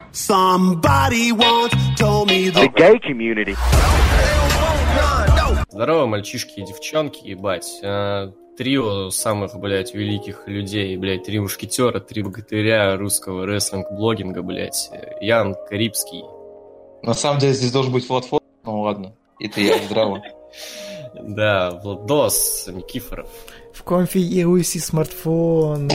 Somebody once told me the gay community. Здорово, мальчишки и девчонки, ебать. Трио самых, блядь, великих людей, блядь, три мушкетера, три богатыря русского рестлинг-блогинга, блядь. Ян Карибский. На самом деле здесь должен быть Влад Фото, ну ладно, это я, здраво. Да, Владос Никифоров. В конфе EUC смартфоны.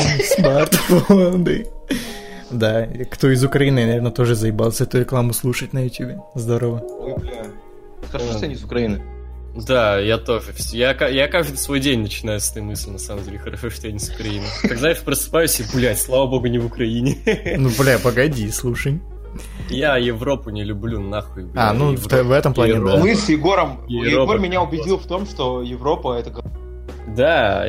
Да, кто из Украины, наверное, тоже заебался эту рекламу слушать на YouTube. Здорово. Ой, бля. Хорошо, что я не из Украины. Да, я тоже. Я каждый свой день начинаю с этой мысли, на самом деле. Хорошо, что я не с Украины. Как, знаешь, просыпаюсь и, блядь, слава богу, не в Украине. Ну, бля, погоди, слушай. Я Европу не люблю, нахуй. Бля. В этом плане, да. Мы с Егором... Егор меня убедил в том, что Европа это... Да,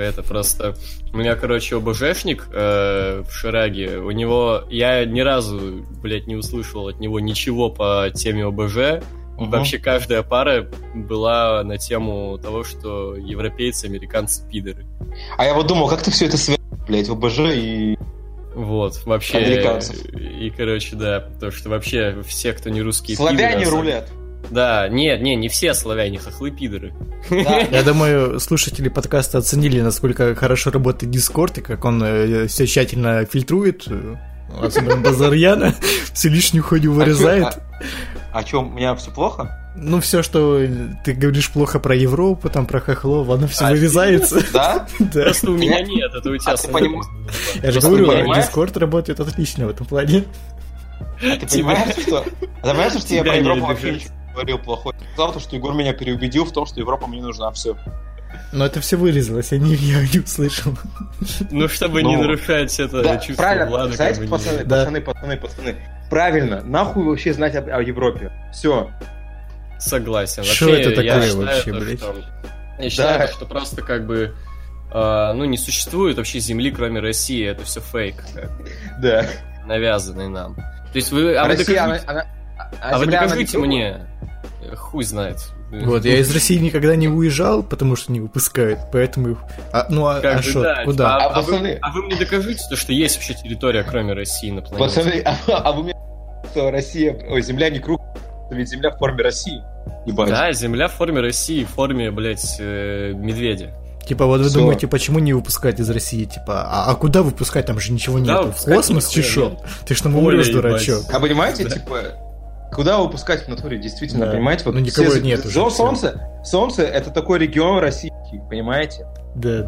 у меня, короче, ОБЖшник в Шираге, у него, я ни разу, блядь, не услышал от него ничего по теме ОБЖ, вообще каждая пара была на тему того, что европейцы, американцы пидоры. А я вот думал, как ты все это связываешь, блядь, ОБЖ и... Вот, вообще, американцев. И, короче, да, то, что вообще все, кто не русские славяне пидоры, рулят. Да, не все славяне, хохлы пидоры. Да. Я думаю, слушатели подкаста оценили, насколько хорошо работает Discord, и как он все тщательно фильтрует, особенно Базарьяна, всю лишнюю хуйню вырезает. А чё, у меня все плохо? Ну, все, что ты говоришь плохо про Европу, там, про хохлов, оно все вырезается. Да? Да. Просто у меня нет, это у тебя самого. Я же говорю, Discord работает отлично в этом плане. А ты понимаешь, что я про Европу вообще ничего не говорил плохой? Я сказал, что Егор меня переубедил в том, что Европа мне нужна, все. Но это все вырезалось, я не услышал. Ну, чтобы не нарушать это чувство Влада. Знаете, пацаны, правильно, нахуй вообще знать о Европе. Все. Согласен. Что это такое вообще, блядь? Я считаю, что просто как бы не существует вообще земли, кроме России. Это все фейк. Да. Навязанный нам. То есть вы докажите мне. Хуй знает. Вот, я из России никогда не уезжал, потому что не выпускают, поэтому... Куда? А вы мне докажите, что есть вообще территория, кроме России на планете? Пацаны, а вы мне... что Земля не круг, ведь Земля в форме России. Ебать. Да, Земля в форме России, в форме, блядь, медведя. Типа, вот вы думаете, почему не выпускать из России? Типа, а куда выпускать? Там же ничего нету. В космос чешет? Ты ж там умрешь, дурачок. А понимаете, типа... Куда выпускать в натуре, действительно, понимаете? Вот никого нет уже. Солнце это такой регион российский, понимаете? Да.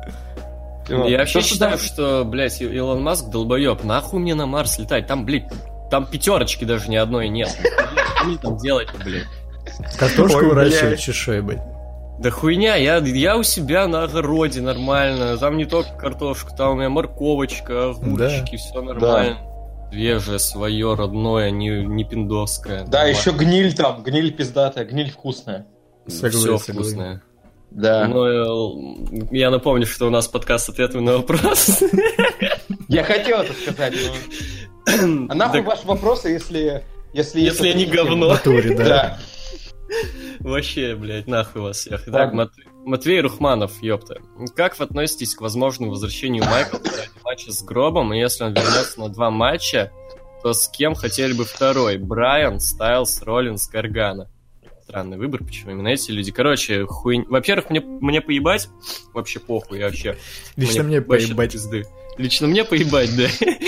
Я вообще считаю, что, блядь, Илон Маск долбоеб. Нахуй мне на Марс летать? Там, блядь, там пятерочки даже ни одной нет. Что мне там делать, блядь? Картошку выращивать чешой, блядь. Да хуйня, я у себя на огороде нормально. Там не только картошка, там у меня морковочка, огурчики, все нормально. Да. Свежее, свое, родное, не пиндосское. Да, еще гниль там, гниль пиздатая, гниль вкусная. Все вкусное. Да. Но я напомню, что у нас подкаст «Ответы на вопрос». Я хотел это сказать, но... А нахуй ваши вопросы, если они говно. Да. Вообще, блядь, нахуй вас всех. Итак, Матвей Рухманов, ёпта. Как вы относитесь к возможному возвращению Майкла ради матча с Гробом? И если он вернется на 2 матча, то с кем хотели бы второй? Брайан, Стайлз, Роллинс, Гаргана. Странный выбор, почему именно эти люди. Короче, Во-первых, мне поебать. Вообще похуй, я вообще... Лично мне поебать. Лично мне поебать, да.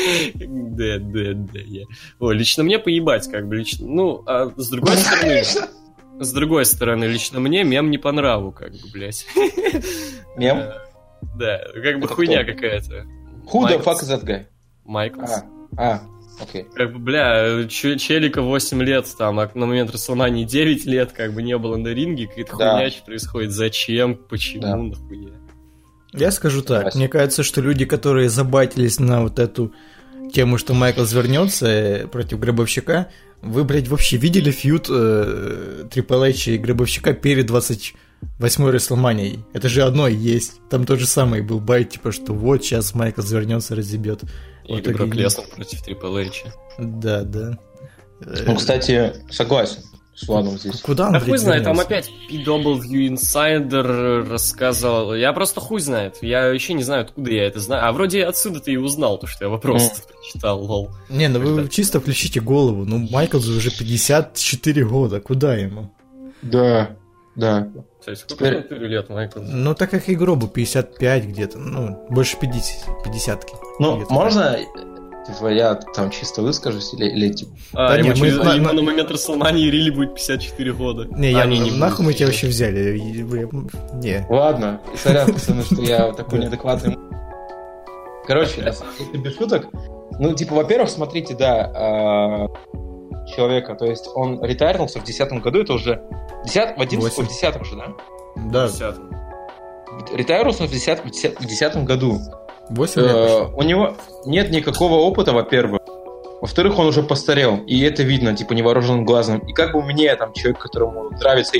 Да. Лично мне поебать, как бы. Ну, а с другой стороны... С другой стороны, лично мне мем не по нраву, как бы, блядь. Мем? Да, как бы хуйня какая-то. Who the fuck is that guy? Майклс. Окей. Как бы, бля, челика 8 лет, там, а на момент Расселмании 9 лет, как бы не было на ринге, какая-то хуйня происходит. Зачем? Почему? Нахуя? Я скажу так, мне кажется, что люди, которые забайтились на вот эту тему, что Майклс вернется против Гробовщика, вы, блядь, вообще видели фьюд Triple H и Гробовщика перед 28-й Расселманией? Это же одно и есть. Там тот же самый был байт, типа, что вот сейчас Майклс вернется, разъебет. Или Брок Леснар против Triple H. Да. Ну, кстати, согласен. с Владом здесь. Куда он, да хуй знает, там опять PW Insider рассказывал. Я просто хуй знает. Я вообще не знаю, откуда я это знаю. А вроде отсюда ты и узнал, то, что я вопрос прочитал, лол. Не, ну вы чисто включите голову. Ну, Майклсу уже 54 года. Куда ему? Да. То есть сколько лет Майклсу? Ну, так как и Гробу 55 где-то. Ну, больше 50-ки. Ну, можно... Типа, я там чисто выскажусь или типа... Да ему нет, на момент Расселмании Рилли будет 54 года. Не, нахуй мы тебя вообще взяли? Не. Ладно, сорян, пацаны, что я такой неадекватный. Короче, если без шуток, ну, типа, во-первых, смотрите, да, человека, то есть он ретайрнулся в 2010 году, это уже... В 11-м же, да? Да. Ретайрнулся в 2010 году. 8 лет у него нет никакого опыта, во-первых. Во-вторых, он уже постарел. И это видно, типа, невооруженным глазом. И как бы мне, там, человек, которому нравится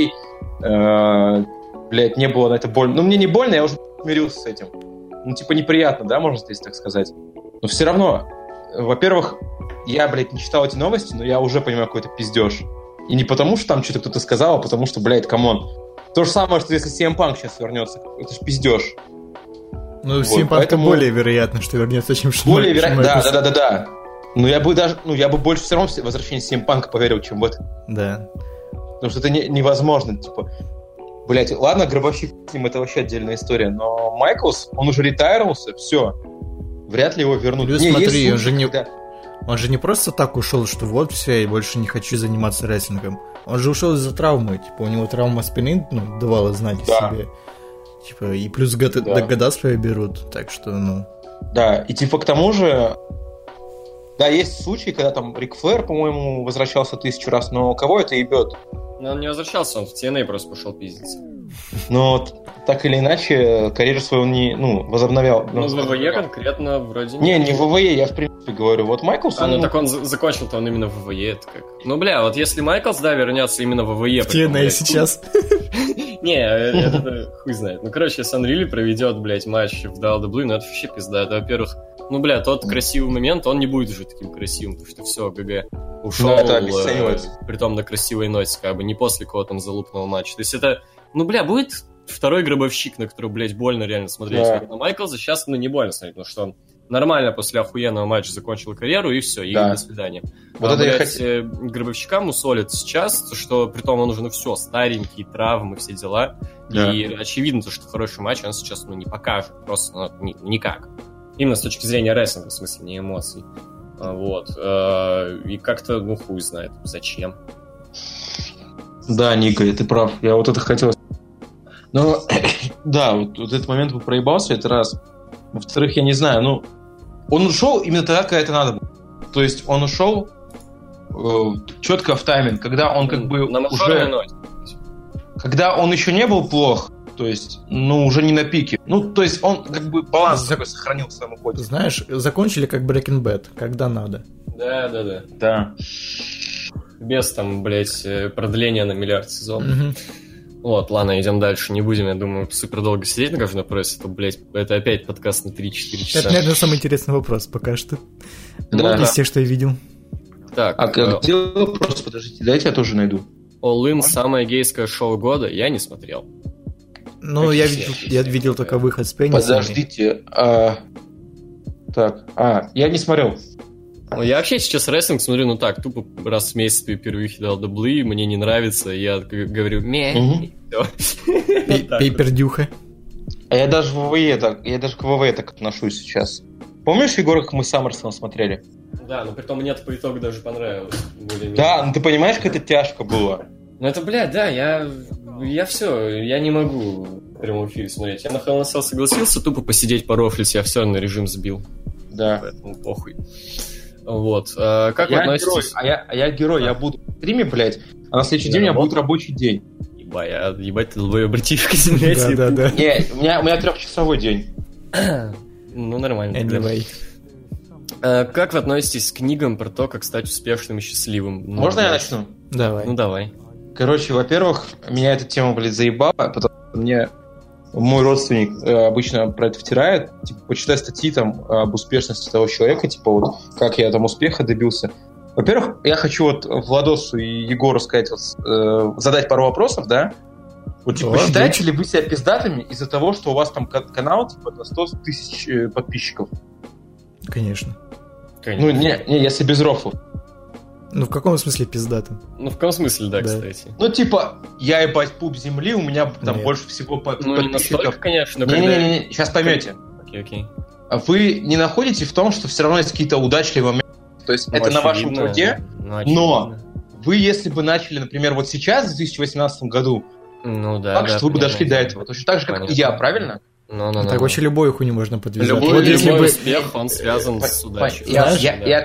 HBK, блядь, не было на это больно. Ну, мне не больно, я уже смирился с этим. Ну, типа, неприятно, да, можно здесь так сказать. Но все равно, во-первых, я, блядь, не читал эти новости, но я уже понимаю, какой-то пиздеж. И не потому, что там что-то кто-то сказал, а потому что, блядь, камон. То же самое, что если CM Punk сейчас вернется. Это ж пиздеж. Ну, вот, CM Punk поэтому... более вероятно, что вернется, чем что. Более вероятно, да. Но я бы больше все равно в возвращение CM Punk поверил, чем в это. Да. Потому что это невозможно, типа... Блять, ладно, Гробовщик, с ним это вообще отдельная история, но Майклс, он уже ретайрнулся, все. Вряд ли его вернут. Плюс, смотри, он же не просто так ушел, что вот все, я больше не хочу заниматься рестлингом. Он же ушел из-за травмы, типа, у него травма спины, ну, давала знать о себе. Типа, и плюс года свои берут, так что, ну... Да, и типа к тому же... Да, есть случаи, когда там Рик Флэр, по-моему, возвращался 1000 раз, но кого это ебет? Ну, он не возвращался, он в TNA просто пошел пиздиться. Но так или иначе, карьеру свою он не, возобновлял. Ну, в ВВЕ конкретно вроде не в ВВЕ, я в принципе говорю. Вот Майклс... ну так он закончил-то он именно в ВВЕ, это как... Ну, бля, вот если Майклс, да, вернется именно в ВВЕ... В TNA сейчас... Не, это хуй знает. Ну, короче, если Анрили проведет, блядь, матч в WWE, ну, это вообще пизда. Это, во-первых, ну, бля, тот красивый момент, он не будет уже таким красивым, потому что все, ГГ. Ушел, притом на красивой ноте, как бы, не после кого там залупного матча. То есть это, ну, бля, будет второй Гробовщик, на который, блядь, больно реально смотреть. Да. На Майклза сейчас, ну, не больно смотреть, потому что он нормально после охуенного матча закончил карьеру, и все, и до свидания. Вот это блядь, Гробовщика мусолят сейчас, что притом он уже, ну, все, старенький, травмы, все дела. Да. И очевидно, что хороший матч он сейчас, ну, не покажет, просто, ну, никак. Именно с точки зрения рестлинга, в смысле, не эмоций. Вот. И как-то, ну, хуй знает, зачем. Да, Ника, ты прав. Я вот это хотел... Но, да, вот этот момент проебался, это раз. Во-вторых, я не знаю, ну... Он ушел именно тогда, когда это надо было. То есть он ушел четко в тайминг, когда он как бы уже... Когда он еще не был плох, то есть, ну, уже не на пике. Ну, то есть он как бы баланс такой сохранил в своем уходе. Знаешь, закончили как Breaking Bad, когда надо. Да. Без там, блядь, продления на миллиард сезонов. Угу. Вот, ладно, идем дальше. Не будем, я думаю, супер долго сидеть на каждом вопросе. Это, блядь, это опять подкаст на 3-4 часа. Это, наверное, самый интересный вопрос пока что. Да. Из тех, что я видел. Так. А где вопрос? Подождите, дайте я тоже найду. All In, самое гейское шоу года, я не смотрел. Ну, я видел только выход с пенисами. Подождите. Я не смотрел. Я вообще сейчас рестлинг смотрю, ну так, тупо раз в месяц впервые дал даблы, мне не нравится, я говорю, Пейпердюха. А я даже к ВВЕ так отношусь сейчас. Помнишь, Егор, как мы с Саммерсоном смотрели? Да, но при том мне по итогу даже понравилось. Да, ну ты понимаешь, как это тяжко было? Ну это, блядь, да, я все, я не могу в прямом эфире смотреть. Я на Hell in a Cell согласился тупо посидеть порофлить, я все равно режим сбил. Да. Поэтому похуй. Вот. Как вы относитесь? Я герой, я буду в стриме, блядь, а на следующий день у меня будет рабочий день. Ебать, ты долбоёб братишка земляйся. Да. Не, у меня 3-часовой день. Ну, нормально. Anyway. Как вы относитесь к книгам про то, как стать успешным и счастливым? Можно я начну? Давай. Ну, давай. Короче, во-первых, меня эта тема, блядь, заебала, потому что мне мой родственник обычно про это втирает, типа, почитай статьи там об успешности того человека, типа, вот, как я там успеха добился. Во-первых, я хочу вот Владосу и Егору сказать, задать пару вопросов, да? Вот, типа, считаете ли вы себя пиздатыми из-за того, что у вас там канал, типа, на 100 тысяч подписчиков? Конечно. Ну, не, если без рофлов. Ну, в каком смысле пиздатым? Ну, в каком смысле, да, кстати. Ну, типа, я ебать пуп земли, у меня там больше всего подписчиков. Ну, не настолько, конечно. Не, сейчас поймете. Окей. А вы не находите в том, что все равно есть какие-то удачливые моменты? То есть это на вашем труде, но вы, если бы начали, например, вот сейчас, в 2018 году, так что вы бы дошли до этого. Точно так же, как и я, правильно? Так вообще любой хуйню можно подвязать. Любой успех, он связан с удачей. Я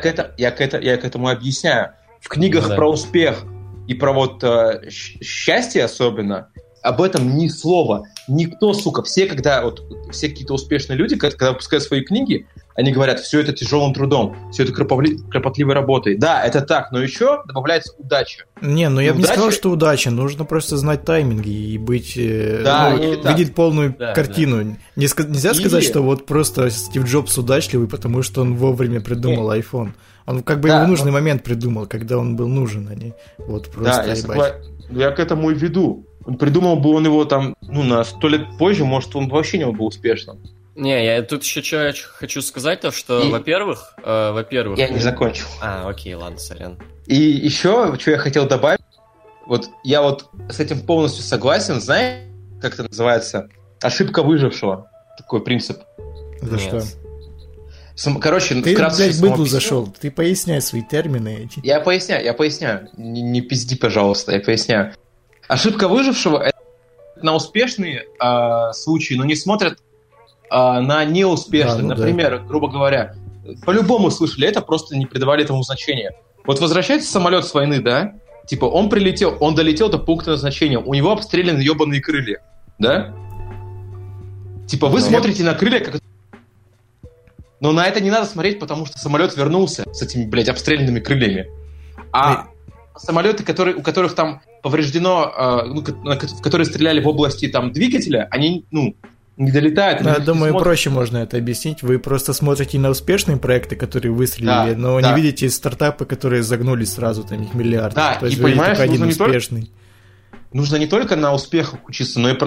к этому объясняю. В книгах про успех и про вот счастье особенно, об этом ни слова. Никто, сука, все какие-то успешные люди, когда выпускают свои книги, они говорят, все это тяжелым трудом, все это кропотливой работой. Да, это так, но еще добавляется удача. Не, ну я бы не сказал, что удача. Нужно просто знать тайминги и быть... видеть полную картину. Нельзя сказать, что вот просто Стив Джобс удачливый, потому что он вовремя придумал iPhone. Он как бы его в нужный момент придумал, когда он был нужен, а не вот просто я к этому и веду. Он придумал бы он его там, на 100 лет позже, может, он вообще не был успешным. Не, я тут еще что хочу сказать, то что, во-первых... Я не закончил. Окей, ладно, сорян. И еще, что я хотел добавить, вот я вот с этим полностью согласен, знаешь, как это называется? Ошибка выжившего. Такой принцип. За что? Короче, ты, блядь, в быдлу зашел, ты поясняй свои термины. Я поясняю. Не пизди, пожалуйста, я поясняю. Ошибка выжившего — это на успешные случаи, но не смотрят на неуспешные. Например, грубо говоря, по-любому слышали это, просто не придавали этому значения. Вот возвращается самолет с войны, да? Типа он долетел до пункта назначения, у него обстреляны ебаные крылья, да? Типа вы смотрите на крылья, как... Но на это не надо смотреть, потому что самолет вернулся с этими, блядь, обстрелянными крыльями. А самолеты, у которых там повреждено, в которые стреляли в области там двигателя, они, не долетают. Я думаю, проще можно это объяснить. Вы просто смотрите на успешные проекты, которые выстрелили, но не видите стартапы, которые загнулись сразу, там их миллиард. Да, то есть и понимаешь, один успешный. Нужно не только на успехах учиться, но и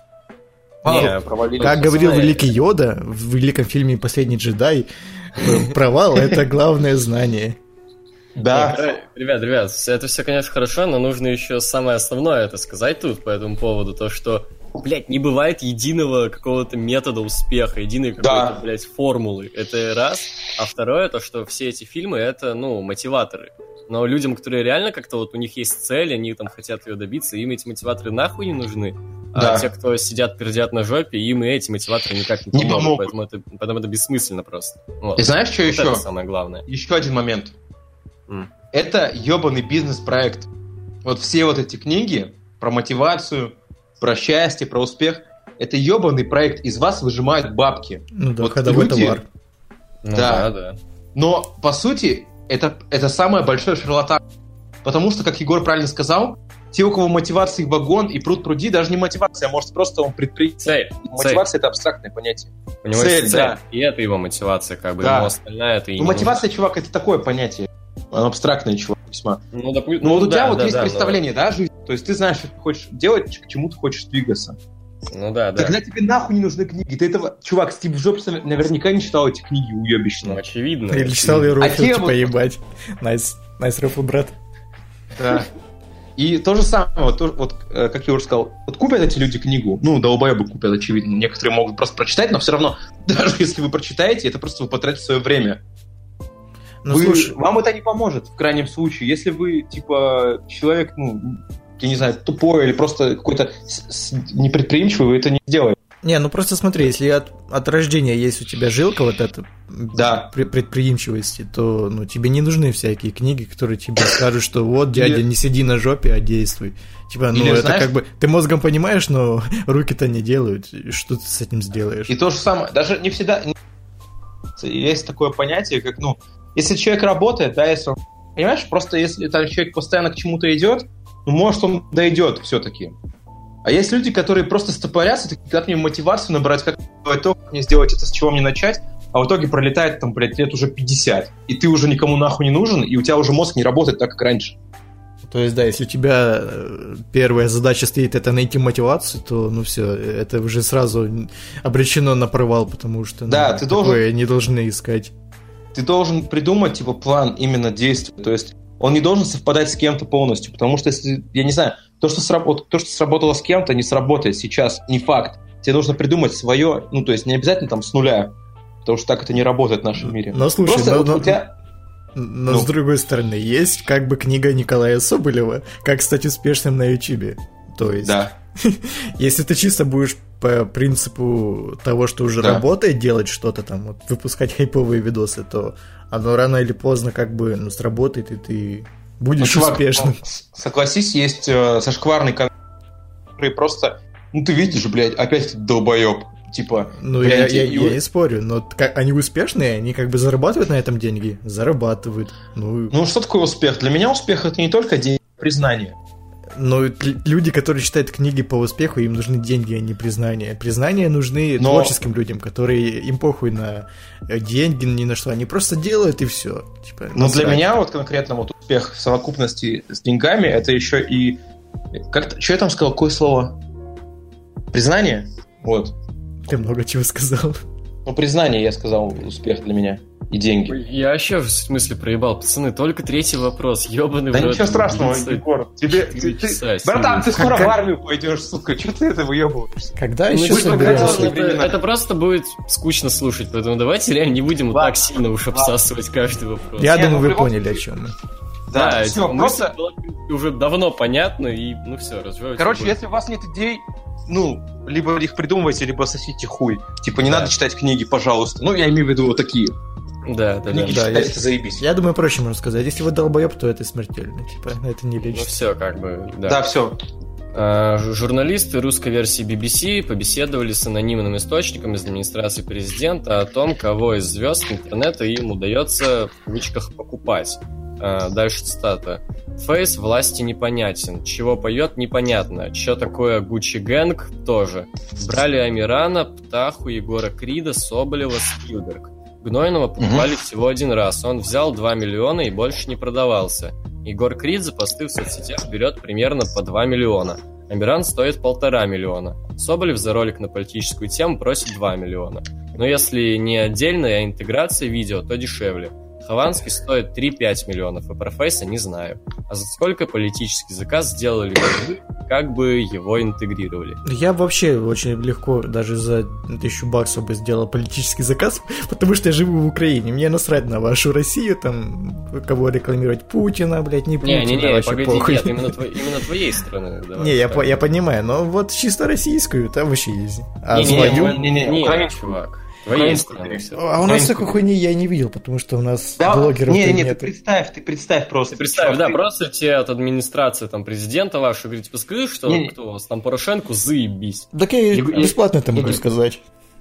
как говорил великий Йода в великом фильме «Последний джедай», провал — это главное знание. Да. Ребят, это все, конечно, хорошо, но нужно еще самое основное это сказать тут по этому поводу, то, что, блядь, не бывает единого какого-то метода успеха, единой какой-то, блядь, формулы. Это раз. А второе, то, что все эти фильмы, это, мотиваторы. Но людям, которые реально как-то вот у них есть цель, они там хотят ее добиться, им эти мотиваторы нахуй не нужны. А те, кто сидят, пердят на жопе, им и эти мотиваторы никак не помогут. Поэтому это бессмысленно просто. Вот. И знаешь, что еще? Это самое главное. Еще один момент. Это ебаный бизнес-проект. Вот все вот эти книги про мотивацию, про счастье, про успех, это ебаный проект. Из вас выжимают бабки. Вот ходовой товар. Да. Но, по сути, это самое большое шарлатанство. Потому что, как Егор правильно сказал, те, у кого мотивации вагон и пруд-пруди, даже не мотивация, а может просто он предприниматель. Мотивация — это абстрактное понятие. У него есть цель, и это его мотивация, как бы, ему остальное это и не мотивация, чувак, это такое понятие. Оно абстрактное, чувак, весьма. Вот у тебя есть представление, да, жизнь? То есть ты знаешь, что ты хочешь делать, к чему ты хочешь двигаться. Тогда тебе нахуй не нужны книги. Ты этого... Чувак, Стив Джобс наверняка не читал эти книги уебищные. Очевидно. Или читал ее рофл, типа, ебать. Найс рофл, брат. Да. И то же самое, вот как я уже сказал, вот купят эти люди книгу, долбоебы купят, очевидно. Некоторые могут просто прочитать, но все равно, даже если вы прочитаете, это просто вы потратите свое время. Вам это не поможет в крайнем случае. Если вы, типа, человек, я не знаю, тупой или просто какой-то непредприимчивый, вы это не сделаете. Не, просто смотри, если от рождения есть у тебя жилка вот эта предприимчивости, то тебе не нужны всякие книги, которые тебе скажут, что вот, дядя, не сиди на жопе, а действуй. Типа, это знаешь, как бы ты мозгом понимаешь, но руки-то не делают. Что ты с этим сделаешь? И то же самое, даже не всегда есть такое понятие, как, если человек работает, да, если он, понимаешь, просто если там человек постоянно к чему-то идет, может, он дойдет все-таки. А есть люди, которые просто стопорятся, как мне мотивацию набрать, как сделать то, как мне сделать это, с чего мне начать. а в итоге пролетает там, блядь, лет уже 50, и ты уже никому нахуй не нужен, и у тебя уже мозг не работает так, как раньше. То есть, да, если у тебя первая задача стоит это найти мотивацию, то, ну все, это уже сразу обречено на провал, потому что да, ты такое не должны искать. Ты должен придумать, типа, план именно действия, то есть он не должен совпадать с кем-то полностью, потому что, если, я не знаю, то, что сработало с кем-то, не сработает сейчас, не факт. Тебе нужно придумать свое, ну, то есть не обязательно там с нуля, потому что так это не работает в нашем мире. Но слушай, просто у тебя... Но с другой стороны, есть как бы книга Николая Соболева «Как стать успешным на Ютубе». То есть, да. Если ты чисто будешь по принципу того, что уже работает, делать что-то там, вот, выпускать хайповые видосы, то оно рано или поздно как бы сработает, и ты будешь успешным. Согласись, есть зашкварный канал, который просто... Ну, ты видишь, блядь, опять долбоеб. Типа, ну, блядь, я не спорю, но они успешные, они как бы зарабатывают на этом деньги? Зарабатывают. Ну, что такое успех? Для меня успех — это не только деньги, а признание. Но люди, которые читают книги по успеху, им нужны деньги, а не признание. Признания нужны творческим людям, которые им похуй на деньги, ни на что. Они просто делают и все. Типа, но для меня вот конкретно вот успех в совокупности с деньгами — это еще и... Что я там сказал? Какое слово? Признание? Вот. Ты много чего сказал. Ну, признание, я сказал, успех для меня. И деньги. Я вообще в смысле проебал. Пацаны, только третий вопрос. Ёбаный в рот. Да ничего страшного, Егор. Братан, ты скоро в армию пойдешь, сука. Чё ты это выебываешься? Когда еще соберешься? Это просто будет скучно слушать, поэтому давайте реально не будем так сильно уж обсасывать каждый вопрос. Я думаю, вы поняли, о чем мы. Да, все, просто... уже давно понятно, и ну все, развивайте. Короче, если у вас нет идей, ну, либо их придумывайте, либо сосите хуй. Типа, не надо читать книги, пожалуйста. Ну, я имею в виду вот такие. Да. Книги читать, это заебись. Я думаю, проще можно сказать. Если вы долбоеб, то это смертельно. Типа, это не лечится. Ну, все, как бы, да. Да, все. Журналисты русской версии BBC побеседовали с анонимным источником из администрации президента о том, кого из звезд интернета им удается в кавычках покупать. Дальше цитата. Фейс власти непонятен. Чего поет, непонятно. Что такое Гуччи Гэнг, тоже. Брали Амирана, Птаху, Егора Крида, Соболева, Спилберг. Гнойного покупали всего один раз. Он взял 2 миллиона и больше не продавался. Егор Крид за посты в соцсетях берет примерно по 2 миллиона. Амиран стоит 1,5 миллиона. Соболев за ролик на политическую тему просит 2 миллиона. Но если не отдельная, а интеграция видео, то дешевле. Хованский стоит 3-5 миллионов, а про Фейса не знаю. А за сколько политический заказ сделали бы вы, как бы его интегрировали? Я вообще очень легко даже за 1000 баксов бы сделал политический заказ, потому что я живу в Украине. Мне насрать на вашу Россию, там, кого рекламировать, Путина, блядь, не Путина. Не, погоди, похуй. Нет, именно твоей страны. Не, я понимаю, но вот чисто российскую, там вообще есть. Не, чувак. Твоей страны все. А у нас такой хуйни я не видел, потому что у нас блогеров нет. Ты представь просто. Ты представь, да, просто тебе от администрации там президента вашего говорит, типа, скажи, что кто у вас там Порошенко, заебись. Так я бесплатно это могу сказать.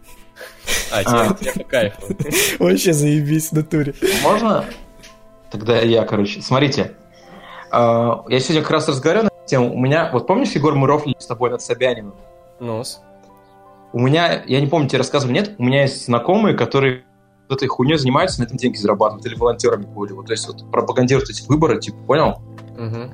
Тебе по кайфу. Вообще заебись в натуре. Можно? Тогда я, смотрите. Я сегодня как раз разговаривал на эту тему. У меня, вот помнишь, Егор, мы рофлили с тобой над Собяниным? Нос. У меня, я не помню, тебе рассказывал, нет, у меня есть знакомые, которые этой хуйней занимаются, на этом деньги зарабатывают, или волонтерами были, вот, то есть вот пропагандируют эти выборы, типа, понял? Угу.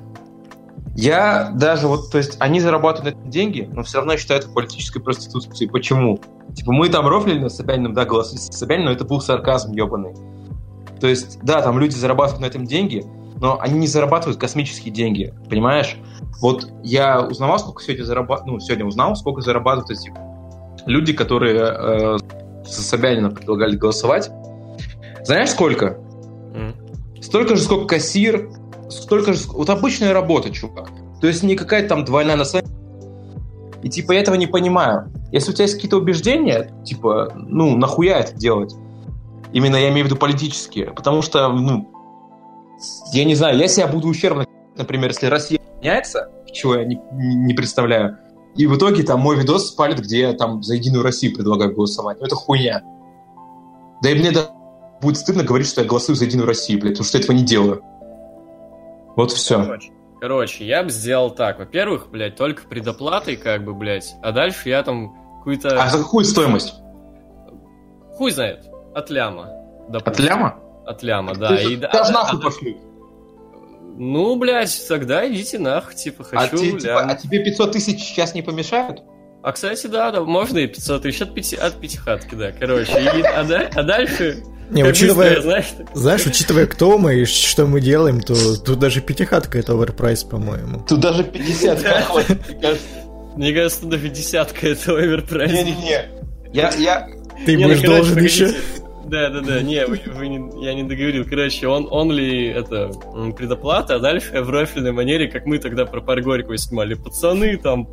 Я даже вот, то есть они зарабатывают на этом деньги, но все равно я считаю это политической проституцией. Почему? Типа мы там рофлили на Собянином, да, голосовали за Собянина, но это был сарказм ебаный. То есть, да, там люди зарабатывают на этом деньги, но они не зарабатывают космические деньги, понимаешь? Вот я узнавал, сколько сегодня узнал, сколько зарабатывают эти люди, которые за Собянина предлагали голосовать. Знаешь, сколько? Столько же, сколько кассир, столько же... Вот обычная работа, чувак. То есть не какая-то там двойная насадка. И типа я этого не понимаю. Если у тебя есть какие-то убеждения, типа, ну, нахуя это делать? Именно я имею в виду политические. Потому что, ну, я не знаю, я себя буду ущербно, например, если Россия меняется, чего я не представляю, и в итоге там мой видос спалит, где я там за Единую Россию предлагаю голосовать. Ну, это хуйня. Да и мне будет стыдно говорить, что я голосую за Единую Россию, блядь, потому что я этого не делаю. Вот все. Короче, я бы сделал так. Во-первых, блядь, только предоплатой, как бы, блядь, а дальше я там какую-то... А за какую стоимость? Хуй знает. От ляма. Допустим. От ляма? От ляма, да. Даже нахуй пошли. Ну, блядь, тогда идите нахуй, типа, хочу лям. А тебе 500 тысяч сейчас не помешают? А, кстати, да, можно и 500 тысяч от пятихатки, да, короче. А дальше... Не, учитывая, знаешь, учитывая, кто мы и что мы делаем, то тут даже пятихатка это оверпрайс, по-моему. Тут даже 50 хватит, мне кажется. Мне кажется, тут даже десятка это оверпрайс. Не-не-не. Ты будешь должен еще. Да, я не договорил. Короче, он ли это предоплата, а дальше в рофельной манере, как мы тогда про Парк Горького снимали. Пацаны там,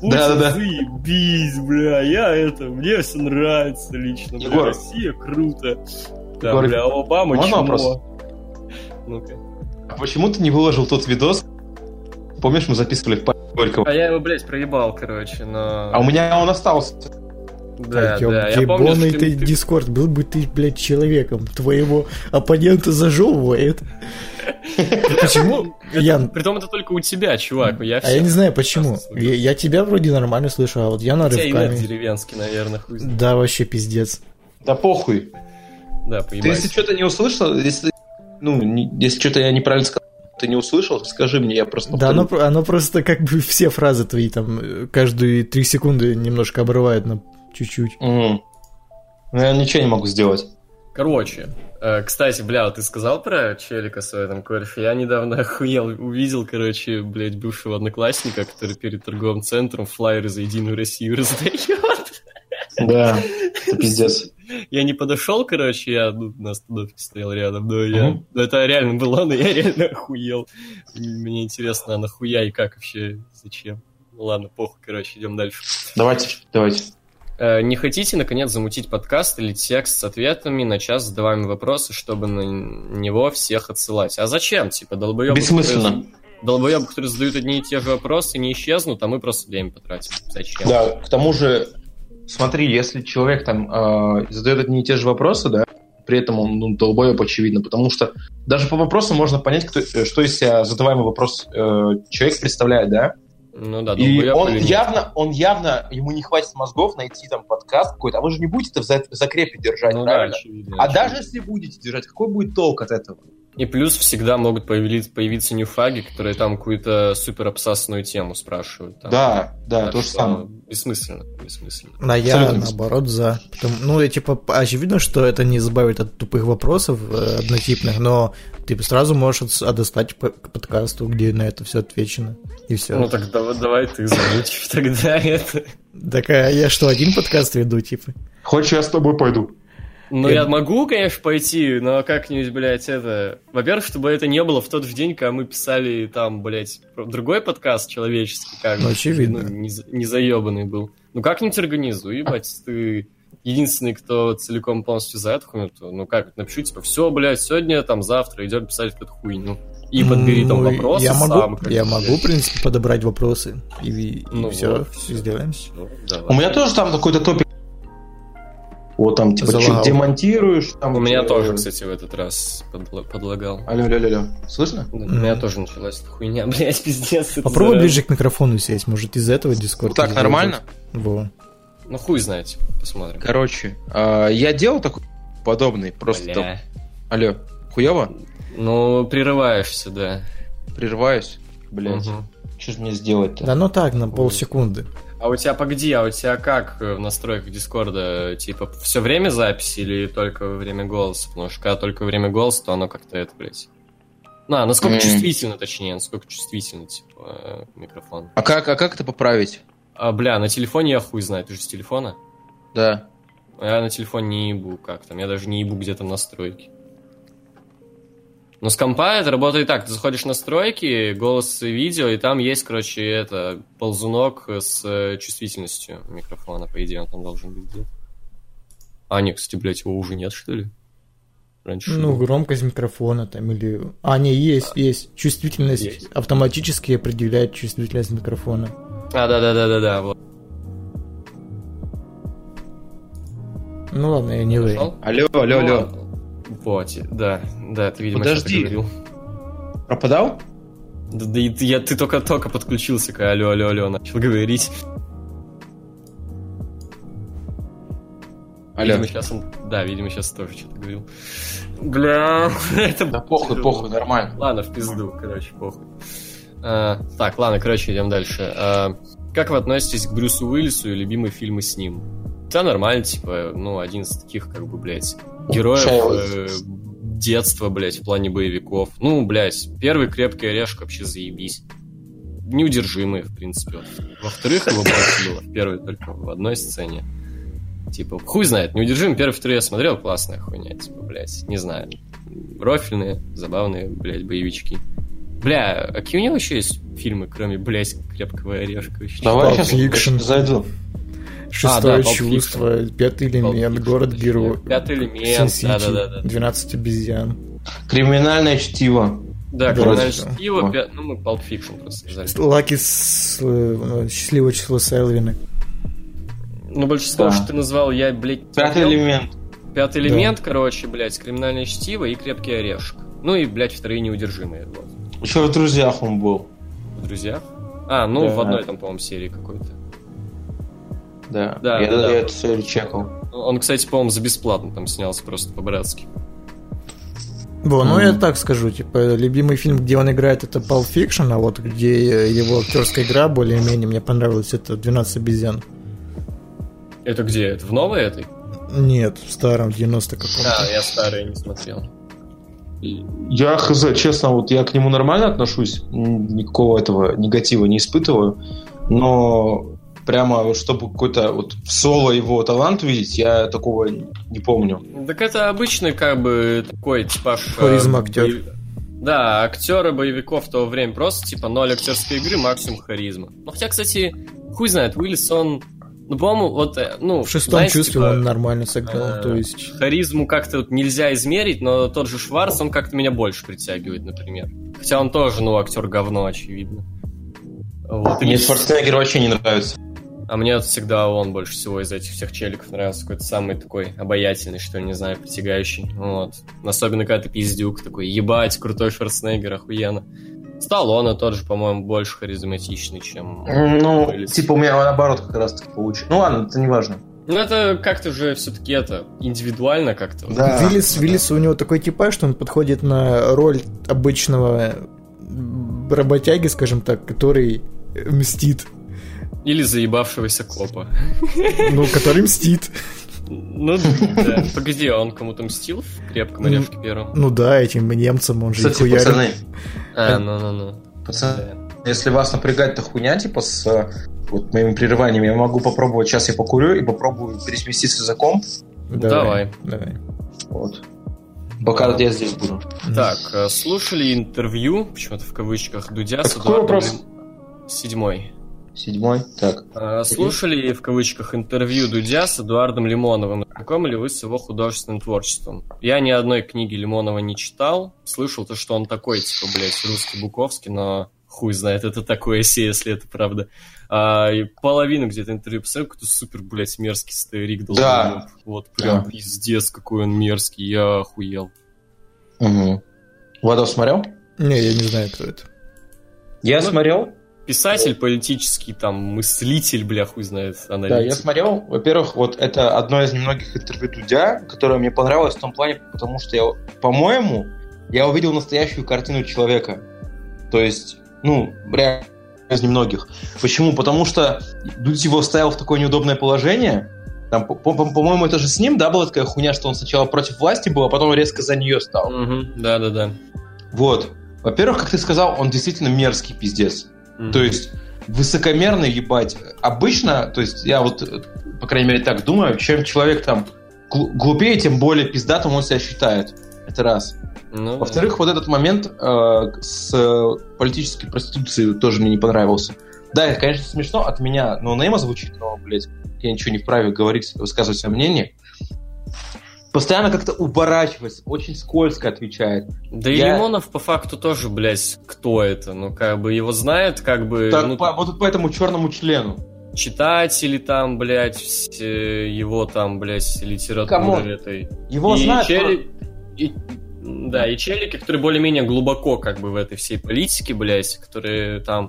заебись, бля, мне все нравится лично. Бля, Россия круто. Да, Егор, бля, Обама можно чмо. Вопрос? Ну-ка. А почему ты не выложил тот видос? Помнишь, мы записывали в Парк Горького? А я его, блядь, проебал, короче, но... А у меня он остался. Да, я помню, ебаный ты Дискорд, был бы ты, блядь, человеком. Твоего оппонента зажевывает. Почему? Притом это только у тебя, чувак. Я не знаю, почему. Я тебя вроде нормально слышу, а вот я на рывками. У тебя деревенский, наверное, хуй. Да, вообще пиздец. Да похуй. Да, поебать. Ты если что-то не услышал, если что-то я неправильно сказал, ты не услышал, скажи мне, я просто... Да, оно просто как бы все фразы твои там каждые 3 секунды немножко обрывает на чуть-чуть. Ну, я ничего не могу сделать. Короче, кстати, бля, ты сказал про челика в этом корфе? Я недавно охуел, увидел, короче, блядь, бывшего одноклассника, который перед торговым центром флайеры за Единую Россию раздает. Да, это пиздец. Я не подошел, короче, я на остановке стоял рядом, но это реально было, но я реально охуел. Мне интересно, а нахуя и как вообще, зачем? Ну ладно, похуй, короче, идем дальше. Давайте. Не хотите, наконец, замутить подкаст или текст с ответами на час задаваемые вопросы, чтобы на него всех отсылать? А зачем? Типа, долбоёбы... Бессмысленно. Долбоёбы, которые задают одни и те же вопросы, не исчезнут, а мы просто время потратим. Зачем? Да, к тому же, смотри, если человек там задает одни и те же вопросы, да, при этом он долбоёб, очевидно, потому что даже по вопросу можно понять, что из себя задаваемый вопрос человек представляет, да? Ну да, и он явно, ему не хватит мозгов найти там подкаст какой-то, а вы же не будете это в закрепе держать, правильно? Да, очевидно. Даже если будете держать, какой будет толк от этого? И плюс всегда могут появиться ньюфаги, которые там какую-то супер обсасанную тему спрашивают. Там, да, то же самое. Бессмысленно. А я, наоборот, за. Очевидно, что это не избавит от тупых вопросов однотипных, но ты сразу можешь достать к подкасту, где на это все отвечено, и все. Ну так давай ты замутишь тогда это. Так а я что, один подкаст веду, типа? Хочешь, я с тобой пойду? Ну, я могу, конечно, пойти, но как-нибудь, блядь, это... Во-первых, чтобы это не было в тот же день, когда мы писали там, блядь, другой подкаст человеческий, как бы. Очевидно. Не заебанный был. Ну, как-нибудь организуй, ебать, ты единственный, кто целиком полностью за эту хуйню, то, ну, как, напишу, типа, все, блядь, сегодня, там, завтра идем писать эту хуйню. И подбери там вопросы сам. Я могу, в принципе, подобрать вопросы, и все сделаем. У меня тоже там какой-то топик. Вот там, типа, что демонтируешь. Там, у меня тоже, кстати, в этот раз подлагал. Алло. Слышно? У меня тоже началась эта хуйня, блядь, пиздец. Попробуй ближе к микрофону сесть, может, из-за этого Discord. Так, нормально? Во. Ну, хуй знаете, посмотрим. Короче, я делал такой подобный, просто там... Алло, хуёво? Ну, прерываешься, да. Прерываюсь? Блядь, что же мне сделать-то? Да ну так, на полсекунды. А у тебя погоди, а у тебя как в настройках Дискорда? Типа, все время записи или только во время голоса? Потому что когда только во время голоса, то оно как-то это, блядь... насколько чувствительно, точнее, насколько чувствительно, типа, микрофон. А как это поправить? Бля, на телефоне я хуй знаю, ты же с телефона? Да. Я на телефоне не ебу как там, я даже не ебу где там настройки. Но с компа это работает так, ты заходишь в настройки, голос и видео, и там есть, короче, это ползунок с чувствительностью микрофона, по идее, он там должен быть где-то. А, нет, кстати, блядь, его уже нет, что ли? Раньше. Ну, громкость микрофона там или... не, есть. Чувствительность есть. Автоматически определяет чувствительность микрофона. Да, вот. Ну ладно, я не вы. Алло. Вот, да, ты, видимо, подожди. Что-то говорил. Пропадал? Да ты только подключился, когда алло начал говорить. Видимо, сейчас он... Да, видимо, сейчас тоже что-то говорил. Бля, это... Да похуй, нормально. Ладно, в пизду, короче, похуй. Так, ладно, короче, идем дальше. Как вы относитесь к Брюсу Уиллису и любимые фильмы с ним? Да, нормально, типа, один из таких, как бы, блядь, героев детства, блядь, в плане боевиков. Блядь, первый «Крепкий орешек» вообще заебись. Неудержимые, в принципе. Во-вторых, его больше было. В первой только в одной сцене. Типа, хуй знает, «Неудержимый» первый, второй я смотрел, классная хуйня, типа, блядь, не знаю. Рофельные, забавные, блядь, боевички. Бля, а какие у него еще есть фильмы, кроме, блядь, «Крепкого орешка»? Давай сейчас зайду. «Шестое чувство», «Пятый элемент», «Город героев», «Пятый элемент», да. «12 обезьян». «Криминальное чтиво». Да, «Криминальное чтиво», мы Pulp Fiction просто сказали. «Лаки», «Счастливое число Селвина». Больше того, что ты назвал, я, блядь... «Пятый элемент». «Пятый элемент», короче, блядь, «Криминальное чтиво» и «Крепкий орешек». И, блядь, вторые «Неудержимые». Вот. Еще в «Друзьях» он был. В «Друзьях»? В одной там, по-моему, серии какой-то. Да, я эту серию чекал. Он, кстати, по-моему, за бесплатно там снялся, просто по-братски. Я так скажу, типа, любимый фильм, где он играет, это Pulp Fiction, а вот где его актерская игра более-менее мне понравилась, это «12 обезьян». Это где? Это в новой этой? Нет, в старом, 90 каком-то. Я старый не смотрел. Я, честно, я к нему нормально отношусь, никакого этого негатива не испытываю, но прямо, чтобы какой-то в соло его талант видеть, я такого не помню. Так это обычный, как бы, такой типаж... Харизма актер. Да, актеры боевиков в то время просто, типа, 0 актерской игры, максимум харизма. Хотя, кстати, хуй знает, Уиллис, он... по-моему, в «Шестом чувстве» он нормально сыграл, то есть... Харизму как-то не измерить, но тот же Шварц, он как-то меня больше притягивает, например. Хотя он тоже, актер говно, очевидно. Мне Шварценеггер вообще не нравится. А мне всегда он больше всего из этих всех челиков нравился. Какой-то самый такой обаятельный, что ли, не знаю, притягающий. Особенно, когда ты пиздюк такой, ебать, крутой Шварценеггер, охуенно. Сталлоне тот же, по-моему, больше харизматичный, чем... у меня наоборот как раз таки получится. Ладно, это не важно. Это как-то же все-таки индивидуально как-то. Да. Виллис, у него такой типаж, что он подходит на роль обычного работяги, скажем так, который мстит. Или заебавшегося копа. Который мстит. Да. Погоди, он кому-то мстил в «Крепком орешке» первом? Да, этим немцам он же их хуярил. Пацаны. Пацаны, если вас напрягает эта хуйня, типа с моими прерываниями, я могу попробовать, сейчас я покурю и попробую пересместиться за комп. Давай. Пока я здесь буду. Так, слушали интервью, почему-то в кавычках, Дудя с Какой вопрос? 7-й. 7-й, так. Слушали в кавычках интервью Дудя с Эдуардом Лимоновым? Знакомы ли вы с его художественным творчеством? Я ни одной книги Лимонова не читал. Слышал то, что он такой, типа, блядь, русский Буковский, но хуй знает, это такое эссе, если это правда. И половину где-то интервью посмотрел, какой-то супер, блядь, мерзкий старик. Да. Прям пиздец, какой он мерзкий, я охуел. Угу. Владос смотрел? Не, я не знаю, кто это. Я смотрел. Писатель, политический, мыслитель, бля, хуй знает, аналитик. Да, я смотрел. Во-первых, это одно из немногих интервью Дудя, которое мне понравилось в том плане, потому что по-моему, я увидел настоящую картину человека. То есть, реально из немногих. Почему? Потому что Дудь его ставил в такое неудобное положение. Там, по-моему, это же с ним, да, была такая хуйня, что он сначала против власти был, а потом резко за нее стал. Да. Во-первых, как ты сказал, он действительно мерзкий пиздец. То есть высокомерный, ебать. Обычно, то есть я по крайней мере, так думаю, чем человек глупее, тем более пиздатым он себя считает. Это раз. Во-вторых, этот момент с политической проституцией тоже мне не понравился. Да, это, конечно, смешно от меня, ноунейма звучит, но, блядь, я ничего не вправе говорить, высказывать свое мнение. Постоянно как-то уворачивается, очень скользко отвечает. Да и Лимонов по факту тоже, блядь, кто это? Его знают, вот по этому черному члену. Читатели там, блядь, его там, блядь, литературы этой. Его знают. И челики, которые более-менее глубоко, в этой всей политике, блядь, которые там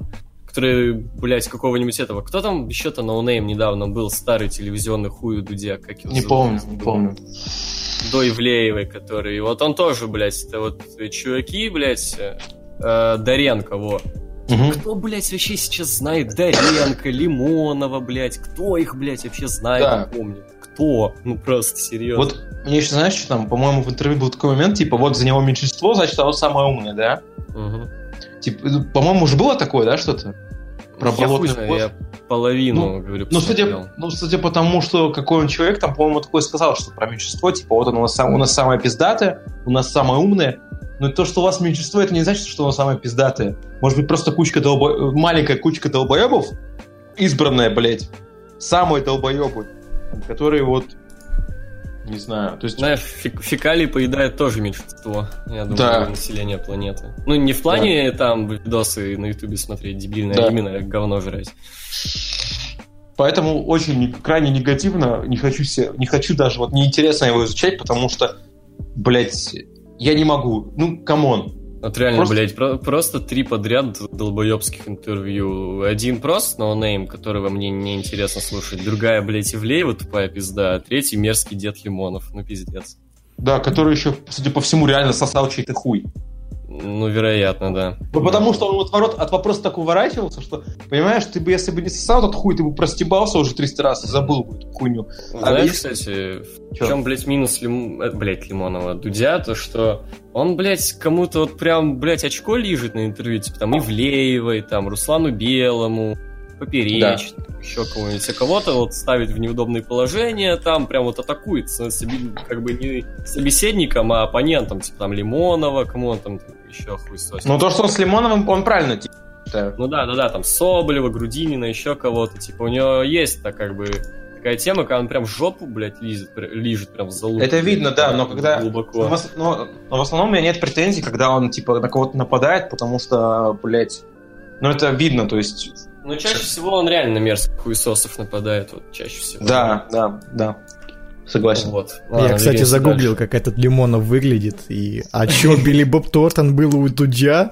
который, блядь, какого-нибудь этого... Кто там еще-то ноунейм недавно был, старый телевизионный хуй у Дудя, как его зовут? Не помню. До Ивлеевой, который... Вот он тоже, блядь, это вот чуваки, блядь, Доренко, во. Кто, блядь, вообще сейчас знает Доренко, Лимонова, блядь? Кто их, блядь, вообще знает и помнит? Кто? Ну, просто серьезно. Вот мне еще, знаешь, что там, по-моему, в интервью был такой момент, типа, вот за него меньшинство, значит, оно самое умное, да? Типа, по-моему, уже было такое, да, что-то? Про болотный пост. Я половину, говорю, посмотрел. Судя по тому, что какой он человек, там, по-моему, такое сказал, что про меньшинство, типа, вот оно у нас самое пиздатое, у нас самое умное, но то, что у вас меньшинство, это не значит, что оно самое пиздатое. Может быть, просто маленькая кучка долбоебов, избранная, блядь, самые долбоебы, которые вот, не знаю, то есть... Знаешь, фекалии поедает тоже меньшинство, я думаю, население планеты. Ну, не в плане там видосы на ютубе смотреть дебильное, а именно говно жрать. Поэтому очень крайне негативно, не хочу даже, вот неинтересно его изучать, потому что, блядь, я не могу, ну, камон. Вот реально, блядь, просто 3 подряд долбоебских интервью. Один просто ноунейм, которого мне не интересно слушать. Другая, блядь, Ивлеева тупая пизда. А третий мерзкий дед Лимонов. Ну, пиздец. Да, который еще, судя по всему, реально сосал чей-то хуй. Ну, вероятно, да. Ну, потому что он вот от вопроса так уворачивался, что, понимаешь, ты бы, если бы не сосал этот хуй, ты бы простебался уже 300 раз и забыл бы эту хуйню. Знаешь, кстати, в чем, блядь, минус Лимонова Дудя, то, что он, блядь, кому-то вот прям, блядь, очко лижет на интервью, типа там Ивлеевой, там Руслану Белому, Поперечному, еще кого-нибудь. А кого-то вот ставит в неудобные положения, там прям вот атакует, как бы не собеседником, а оппонентом, типа там Лимонова, кому он там еще хуй сосит. Ну то, что он с Лимоновым, он правильно считаю. Ну да, там Соболева, Грудинина, еще кого-то, типа у него есть как бы такая тема, когда он прям в жопу, блядь, лижет прям в залупу. Это видно, да, но когда... Глубоко. Но в основном у меня нет претензий, когда он, типа, на кого-то нападает, потому что, блядь, ну это видно, то есть... Ну, чаще всего он реально на мерзких хуесосов нападает, вот чаще всего. Да. Согласен. Вот. Я, кстати, загуглил, как этот Лимонов выглядит, и... А чё, Билли Боб Тортон был у Дудя?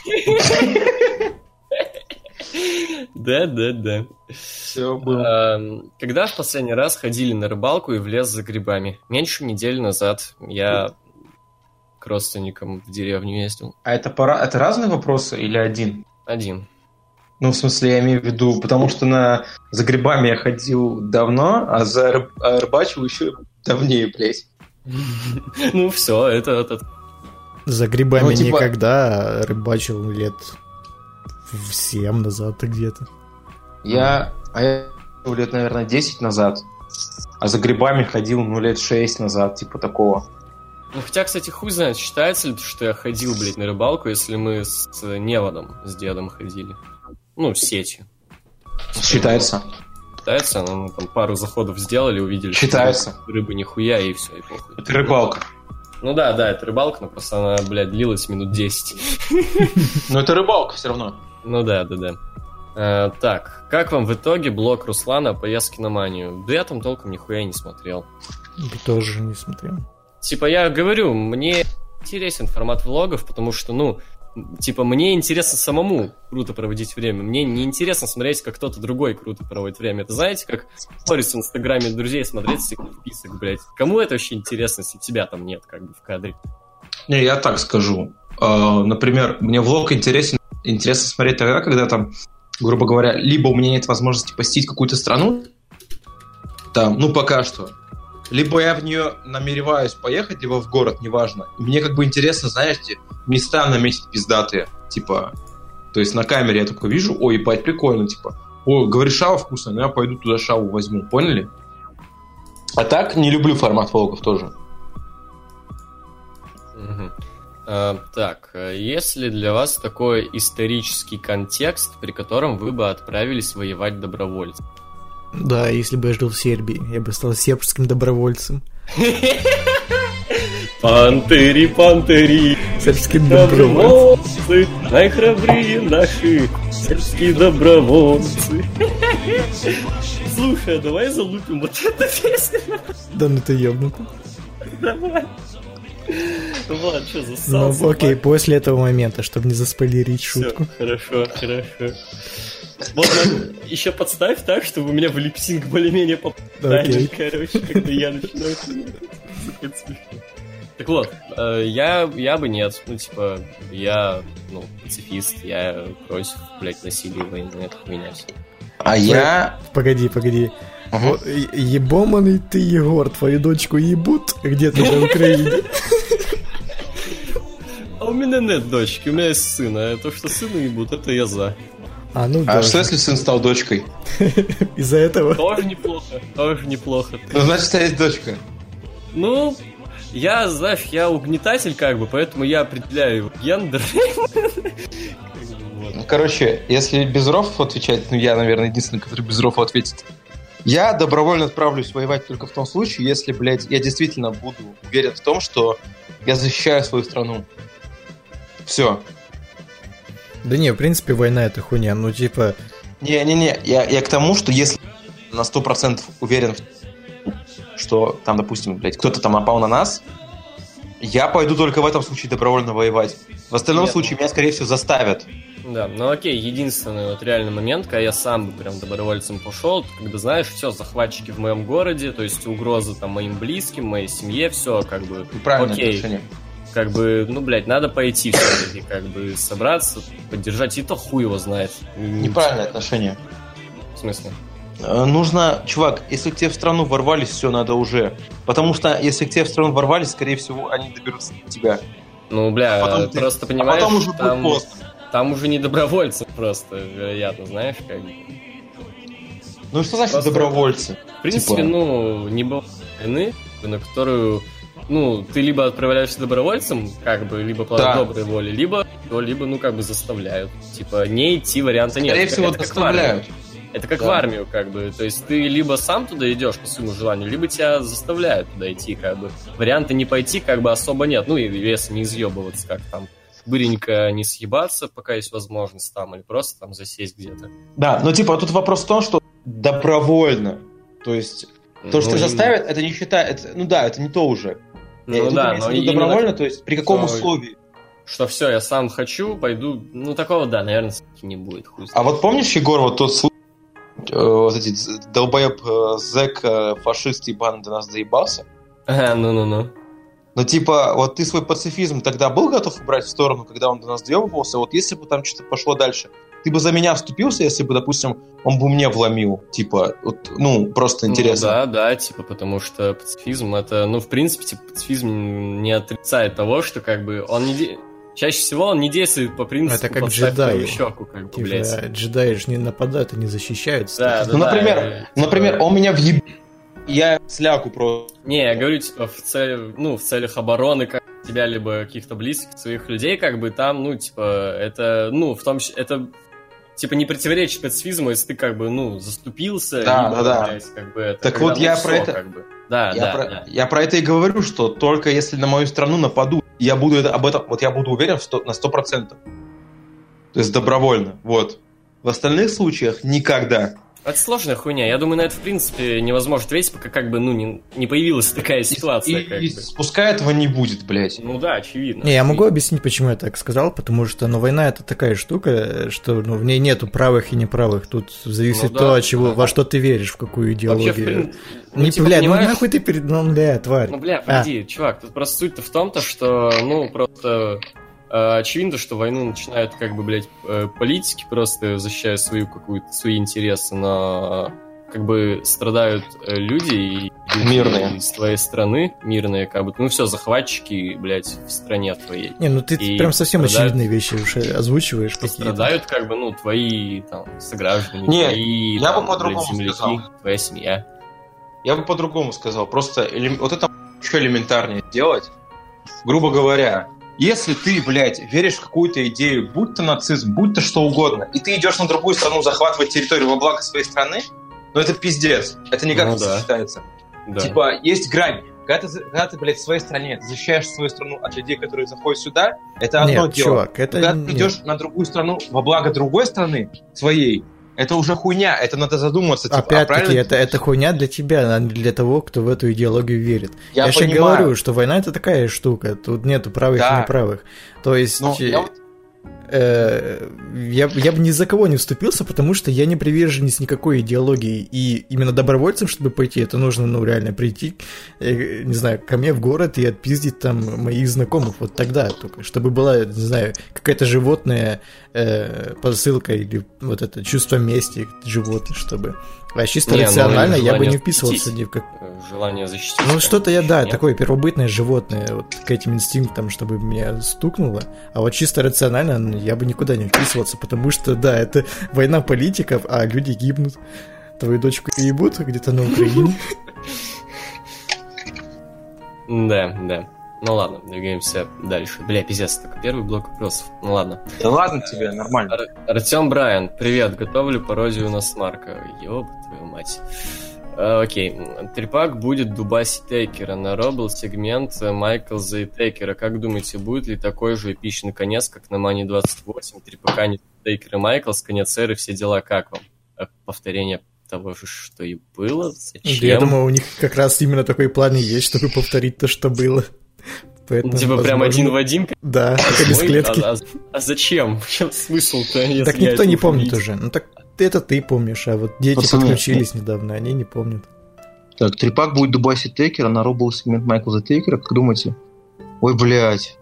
Да. Все было. Когда в последний раз ходили на рыбалку и в лес за грибами? Меньше недели назад я к родственникам в деревню ездил. А это разные вопросы или один? Один. Ну, в смысле, я имею в виду, потому что за грибами я ходил давно, а рыбачил еще давнее, блядь. Ну, все, это... За грибами никогда, рыбачил лет 7 назад где-то. Я лет, наверное, 10 назад, а за грибами ходил, лет 6 назад, типа такого. Ну, хотя, кстати, хуй знает, считается ли, что я ходил, блядь, на рыбалку, если мы с Неводом, с дедом ходили. Ну, сетью. Считается. Считается, ну, там пару заходов сделали, увидели. Считается. Рыбы нихуя, и все, и похуй. Это рыбалка. Ну да, это рыбалка, но просто она, блядь, длилась минут 10. Но это рыбалка все равно. Ну да. Так, как вам в итоге блог Руслана по Яскиноманию? Да я там толком нихуя не смотрел. Я тоже не смотрел. Типа, я говорю, мне интересен формат влогов, потому что, мне интересно самому круто проводить время. Мне не интересно смотреть, как кто-то другой круто проводит время. Это знаете, как сторис в Инстаграме друзей смотреть список, блядь. Кому это вообще интересно, если тебя там нет, как бы, в кадре? Не, я так скажу. Например, мне влог интересно смотреть тогда, когда там, грубо говоря, либо у меня нет возможности посетить какую-то страну, там, пока что, либо я в нее намереваюсь поехать, либо в город, неважно. И мне как бы интересно, знаете, места на месте пиздатые, типа, то есть на камере я такой вижу, ой, ебать, прикольно, типа, ой, говоришь, шава вкусно, я пойду туда шаву возьму, поняли? А так не люблю формат влогов тоже. Так, есть ли для вас такой исторический контекст, при котором вы бы отправились воевать добровольцем? Да, если бы я жил в Сербии, я бы стал сербским добровольцем. Пантери, сербским добровольцы, найхрабрее наши сербские добровольцы. Слушай, давай залупим вот эту песню. Да, ты ёбнутый. Давай. Вот, что засал. Ну, окей, после этого момента, чтобы не заспойлерить шутку. Хорошо. Вот еще подставь так, чтобы у меня в липсинг более-менее попадали, короче, когда я начинаю. Так вот, я бы нет, ну, типа, я, пацифист, я против, блядь, насилия войны, это хуйня все. А я... Погоди. Ебоманый ты, Егор, твою дочку ебут где-то на Украине. А у меня нет дочки, у меня есть сын, а то, что сына ебут, это я за. А что, если сын стал дочкой? Из-за этого? Тоже неплохо. Ну, значит, у тебя есть дочка. Ну... Я угнетатель, как бы, поэтому я определяю его гендер. Короче, если без рофов отвечать, я, наверное, единственный, который без рофов ответит. Я добровольно отправлюсь воевать только в том случае, если, блядь, я действительно буду уверен в том, что я защищаю свою страну. Все. Да не, в принципе, война это хуйня, ну типа... Не, я к тому, что если на 100% уверен, что там, допустим, блядь, кто-то там напал на нас, я пойду только в этом случае добровольно воевать. В остальном случае меня, скорее всего, заставят. Да, ну окей, единственный вот реальный момент, когда я сам бы прям добровольцем пошел, когда, знаешь, все, захватчики в моем городе, то есть угрозы там моим близким, моей семье, все, как бы, окей. Отношение. Как бы, блядь, надо пойти все-таки, как бы, собраться, поддержать, и то хуй его знает. Неправильное отношение. В смысле? Нужно, чувак, если к тебе в страну ворвались, все, надо уже. Потому что, если к тебе в страну ворвались, скорее всего, они доберутся до тебя. Ну, бля, потом просто понимаешь, потом уже будет поздно. Там уже не добровольцы просто, вероятно, знаешь, как бы. Ну, что значит просто добровольцы? В принципе, не было войны, на которую, ты либо отправляешься добровольцем, как бы, либо по доброй воле, либо, как бы, заставляют. Типа, не идти варианта нет. Скорее всего, заставляют. Это как в армию, как бы. То есть ты либо сам туда идешь по своему желанию, либо тебя заставляют туда идти, как бы. Варианта не пойти, как бы, особо нет. Ну, и если не изъебываться, как там, быренько не съебаться, пока есть возможность там, или просто там засесть где-то. Да, тут вопрос в том, что добровольно. То есть, то, что заставят, это не считается... это не то уже. Но добровольно, то есть, при каком условии? Что все, я сам хочу, пойду... такого, да, наверное, не будет. Хуй. А вот помнишь, Егор, вот тот случай, вот эти долбоеб зэк, фашист ебаный до нас доебался? Ну. Но вот ты свой пацифизм тогда был готов убрать в сторону, когда он до нас доебывался? Вот если бы там что-то пошло дальше, ты бы за меня вступился, если бы, допустим, он бы мне вломил? Просто интересно. Да, потому что пацифизм это, в принципе, пацифизм не отрицает того, что как бы он не... Чаще всего он не действует по принципу это как джедаи. щеку, как бы, блядь. Джедаи же не нападают, они защищаются. Да, например, он меня въеб... Я сляку просто. Не, я говорю, в целях обороны тебя, либо каких-то близких своих людей, как бы там, это, в том числе, это, не противоречит пацифизму, если ты, как бы, заступился. Да. Блядь, как бы, это, так когда, вот я все, про это... Как бы. Да. Я про это и говорю, что только если на мою страну нападут, я буду я буду уверен на 100%. То есть добровольно, вот. В остальных случаях никогда. Это сложная хуйня. Я думаю, на это, в принципе, невозможно ответить, пока, как бы, не появилась такая ситуация. И пускай этого не будет, блядь. Ну да, очевидно. Не, я могу объяснить, почему я так сказал, потому что, война это такая штука, что, в ней нету правых и неправых. Тут зависит от того, во что ты веришь, в какую идеологию. Вообще, нахуй ты тварь. Погоди, чувак, тут просто суть-то в том-то, что, просто... Очевидно, что войну начинают, как бы, блядь, политики, просто защищая свои интересы, но как бы страдают люди и мирные из твоей страны, мирные, как бы, все, захватчики, блядь, в стране твоей. Не, ты прям совсем очевидные вещи уже озвучиваешь. Страдают, как бы, твои, там, сограждане, твои, я бы по-другому сказал. Твоя семья. Я бы по-другому сказал, просто вот это еще элементарнее делать, грубо говоря. Если ты, блядь, веришь в какую-то идею, будь то нацизм, будь то что угодно, и ты идешь на другую страну захватывать территорию во благо своей страны, это пиздец. Это никак не сочетается. Да. Есть грань. Когда ты, блядь, в своей стране защищаешь свою страну от людей, которые заходят сюда, это одно дело. Чувак, когда ты идешь на другую страну во благо другой страны, своей, это уже хуйня, это надо задуматься. Типа, опять-таки, это хуйня для тебя, а не для того, кто в эту идеологию верит. Я же говорю, что война — это такая штука, тут нету правых и неправых. То есть... Я бы ни за кого не вступился, потому что я не приверженец никакой идеологии, и именно добровольцем, чтобы пойти, это нужно, реально прийти, не знаю, ко мне в город и отпиздить там моих знакомых, вот тогда только, чтобы была, не знаю, какая-то животная посылка или вот это чувство мести животных, чтобы... А чисто рационально я бы не вписывался ни в как... Желание защитить. Что-то я, такое первобытное животное, вот к этим инстинктам, чтобы меня стукнуло. А вот чисто рационально я бы никуда не вписывался, потому что, да, это война политиков, а люди гибнут. Твою дочку ебут где-то на Украине. Да. Ну ладно, двигаемся дальше. Бля, пиздец, только первый блок вопросов. Ну ладно. Да ладно тебе, нормально. Артем Брайан, привет, готовлю пародию на Смарка. Ёб твою мать. Окей, Трипак будет дубасить Тейкера. На Ро был сегмент Майклза и Тейкера. Как думаете, будет ли такой же эпичный конец, как на Мани 28? Трипака не Тейкер и Майклс, конец эры, все дела, как вам? Повторение того же, что и было? Зачем? Я думаю, у них как раз именно такой план и есть, чтобы повторить то, что было. Поэтому, типа возможно... прям один в один? Да, как без клетки. А зачем? В чем смысл-то? Так никто не помнит уже. Ну так это ты помнишь, а вот дети подключились недавно, они не помнят. Так, Трипак будет дубасить Тейкера, на Ро был сегмент Майкла Тейкера, как думаете? Ой, блядь.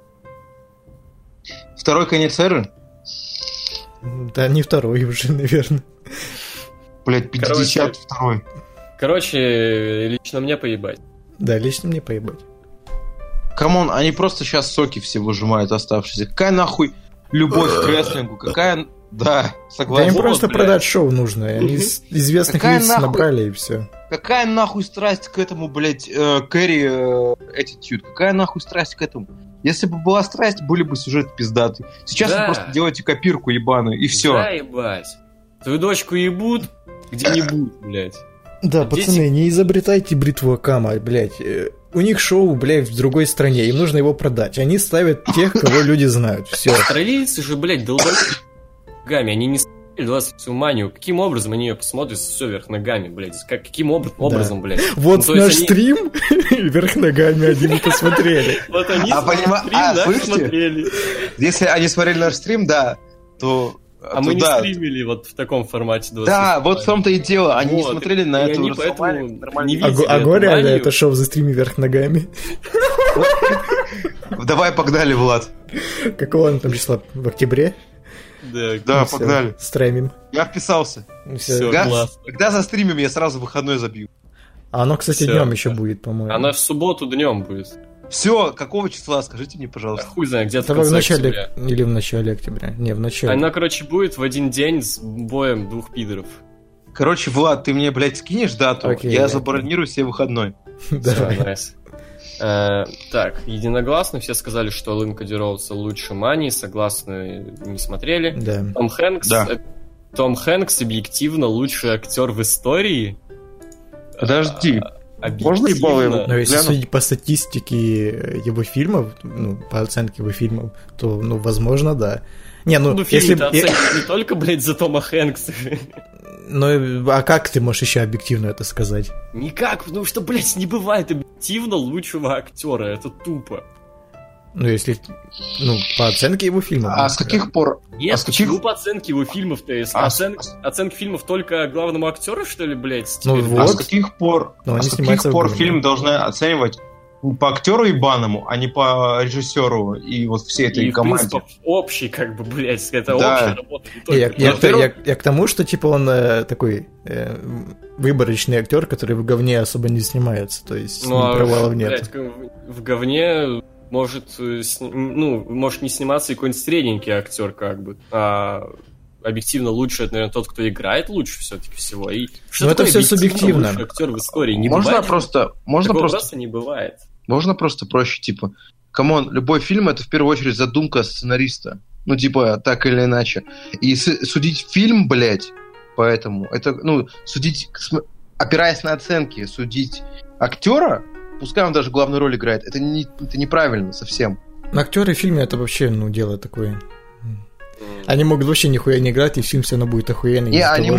Второй конец эры? Да, не второй уже, наверное. Блядь, 52-й. Короче, лично мне поебать. Да, лично мне поебать. Камон, они просто сейчас соки все выжимают оставшиеся. Какая нахуй любовь к рестлингу? Какая... Да, согласен. Да им просто продать шоу нужно. Они известных лиц набрали и все. Какая нахуй страсть к этому, блядь, Кэрри Attitude? Какая нахуй страсть к этому? Если бы была страсть, были бы сюжеты пиздатые. Сейчас вы просто делаете копирку ебаную, и все. Да, ебать. Твою дочку ебут где-нибудь, блядь. Да, пацаны, не изобретайте бритву Акама, блядь. У них шоу, блядь, в другой стране, им нужно его продать. Они ставят тех, кого люди знают. Все. Австралийцы же, блядь, долбоебы ногами. Они не смотрели 27 манию. Каким образом они ее посмотрят все вверх ногами, блядь? Каким образом, блядь? Вот наш стрим вверх ногами они посмотрели. Вот они смотрели. Если они смотрели наш стрим, да, то... А мы не стримили вот в таком формате 20. Да, вот в том-то и дело. Они не смотрели на эту не видели. А горе, это шоу за стриме вверх ногами. Давай, погнали, Влад. Какого он там числа? В октябре? Да, погнали. Стримим. Я вписался. Когда застримим, я сразу выходной забью. А оно, кстати, днем еще будет, по-моему. Оно в субботу днем будет. Все, какого числа, скажите мне, пожалуйста. Хуй знает, где-то в начале октября. Или в начале октября. Не, в начале. Оно, короче, будет в один день с боем двух пидоров. Короче, Влад, ты мне, блядь, скинешь дату, я забронирую себе выходной. Давай. Так, единогласно все сказали, что Лин Коди Роудса лучше Мани, согласны, не смотрели. Да. Том Хэнкс объективно лучший актер в истории. Подожди. Можно ебало его? Но если судить по статистике его фильмов, по оценке его фильмов, то, возможно, да. Не, фильм-то оценивают не только, блядь, за Тома Хэнкса. А как ты можешь еще объективно это сказать? Никак, потому что, блядь, не бывает объективно лучшего актера, это тупо. Если, по оценке его фильмов. А с каких пор? Нет, почему по оценке его фильмов-то? Оценки фильмов только главному актеру, что ли, блядь? А с каких пор фильм должны оценивать по актеру ебаному, а не по режиссеру и вот всей этой команде? И, в принципе, общий, как бы, блядь, это общая работа. Я к тому, что, типа, он такой выборочный актер, который в говне особо не снимается, то есть провалов нет. В говне... может не сниматься и какой-нибудь средненький актер, как бы. А объективно лучше, это, наверное, тот, кто играет лучше все-таки всего. И что это все субъективно. Лучший актер в истории? Не можно бывает. Просто Не бывает. Можно просто проще, типа, камон, любой фильм — это в первую очередь задумка сценариста. Так или иначе. И судить фильм, блядь, поэтому, это, судить, опираясь на оценки, судить актера, пускай он даже главную роль играет, это неправильно совсем. Актеры в фильме — это вообще, дело такое. Они могут вообще нихуя не играть, и фильм все равно будет охуенный. Не, они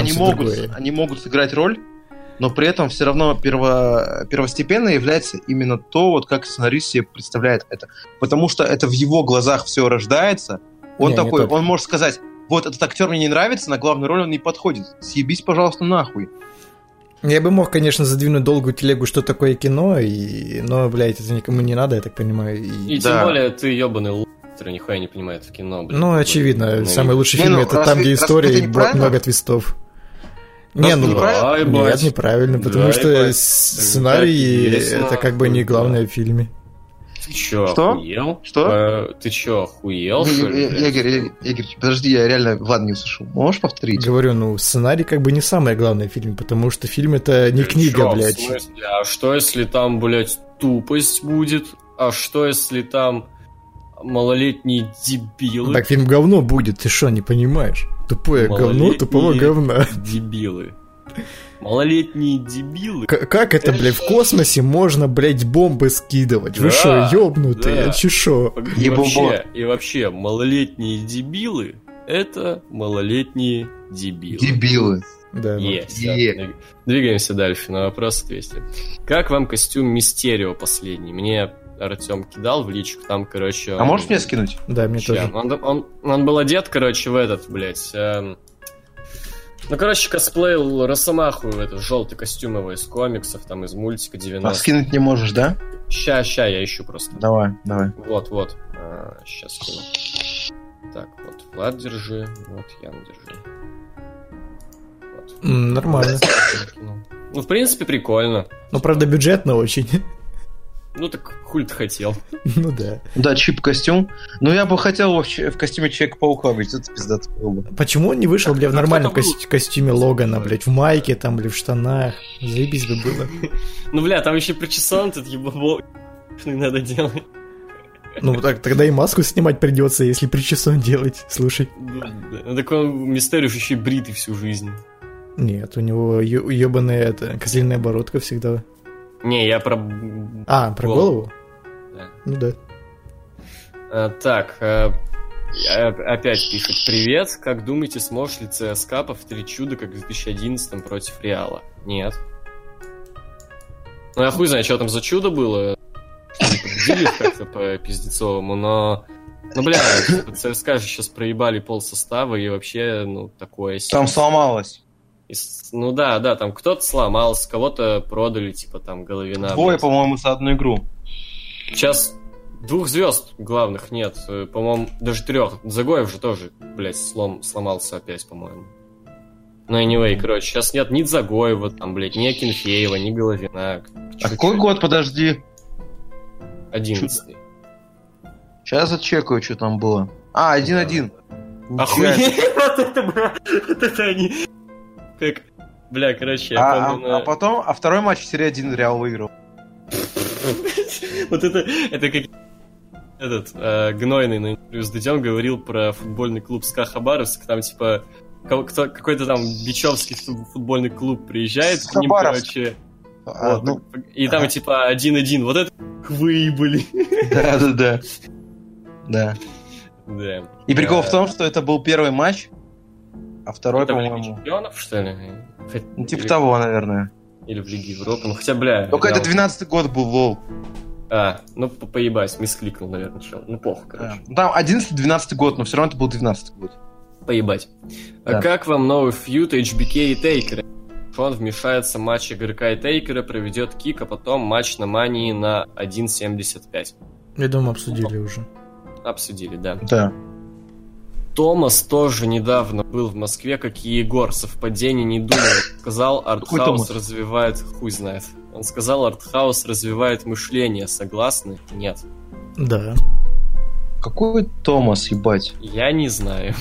могут сыграть роль, но при этом все равно первостепенно является именно то, вот как сценарист себе представляет это. Потому что это в его глазах все рождается. Он такой, он может сказать, вот этот актер мне не нравится, на главную роль он не подходит. Съебись, пожалуйста, нахуй. Я бы мог, конечно, задвинуть долгую телегу, что такое кино, но, блядь, это никому не надо, я так понимаю. И тем более ты ебаный лох, который нихуя не понимает в кино, блядь. Ну, очевидно, самый лучший фильм это там, где история и много твистов. Нет, неправильно, потому что сценарий это как бы не главное в фильме. Ты чё, охуел? Что? Ты чё, охуел? Игорь, подожди, я реально Влад не услышал. Можешь повторить? Говорю, сценарий как бы не самое главное в фильме, потому что фильм это не книга, блядь. В смысле? А что если там, блядь, тупость будет? А что если там малолетние дебилы? Так фильм говно будет, ты что, не понимаешь? Тупое говно, тупого говна. Дебилы. Малолетние дебилы. Как это, блядь, в космосе можно, блядь, бомбы скидывать? Вы шо, ёбнутые? Да. Чешо? И вообще, малолетние дебилы — это малолетние дебилы. Дебилы. Да. Двигаемся дальше, на вопрос ответьте. Как вам костюм Мистерио последний? Мне Артем кидал в личку, там, короче... А можешь мне скинуть? Да, мне тоже. Он был одет, короче, в этот, блядь... Ну, короче, косплеил Росомаху, этот желтый костюм его из комиксов, там, из мультика 90-х. А скинуть не можешь, да? Ща, я ищу просто. Давай. Вот. Сейчас скину. Так, вот, Влад, держи. Вот, Ян, держи. Вот. Нормально. Ну, в принципе, прикольно. Ну, правда, бюджетно очень. Ну, так хуй ты хотел. Ну, да. Да, чип-костюм. Ну, я бы хотел в костюме Человека-паука быть, это пиздато было бы. Почему он не вышел, бля, в нормальном костюме Логана, блядь, в майке, там, бля, в штанах? Заебись бы было. Ну, бля, там еще причесон, тут ебабо... надо делать. Ну, так тогда и маску снимать придется, если причесон делать, слушай. Ну, так он, Мистерио, еще и бритый всю жизнь. Нет, у него ебаная козельная бородка всегда. Не, я про... про голову? Да. Ну да. Так, опять пишет: привет, как думаете, сможет ли ЦСКА повторить чудо, как в 2011 против Реала? Нет. Ну я хуй знаю, что там за чудо было. Победили как-то по Пиздецовому, но... Ну, бля, ЦСКА же сейчас проебали полсостава, и вообще, такое... Там сломалось. Ну да, там кто-то сломался, кого-то продали, типа там Головина. Двое, по-моему, за одну игру. Сейчас 2 звезд главных нет, по-моему, даже 3. Загоев же тоже, блядь, сломался опять, по-моему. Ну, anyway, короче, сейчас нет ни Загоева, там, блядь, ни Акинфеева, ни Головина. А какой год, подожди? 11-й. Сейчас зачекаю, что там было. 1-1. Охуеть, вот это они... Как, бля, короче, я помню... А потом, второй матч в серии 1 Реал выиграл. Вот это как... Гнойный на интервью с Дудем говорил про футбольный клуб СКА Хабаровск, там, типа, какой-то там бичевский футбольный клуб приезжает к ним, короче... И там, типа, 1-1. Вот это выебали. Да. И прикол в том, что это был первый матч, а второй, это по-моему... в Лиге Чемпионов, что ли? Типа того, наверное. Или в Лиге Европы. Ну, хотя, бля... Только это 12-й год был, лол. Поебать, мискликнул, наверное, чел. Ну, плохо, короче. Там 11-12 год, но все равно это был 12-й год. Поебать. Да. А как вам новый фьюд HBK и Тейкера? Он вмешается в матч игрока и Тейкера, проведет кик, а потом матч на Мании на 1.75. Я думаю, обсудили уже. Обсудили, да. Да. Томас тоже недавно был в Москве, как и Егор. Совпадение не думаю. Сказал, артхаус развивает... Хуй знает. Он сказал, артхаус развивает мышление. Согласны? Нет. Да. Какой Томас, ебать? Я не знаю.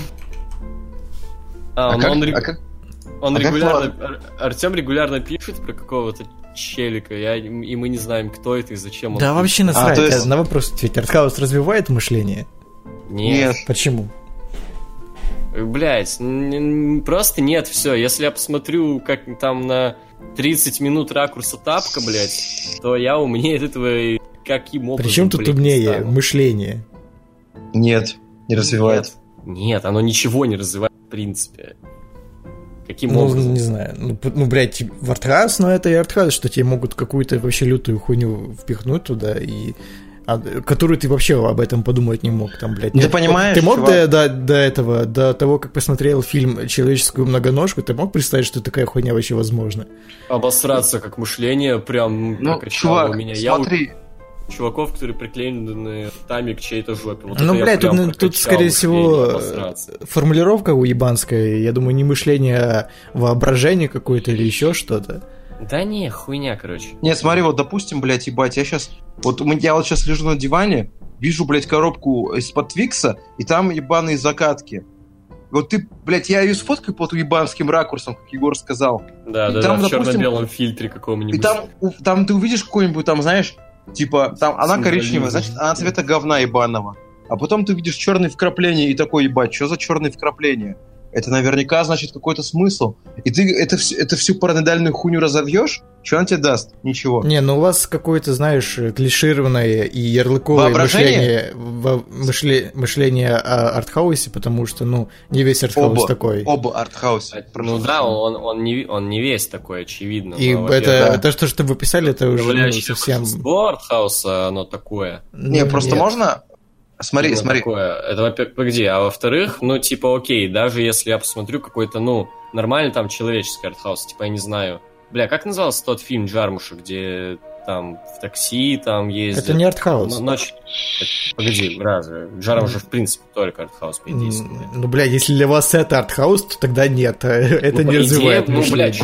Он регулярно... Артем регулярно пишет про какого-то челика, и мы не знаем, кто это и зачем он... Да вообще насрать. На вопрос ответь. Артхаус развивает мышление? Нет. Почему? Блять, просто нет, все. Если я посмотрю, как там на 30 минут ракурса тапка, блять, то я умнее от этого каким образом. Причем тут умнее? Мышление. Нет, не развивает. Нет, оно ничего не развивает в принципе. Каким образом? Не знаю. Блядь, в артхаус, но это и артхаус, что тебе могут какую-то вообще лютую хуйню впихнуть туда, и которую ты вообще об этом подумать не мог. Там, блядь. Ты понимаешь, ты мог до того, как посмотрел фильм «Человеческую многоножку», ты мог представить, что такая хуйня вообще возможна? Обосраться как мышление прям чувак, у меня. Смотри. Чуваков, которые приклеены ртами к чьей-то жопе. Вот блядь, тут скорее всего, формулировка уебанская, я думаю, не мышление, а воображение какое-то или еще что-то. Да не, хуйня, короче. Не, смотри, вот, допустим, блядь, ебать, я вот сейчас лежу на диване, вижу, блядь, коробку из-под Твикса, и там ебаные закатки. Вот ты, блядь, я ее сфоткаю под уебанским ракурсом, как Егор сказал. Да, в черно-белом фильтре каком-нибудь. И там ты увидишь какой-нибудь, там, знаешь, типа, там она коричневая, значит, она цвета говна ебаного. А потом ты видишь черные вкрапления и такой, ебать, что за черные вкрапления? Это наверняка значит какой-то смысл. И ты это всю параноидальную хуйню разовьешь, что она тебе даст? Ничего. Не, у вас какое-то, знаешь, клишированное и ярлыковое мышление о артхаусе, потому что, не весь артхаус такой. Оба артхауса. Он не весь такой, очевидно. И это что вы писали, это уже совсем... Артхауса, оно такое. Не, просто можно... Смотри. Такое. Это, погоди, а во-вторых, окей, даже если я посмотрю какой-то, нормальный там человеческий артхаус, типа, я не знаю, бля, как назывался тот фильм Джармуша, где там в такси там ездят? Это не артхаус. Погоди, разве? Джармуш же в принципе только артхаус, по идее. Блядь, если для вас это артхаус, то тогда нет, это не развивает мышление.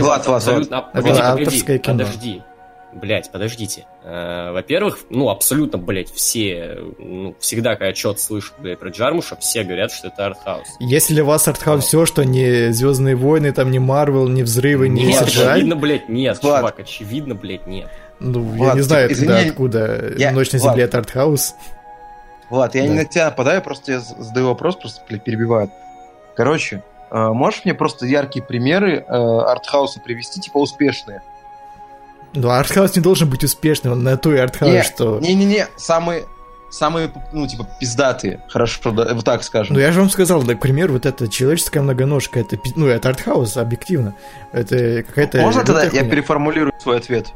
Подождите. Во-первых, абсолютно, блядь, все, всегда, когда что-то слышу, блядь, про Джармуша, все говорят, что это артхаус. Если для вас артхаус все, что не Звездные войны, там не Марвел, не взрывы, не CGI... очевидно, блядь, нет, Влад. чувак, очевидно, блядь, нет. Я не знаю тогда, откуда «Ночь на земле» — это артхаус. Влад, я не на тебя нападаю, просто я задаю вопрос, просто, блядь, перебивают. Короче, можешь мне просто яркие примеры артхауса привести, типа, успешные? Артхаус не должен быть успешным, он на то и артхаус, что... Не-не-не, самые, пиздатые, хорошо, да, вот так скажем. Я же вам сказал, например, вот эта человеческая многоножка, это артхаус, объективно. Это какая-то... Можно тогда я переформулирую свой ответ?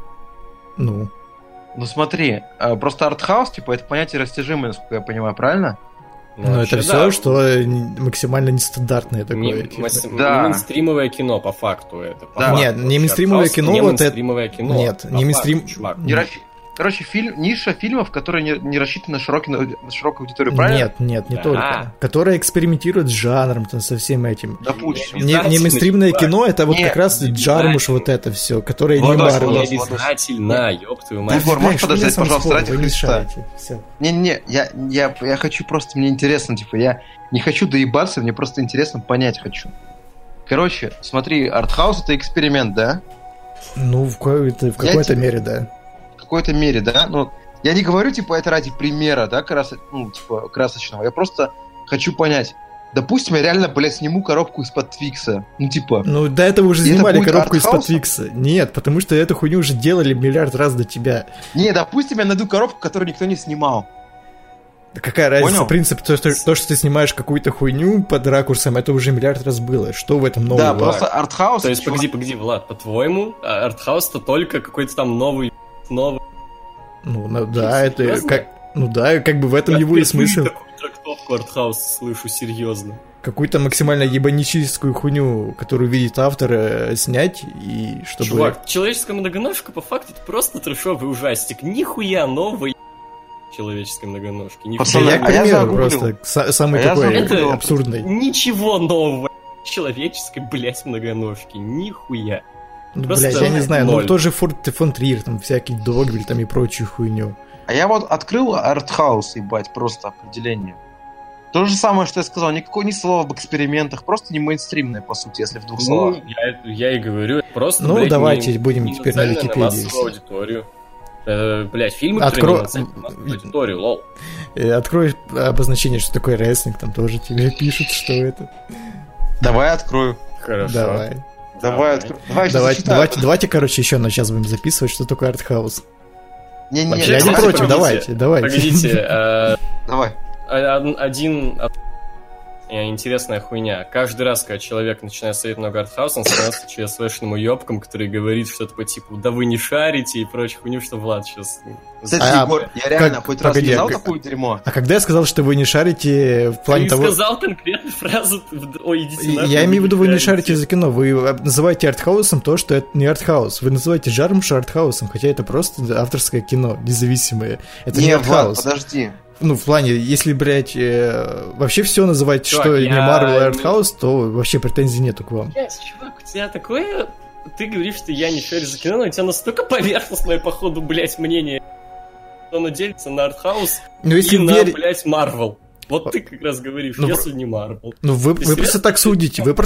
Смотри, просто артхаус, типа, это понятие растяжимое, насколько я понимаю, правильно? Это все, что максимально нестандартное такое. Мейнстримовое кино, по факту это. Нет, не мейнстримовое кино. Не мейнстримовое кино. Нет, не мейнстрим... Короче, ниша фильмов, которые не рассчитаны на широкую аудиторию, правильно? Нет, не только. Которые экспериментируют с жанром, со всем этим. Допустим. Не мейнстримное кино, это вот как раз Джармуш, вот это все, которое не Марвел. Не обязательно, ёб твою мать. Егор, можешь подождать, пожалуйста, ради Христа? Все. Не, я хочу просто, мне интересно, типа, я не хочу доебаться, мне просто интересно понять хочу. Короче, смотри, артхаус — это эксперимент, да? В какой-то мере, да. В какой-то мере, да? Я не говорю, типа, это ради примера, да, красочного. Я просто хочу понять. Допустим, я реально, блядь, сниму коробку из-под Твикса. До этого уже снимали коробку из-под Твикса. Нет, потому что эту хуйню уже делали миллиард раз до тебя. Не, допустим, я найду коробку, которую никто не снимал. Да какая разница? Принцип, то, что ты снимаешь какую-то хуйню под ракурсом, это уже миллиард раз было. Что в этом нового? Да, просто артхаус... То есть, погоди, Влад, по-твоему, артхаус-то только какой-то там новый... Да, это как бы в этом его и смысл. Я такую трактовку артхауса слышу, серьезно. Какую-то максимально ебаническую хуйню, которую видит автор, снять, и чтобы... Чувак, человеческая многоножка, по факту, это просто трэшовый ужастик. Нихуя новый человеческой многоножки. Пацаны, я, к примеру, просто самый такой абсурдный. Ничего нового человеческой, блять, многоножки. Нихуя. Я не знаю, тот же фон Триер, там всякий Догвиль, там и прочую хуйню. А я вот открыл артхаус, ебать, просто определение. То же самое, что я сказал, ни слова об экспериментах, просто не мейнстримное, по сути, если в двух словах. Я и говорю, просто, давайте будем теперь на Википедии. Аудиторию. Фильмы, которые на аудиторию, лол. Открой обозначение, что такое рестлинг, там тоже тебе пишут, что это. Давай открою. Хорошо. Давайте, короче, еще на час будем записывать, что такое артхаус. Я не против, давайте. Погодите, давай. интересная хуйня. Каждый раз, когда человек начинает смотреть много артхауса, он становится ЧСВшным уёбком, который говорит что-то по типу «да вы не шарите» и прочую хуйню, что Влад сейчас... Кстати, Егор, я реально хоть раз сказал такое дерьмо? А когда я сказал, что вы не шарите в плане того... Ты сказал конкретную фразу «ой, идите нахуй». Я имею в виду, вы не шарите за кино. Вы называете артхаусом то, что это не артхаус. Вы называете Джармуша артхаусом, хотя это просто авторское кино, независимое. Это не артхаус. Влад, подожди. Ну, в плане, если, блядь, вообще все называть, чувак, что не Marvel и артхаус, то вообще претензий нету к вам. Чувак, у тебя такое... Ты говоришь, что я не шарю за кино, но у тебя настолько поверхностное, походу, блядь, мнение, что оно делится на артхаус и на, блядь, Marvel. Вот ты как раз говоришь, если не Marvel. Ну, вы просто так судите, вы...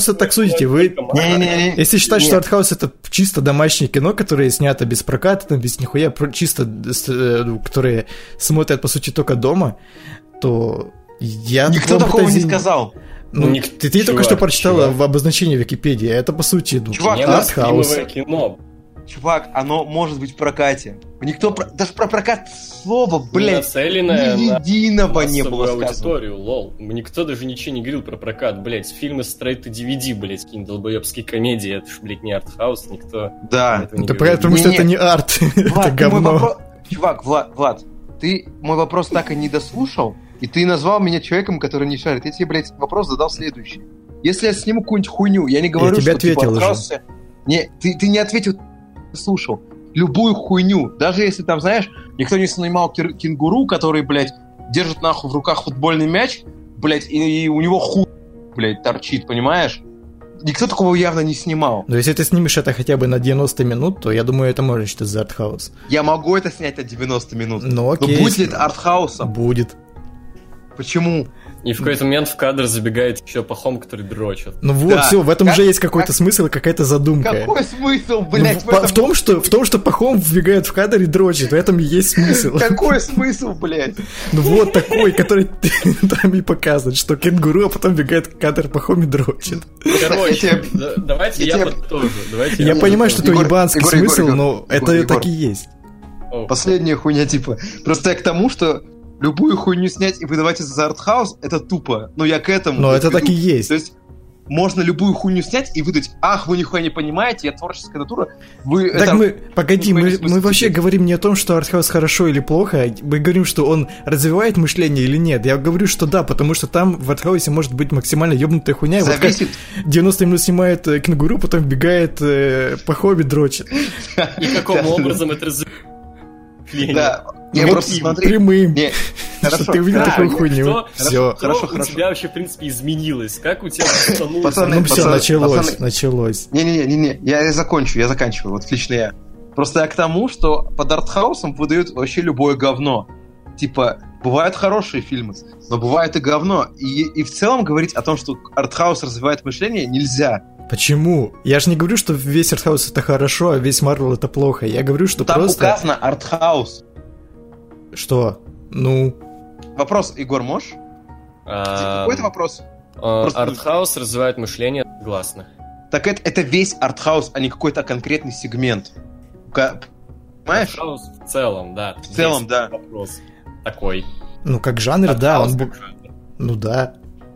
Если считать, что артхаус это чисто домашнее кино, которое снято без проката, там, без нихуя, чисто, которые смотрят, по сути, только дома, то я... Никто такого не сказал. Ну, ты только что прочитала в обозначении Википедии, а это, по сути, артхаус. Кино. Чувак, оно может быть в прокате. Никто даже про прокат слова, блядь, ни единого не было сказано. Лол. Никто даже ничего не говорил про прокат, блядь. Фильмы straight to DVD, блядь, какие-нибудь долбоебские комедии. Это ж, блядь, не артхаус, никто... Да. Это потому что это не арт, это говно. Чувак, Влад, ты мой вопрос так и не дослушал, и ты назвал меня человеком, который не шарит. Я тебе, блядь, вопрос задал следующий. Если я сниму какую-нибудь хуйню, я не говорю, что типа артхаус... Не, ты не ответил, слушал. Любую хуйню. Даже если там, знаешь, никто не снимал кенгуру, который, блядь, держит нахуй в руках футбольный мяч, блядь, и у него хуй, блядь, торчит, понимаешь? Никто такого явно не снимал. Но если ты снимешь это хотя бы на 90 минут, то я думаю, это можно считать за артхаус. Я могу это снять на 90 минут. Ну, окей. Но будет ли это артхаусом? Будет. Почему? И в какой-то момент в кадр забегает еще пахом, который дрочит. Ну вот, да. Все, в этом же есть какой-то смысл, какая-то задумка. Какой смысл, блядь? В том, что пахом вбегает в кадр и дрочит, в этом и есть смысл. Какой смысл, блядь? Ну вот такой, который там и показывает, что кенгуру, а потом бегает в кадр пахом и дрочит. Короче, давайте я подтожу. Я понимаю, что это ебанский смысл, но это так и есть. Последняя хуйня, типа. Просто я к тому, что любую хуйню снять и выдавать это за артхаус, это тупо. Но я к этому... Но это так и есть. То есть, можно любую хуйню снять и выдать, ах, вы нихуя не понимаете, я творческая натура. Вы так это... мы вообще говорим не о том, что артхаус хорошо или плохо, мы говорим, что он развивает мышление или нет. Я говорю, что да, потому что там в артхаусе может быть максимально ёбнутая хуйня. Зависит. Вот 90 минут снимает кенгуру, потом бегает по хобби дрочит. И каким образом это развивает? Да. Я просто смотрю. Прямым. Что ты увидел такую хуйню. Все. Хорошо. У тебя вообще, в принципе, изменилось. Как у тебя станулось? Ну все, началось. Не-не-не, я заканчиваю. Вот лично я. Просто я к тому, что под артхаусом выдают вообще любое говно. Типа, бывают хорошие фильмы, но бывает и говно. И в целом говорить о том, что артхаус развивает мышление, нельзя. Почему? Я же не говорю, что весь артхаус это хорошо, а весь Марвел это плохо. Я говорю, что там просто... Там указано артхаус. Что? Ну... Вопрос, Егор, можешь? Какой-то вопрос? Артхаус развивает мышление, согласно. Так это весь артхаус, а не какой-то конкретный сегмент. Понимаешь? Артхаус в целом, да. В целом, да. Вопрос такой. Ну, как жанр, артхаус, да. Он... Как жанр. Ну, да.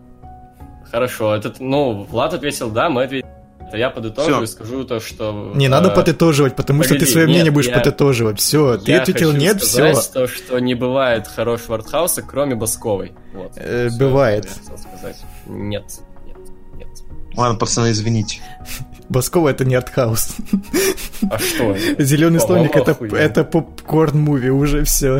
Хорошо, Влад ответил да, мы ответили. Я подытожу и скажу то, что... Не надо подытоживать, потому что ты свое мнение будешь подытоживать. Все, ты ответил нет, все. Я хочу сказать то, что не бывает хорошего артхауса, кроме Басковой. Вот. Бывает. Нет. Ладно, пацаны, извините. Баскова это не артхаус. А что? Зеленый слоник это попкорн-муви, уже все.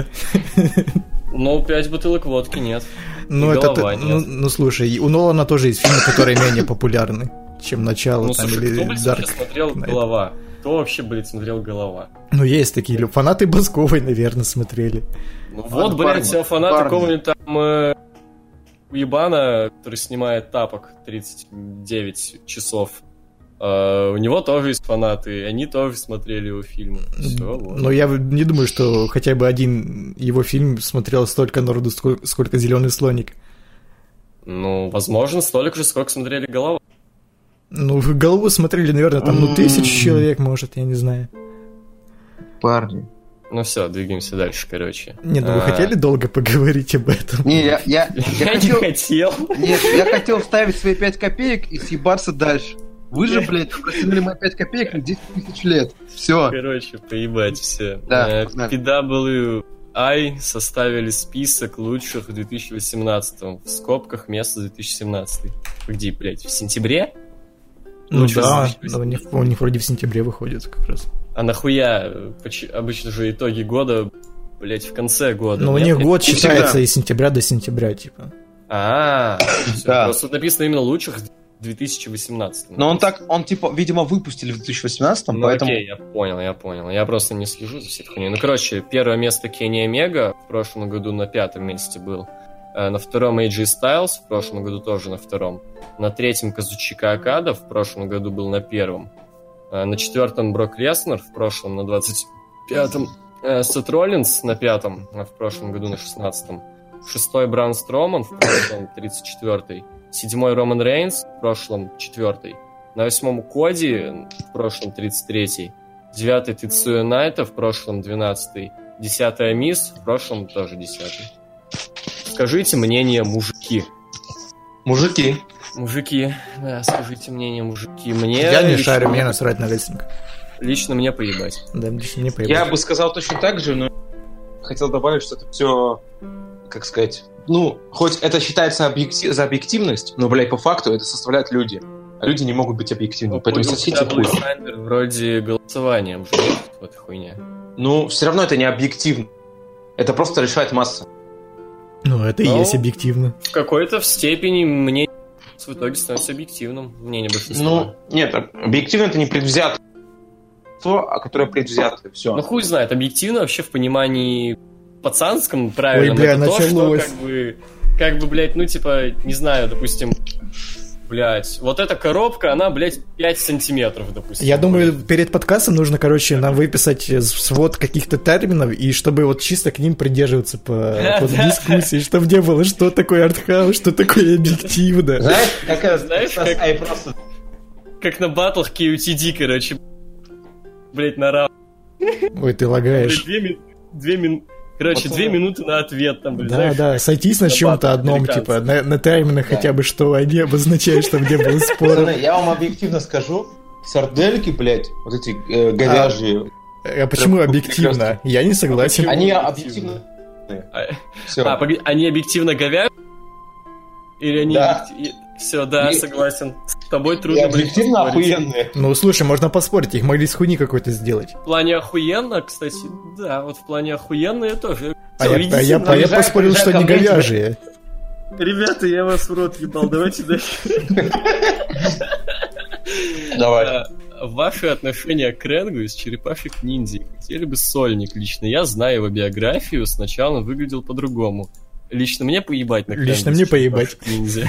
Ну, 5 бутылок водки нет. Ну, это, ну, слушай, у Нолана тоже есть фильмы, которые менее популярны, чем начало. Ну, слушай, кто, блядь, смотрел «Голова»? Кто вообще, блядь, смотрел «Голова»? Ну, есть такие, фанаты Басковой, наверное, смотрели. Ну, вот, блядь, фанаты какого-нибудь там уебана, который снимает «Тапок» 39 часов. У него тоже есть фанаты, они тоже смотрели его фильмы. Все, вот. Но я не думаю, что хотя бы один его фильм смотрел столько народу, сколько «Зеленый слоник». Ну, возможно, столько же, сколько смотрели «Голова». Ну, «Голову» смотрели, наверное, там, 1000 человек, может, я не знаю. Парни, Ну все, двигаемся дальше, короче. Не, ну вы хотели долго поговорить об этом? Не, я не хотел. Нет, я хотел вставить свои 5 копеек и съебаться дальше. Вы же, блядь, протянули мои 5 копеек на 10 тысяч лет. Все. Короче, поебать все. Да, PWI составили список лучших в 2018, в скобках место 2017. Где, блядь, в сентябре? Ну да, у них вроде в сентябре выходит как раз. А нахуя? Обычно же итоги года, блядь, в конце года. Ну у них год считается из сентября до сентября, типа. Да. Просто написано именно лучших в 2018. Но он типа, видимо, выпустили в 2018, ну, поэтому... Окей, я понял. Я просто не слежу за всей хуйней. Ну, короче, первое место Kenny Omega в прошлом году на 5-м месте был. На втором AJ Styles, в прошлом году тоже на 2-м. На 3-м Казучика Окада, в прошлом году был на 1-м. На 4-м Брок Леснер, в прошлом на 25-м. Сет Роллинс на 5-м, а в прошлом году на 16-м. 6-й Braun Strowman, в прошлом 34-й. 7-й Роман Рейнс, в прошлом 4-й. На 8-м Коди, в прошлом 33-й. 9-й Тецуя Найта, в прошлом 12-й. 10-й Мисс, в прошлом тоже 10-й. Скажите мнение, мужики. Мужики, да, скажите мнение, мужики. Мне я не шарю, мне насрать на рестлинг. Лично мне поебать. Да, лично мне поебать. Я бы сказал точно так же, но хотел добавить, что это все, как сказать, ну, хоть это считается за объективность, но, блядь, по факту это составляют люди. А люди не могут быть объективными, поэтому сосите хуй. Вроде голосованием же нет в этой хуйне. Ну, все равно это не объективно. Это просто решает масса. Ну, это и есть объективно. В какой-то степени мне в итоге становится объективным. Мнение большинства. Ну, нет, объективно это не предвзято. То, которое предвзято, все. Ну, хуй знает, объективно вообще в понимании пацанском правильном. Ой, бля, это началось. То, что как бы, блядь, ну, типа, не знаю, допустим, блядь, вот эта коробка, она, блядь, 5 сантиметров, допустим. Я думаю, перед подкастом нужно, короче, нам выписать свод каких-то терминов, и чтобы вот чисто к ним придерживаться по дискуссии, чтобы не было, что такое артхаус, что такое объективно. Знаешь, как на батлах QTD, короче, блядь, на раунд. Ой, ты лагаешь. 2 минуты на ответ там, блядь. Да, сойтись на чем-то одном, типа, на терминах хотя бы, что они обозначают, чтобы не было спора. Я вам объективно скажу, сардельки, блядь, вот эти говяжьи. А почему объективно? Я не согласен. Они объективно. Они объективно говяжьи? Или они... Да. Все, да, согласен. С тобой трудно... Объективно охуенные. Ну, слушай, можно поспорить, их могли с хуйни какой-то сделать. В плане охуенно, кстати, да, вот в плане охуенные тоже. Я поспорил, что не говяжьи. Ребята, я вас в рот ебал, давайте дальше. Давай. Ваши отношения к Ренгу из «Черепашек ниндзя». Хотели бы сольник. Лично я знаю его биографию, сначала он выглядел по-другому. Лично мне поебать на Крэнга. Лично мне поебать.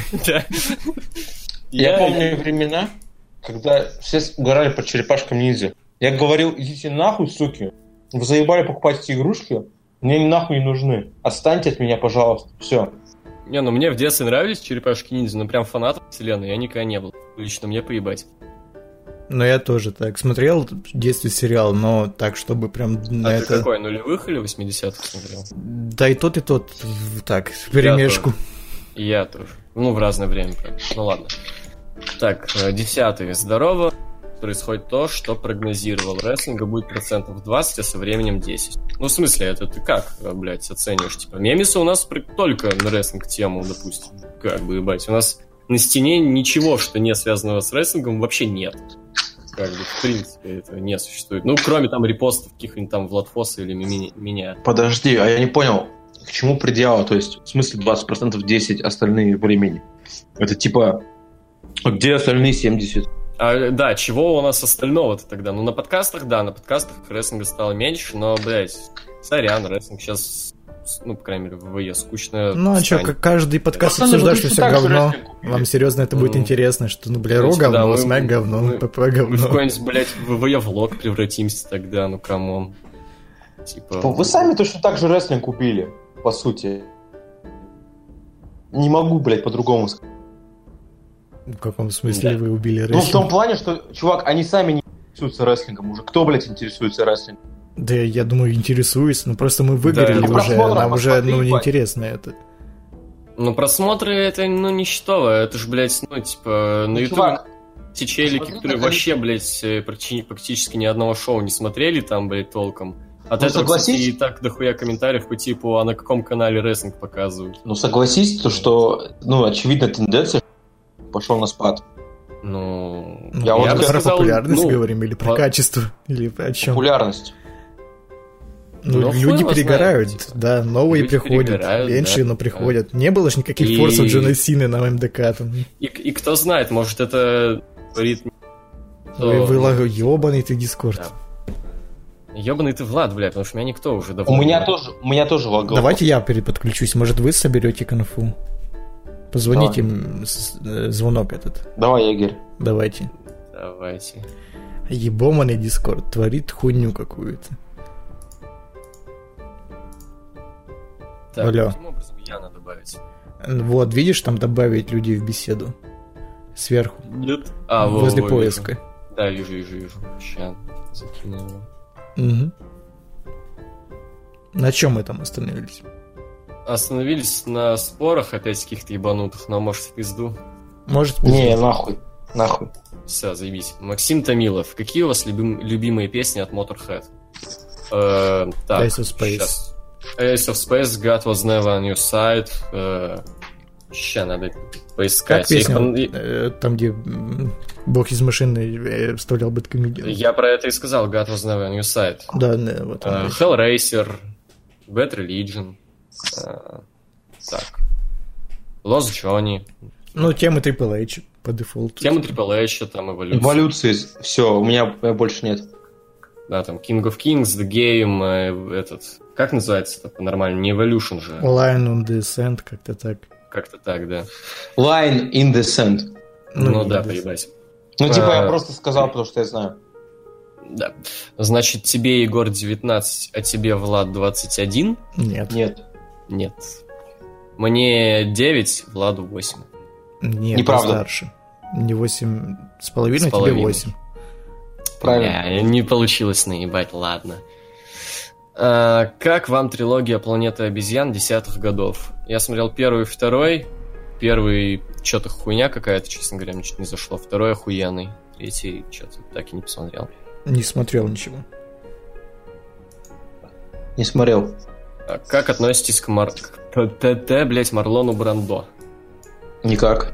Я помню времена, когда все угорали по черепашкам ниндзя. Я говорил, идите нахуй, суки. Вы заебали покупать эти игрушки, мне нахуй не нужны. Отстаньте от меня, пожалуйста. Все. Не, ну мне в детстве нравились черепашки ниндзя, но прям фанатом вселенной я никогда не был. Лично мне поебать. Ну, я тоже так смотрел в детстве сериал, но так, чтобы прям на это... А ты какой, нулевых или 80-х смотрел? Да и тот, так, вперемешку. Я тоже. Ну, в разное время, правда. Ну, ладно. Так, 10-й. Здорово. Происходит то, что прогнозировал. Рестлинга будет 20%, а со временем 10%. Ну, в смысле, это ты как, блядь, оцениваешь? Типа, мемесы у нас только на рестлинг-тему, допустим. Как бы, ебать. У нас на стене ничего, что не связанного с рестлингом, вообще нет. Как бы, в принципе, этого не существует. Ну, кроме там репостов каких-нибудь там Владфоса или меня. Подожди, а я не понял, к чему предела? То есть, в смысле 20% 10 остальные времени? Это типа, где остальные 70? Да, чего у нас остального-то тогда? Ну, на подкастах рестлинга стало меньше, но, блядь, сорян, рестлинг сейчас, ну, по крайней мере, в ВВЕ скучно. Ну, а что, каждый подкаст обсуждаешь, что все говно. Вам серьезно это будет интересно, что, ну, бля, Ро говно, Смэк говно, ПП говно. Мы в какой-нибудь, блядь, в ВВЕ-влог превратимся тогда, ну, камон. Типа... Вы сами точно так же рестлинг купили, по сути. Не могу, блядь, по-другому сказать. В каком смысле вы убили рестлинг? Ну, в том плане, что, чувак, они сами не интересуются рестлингом уже. Кто, блядь, интересуется рестлингом? Да, я думаю, интересуюсь, но просто мы выгорели Да, уже, нам уже, неинтересно это. Ну, просмотры это, ничто, это ж, блядь, типа, на YouTube те челики, которые вообще, блядь, практически ни одного шоу не смотрели там, блядь, толком. От этого, кстати, и так дохуя комментариев по типу, а на каком канале рестлинг показывают. Ну, согласись, то, что, очевидно, тенденция пошел на спад. Я вот про популярность говорим, или про качество, или о чем? Популярность. Люди перегорают, да, новые люди приходят, меньшие, но приходят. Не было же никаких форсов Джона Сины на МДК там. И кто знает, может это говорит... Вы ёбаный ты Дискорд. Ёбаный ты Влад, блядь, потому что меня никто уже давно... У меня тоже лагал. Давайте я подключусь, может вы соберете конфу? Позвоните звонок этот. Давай, Игорь. Давайте. Ебоманный Дискорд творит хуйню какую-то. Так, алло. Каким образом Яна добавить? Вот, видишь, там добавить людей в беседу. Сверху. Нет. Возле поиска. Вижу. Да, вижу. Сейчас закину его. Угу. На чем мы там остановились? Остановились на спорах опять каких-то ебанутых, но может в пизду. Может, не, нахуй. Все, заебись. Максим Томилов. Какие у вас любимые песни от Motorhead? Так, Ace of Space. Сейчас. Ace of Space, God Was Never On Your Side. Сейчас надо поискать. Как песня, там, где бог из машины вставлял бэткомедию. Я про это и сказал, God Was Never On Your Side. Да, вот Hellraiser, Bad Religion. Так. Lost Johnny. Темы Triple H по дефолту. Темы Triple H, там эволюции. Все, у меня больше нет. Да, там King of Kings, The Game, этот... Как называется это по-нормально? Не Evolution же. Line on the Sand, как-то так. Как-то так, да. Line in the Sand. Да, поебайся. Я просто сказал, потому что я знаю. Да. Значит, тебе, Егор, 19, а тебе, Влад, 21? Нет. Мне 9, Владу 8. Нет, неправда. Старше. Не 8,5, тебе 8. Правильно. Не получилось наебать, ладно. Как вам трилогия «Планета обезьян» 10-х годов? Я смотрел первый и второй. Первый что-то хуйня какая-то, честно говоря, мне что-то не зашло. Второй охуенный. Третий что-то так и не посмотрел. Не смотрел ничего. Не смотрел. Как относитесь к Марлону Брандо? Никак.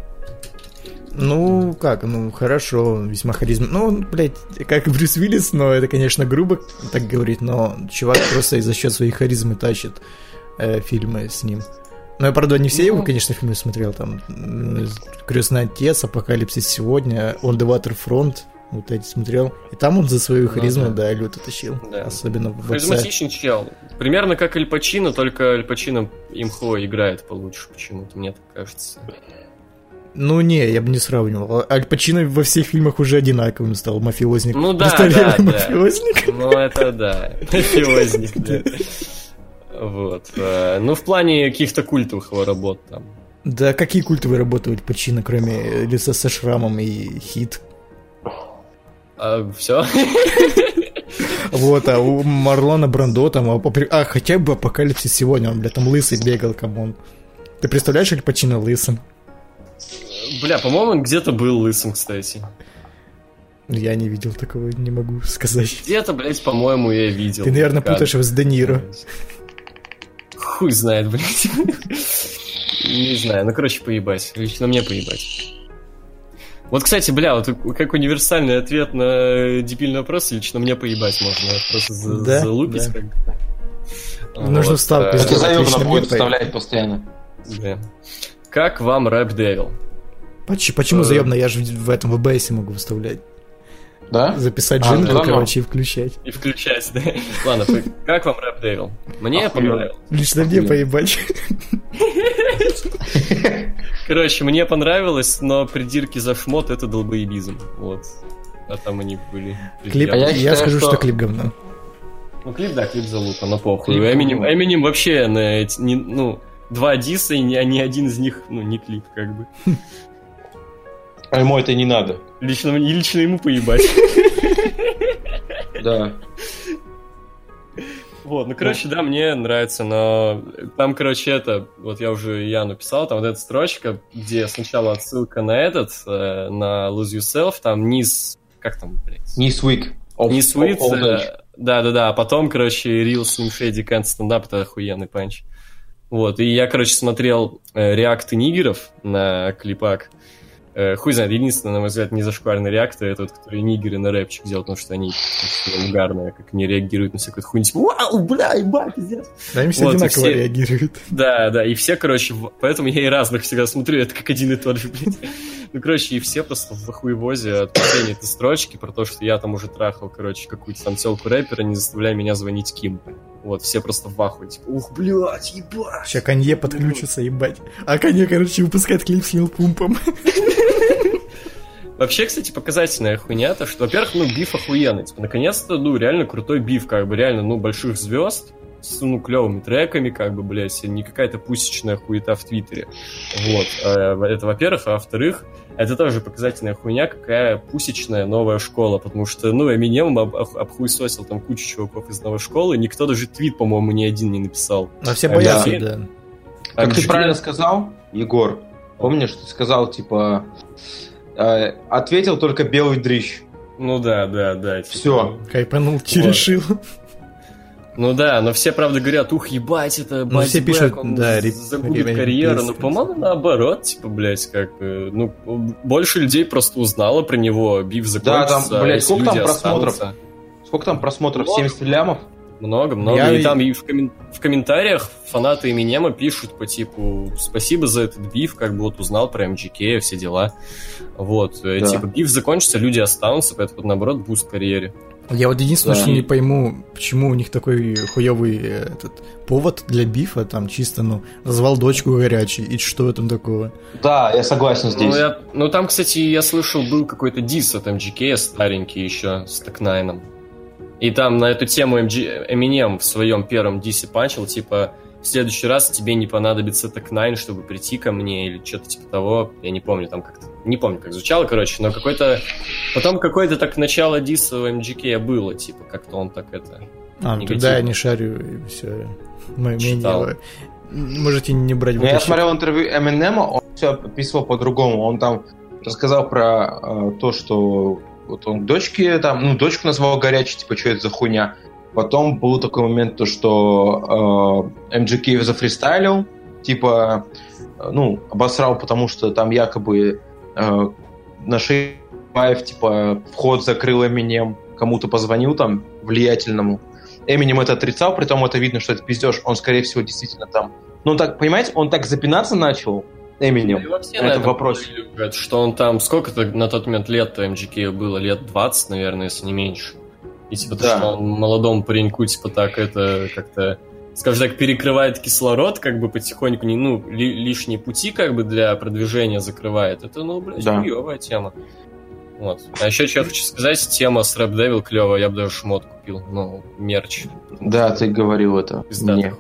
Хорошо, весьма харизма. Как Брюс Уиллис, но это, конечно, грубо так говорить, но чувак просто за счет своей харизмы тащит фильмы с ним. Но я, правда, не все его, конечно, фильмы смотрел, там «Крестный отец», «Апокалипсис сегодня», «On the Waterfront», вот эти смотрел. И там он за свою харизму, люто тащил. Да. Особенно в харизматичный чел. Примерно как Аль Пачино, только Аль Пачино имхо играет получше почему-то, мне так кажется. Я бы не сравнивал. Аль Пачино во всех фильмах уже одинаковым стал, мафиозник. Да. Мафиозник? Это да. Мафиозник, да. Вот. В плане каких-то культовых его работ там. Да, какие культовые работы у Аль Пачино, кроме «Лица со шрамом» и «Хит»? Все? Вот, а у Марлона Брандо там... хотя бы «Апокалипсис сегодня», он, там лысый бегал, камон. Ты представляешь Аль Пачино лысым? По-моему, он где-то был лысым, кстати. Я не видел такого, не могу сказать. Где-то, по-моему, я видел. Ты, наверное, путаешь его с Де Ниро. Хуй знает, блядь. Не знаю, поебать. Лично мне поебать. Вот, кстати, как универсальный ответ на дебильный вопрос, лично мне поебать можно. Просто залупить. Да. Нужно вставку сделать. Это заебно будет вставлять постоянно. Да. Как вам Рэп Дэвил? Почему заебно? Я же в этом ВБСе могу выставлять. Да? Записать джингл, и включать. И включать, да. Ладно, как вам Рэп Дэвил? Мне понравилось. Лично мне поебать. Мне понравилось, но придирки за шмот — это долбоебизм. Вот. А там они были... Я скажу, что клип говно. Клип залупа, но похуй. Эминем вообще два диса, и ни один из них, не клип, как бы. А ему это не надо. Лично ему поебать. Да. Вот, ну, короче, да, мне нравится, но там, короче, вот я уже Яну писал, там вот эта строчка, где сначала отсылка на на Lose Yourself, там низ, как там, блядь? Newsweek. Newsweek, да, а потом, короче, Real Slim Shady Can't Stand Up, это охуенный панч. Вот, и я, короче, смотрел реакты нигеров на клипак. Хуй знает, единственный, на мой взгляд, незашкварный реактор, это тот, который нигеры на рэпчик делают, потому что они угарные, как они реагируют на всякую хуйню, типа, вау, бля, ебать, пиздец. Да, им все вот, одинаково реагируют. Да, и все, короче, поэтому я и разных всегда смотрю, это как один и тот же, блядь. Ну, короче, и все просто в хуевозе от последней этой строчки про то, что я там уже трахал, короче, какую-то там тёлку рэпера, не заставляя меня звонить Ким. Вот, все просто в ахуе, типа, ух, блядь, ебать. Сейчас Канье подключится, ебать. А Канье, короче, выпускает клип с Лил Пумпом. Вообще, кстати, показательная хуйня, то, что, во-первых, биф охуенный. Типа, наконец-то, реально крутой биф, как бы, реально, больших звезд с, клевыми треками, как бы, блядь, не какая-то пусечная хуета в Твиттере. Вот. Это, во-первых. А во-вторых, это тоже показательная хуйня, какая пусечная новая школа, потому что, Эминем обхуесосил там кучу чуваков из новой школы, никто даже твит, по-моему, ни один не написал. А все боятся, да. Как ты правильно сказал, Егор, помнишь, ты сказал, типа... ответил только белый дрищ. Ну да. Типа, все. Кайпанул, решил. Ну да, но все, правда, говорят, ух, ебать, это Бадди все пишут, он да, загубит карьеру. Но, по-моему, наоборот, типа, блядь, как... больше людей просто узнало про него, биф закончится. Да, там, блядь, сколько там просмотров? Сколько там просмотров? 70 лямов? Много. И там и в комментариях фанаты Эминема пишут по типу спасибо за этот биф, как бы вот узнал про MGK, все дела. Вот. Да. Типа биф закончится, люди останутся, поэтому наоборот буст в карьере. Я вот единственное, что не пойму, почему у них такой хуёвый повод для бифа, там чисто, назвал дочку горячей, и что в этом такого? Да, я согласен здесь. Там, кстати, я слышал, был какой-то дисс от MGK старенький еще с Тек-9. И там на эту тему Eminem в своем первом дисе панчил, типа, в следующий раз тебе не понадобится Tech9, чтобы прийти ко мне, или что-то типа того. Я не помню, там как-то... Не помню, как звучало, короче, но потом какое-то так начало диса у MGK было, типа, как-то он так это... тогда я не шарю, и все. Можете не брать... Я смотрел интервью Эминема, он все описывал по-другому. Он там рассказал про то, что... Вот он к дочке там, дочку назвал горячей, типа, что это за хуйня. Потом был такой момент, то, что MGK зафристайлил, типа, обосрал, потому что там якобы на Шейф, типа, вход закрыл Эминем, кому-то позвонил там, влиятельному. Эминем это отрицал, притом это видно, что это пиздеж. Он, скорее всего, действительно там... так, понимаете, он так запинаться начал, Эминем, на этом вопросе. Что он там, сколько-то на тот момент лет-то MGK было? Лет 20, наверное, если не меньше. И типа то, что он молодому пареньку, типа так это как-то, скажем так, перекрывает кислород, как бы потихоньку, лишние пути как бы для продвижения закрывает. Это, хуёвая тема. Вот. А еще что я хочу сказать, тема с Rap Devil клевая, я бы даже шмот купил, мерч. Да, ты говорил это мне.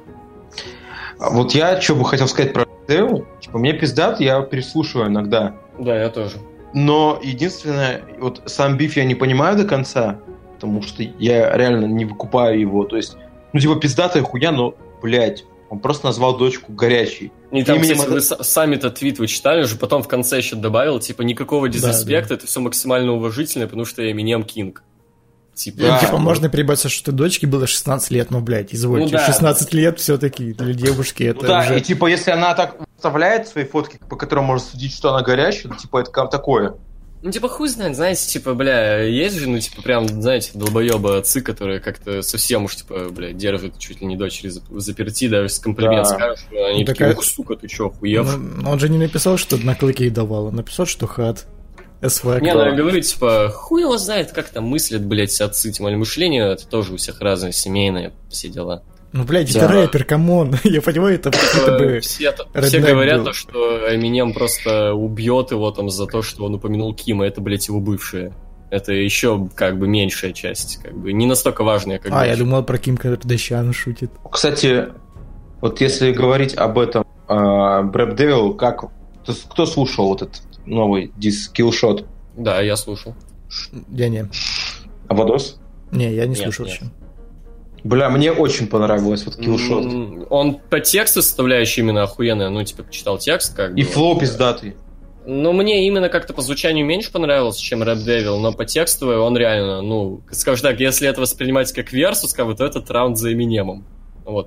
Вот я что бы хотел сказать про Devil, типа, мне пиздат, я переслушиваю иногда. Да, я тоже. Но единственное, вот сам биф я не понимаю до конца, потому что я реально не выкупаю его, то есть, типа, пиздатая хуйня, но, блядь, он просто назвал дочку горячей. И там, кстати, вы сами-то твит вы читали уже, потом в конце еще добавил, типа, никакого дизреспекта, это все максимально уважительно, потому что я Eminem King. Типа, можно прибавиться, что дочке было 16 лет, блядь, извольте. 16 лет все-таки для девушки это уже... и типа, если она так вставляет свои фотки, по которым можно судить, что она горячая, типа, это как такое. Хуй знает, знаете, типа, есть же, прям, знаете, долбоёбы отцы, которые как-то совсем уж, типа, держат чуть ли не дочери заперти, даже с комплимент скажешь, они такие, ух, сука, ты чё, охуев? Он же не написал, что на клыке давал, он написал, что хат. Я говорю, типа, хуй его знает, как там мыслят, блядь, отцы, тем более мышление, это тоже у всех разное, семейное, все дела. Блядь, это рэпер, камон, я понимаю, это бы... Все говорят, что Эминем просто убьет его там за то, что он упомянул Кима, это, блядь, его бывшие. Это еще, как бы, меньшая часть, как бы, не настолько важная, как я думал, про Ким Кардашьян шутит. Кстати, вот если говорить об этом, Bрэп Девил, кто слушал вот этот новый диск Killshot? Да, я слушал. Я не. А Вадос? Не, я не слушал еще. Бля, мне очень понравилось вот Killshot. Он по тексту составляющий именно охуенный, ну, типа, почитал текст, как бы. И флоу пиздатый. Ну, мне именно как-то по звучанию меньше понравился, чем Red Devil, но по тексту он реально, ну, скажем так, если это воспринимать как версус, как бы, то этот раунд за Эминемом. Вот.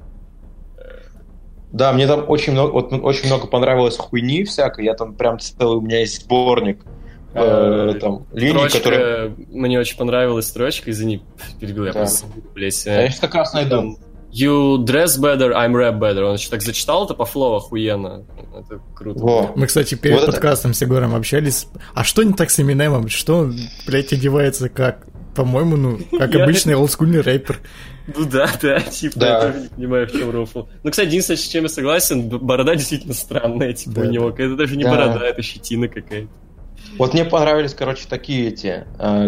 Да, мне там очень много понравилось хуйни всякой. Я там прям целый, у меня есть сборник там линий, которые... Мне очень понравилась строчка, извини, перебил я просто, блядь. Я сейчас как раз найду. You dress better, I'm rap better. Он еще так зачитал это по флоу охуенно. Это круто. Во. Мы, кстати, перед подкастом с Егором общались. А что не так с Эминемом? Что он, блядь, одевается как? По-моему, ну, как обычный олдскульный рэпер. Ну да, типа, я тоже не понимаю, в чем рофл. Ну, кстати, единственное, с чем я согласен, борода действительно странная, типа, у него. Это даже не борода, это щетина какая-то. Вот мне понравились, короче, такие эти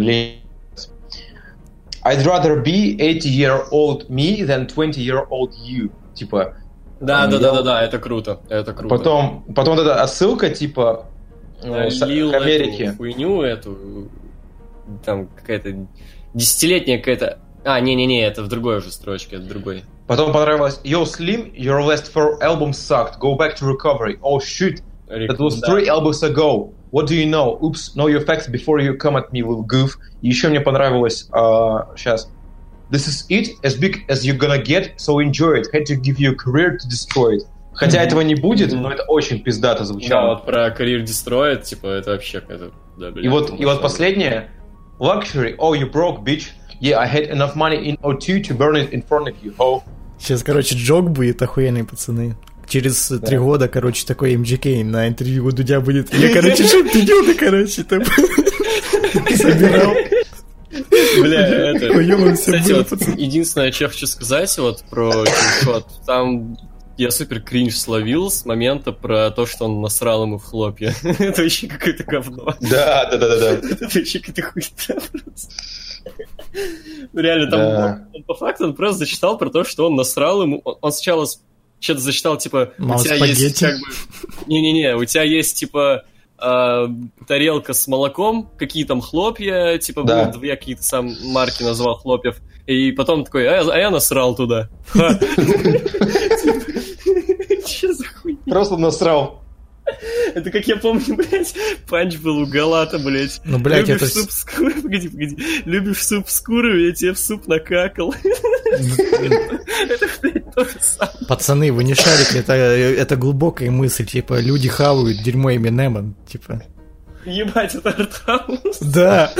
I'd rather be 80-year-old me than 20-year-old you. Типа... Да, это круто. Потом вот эта отсылка, типа, к Америке. Эту хуйню эту, там какая-то десятилетняя какая-то... не, это в другой уже строчке, это другой. Потом понравилось Yo, Slim, your last 4 albums sucked. Go back to recovery. Oh, shit. That was 3 albums ago. What do you know? Oops, know your facts before you come at me with goof. И еще мне понравилось сейчас. This is it, as big as you're gonna get, so enjoy it. Had to give you a career to destroy it. Хотя этого не будет, но это очень пиздато звучало. Да, вот про career destroy it, типа, это вообще какая-то... Да, блин, и вот последнее. Luxury, oh, you broke, bitch. Yeah, I had enough money in O2 to burn it in front of you, ho. Сейчас, короче, джок будет охуенный, пацаны. Через 3 года, короче, такой MGK на интервью у Дудя будет. Я, короче, шампиньоны, короче, там собирал. Бля, это... Кстати, вот единственное, что я хочу сказать вот про Killshot, там я супер кринж словил с момента про то, что он насрал ему в хлопья. Это вообще какое-то говно. Да. Это вообще какая-то хуйня просто. Реально, там по факту он просто зачитал про то, что он насрал ему. Он сначала что-то зачитал, типа, у тебя есть как бы... Не-не-не, у тебя есть, типа, тарелка с молоком, какие там хлопья, типа, да. Я какие-то сам марки назвал хлопьев, и потом такой, а я насрал туда. Че за хуйня? Просто насрал. Это как я помню, блядь, панч был у Галата, блядь. Ну, блядь, любишь суп с курой? Погоди. Любишь суп с курой, я тебе в суп накакал. Это, блядь, то же самое. Пацаны, вы не шарите, это глубокая мысль, типа, люди хавают дерьмо Эминема, типа. Ебать, это артхаус. Да.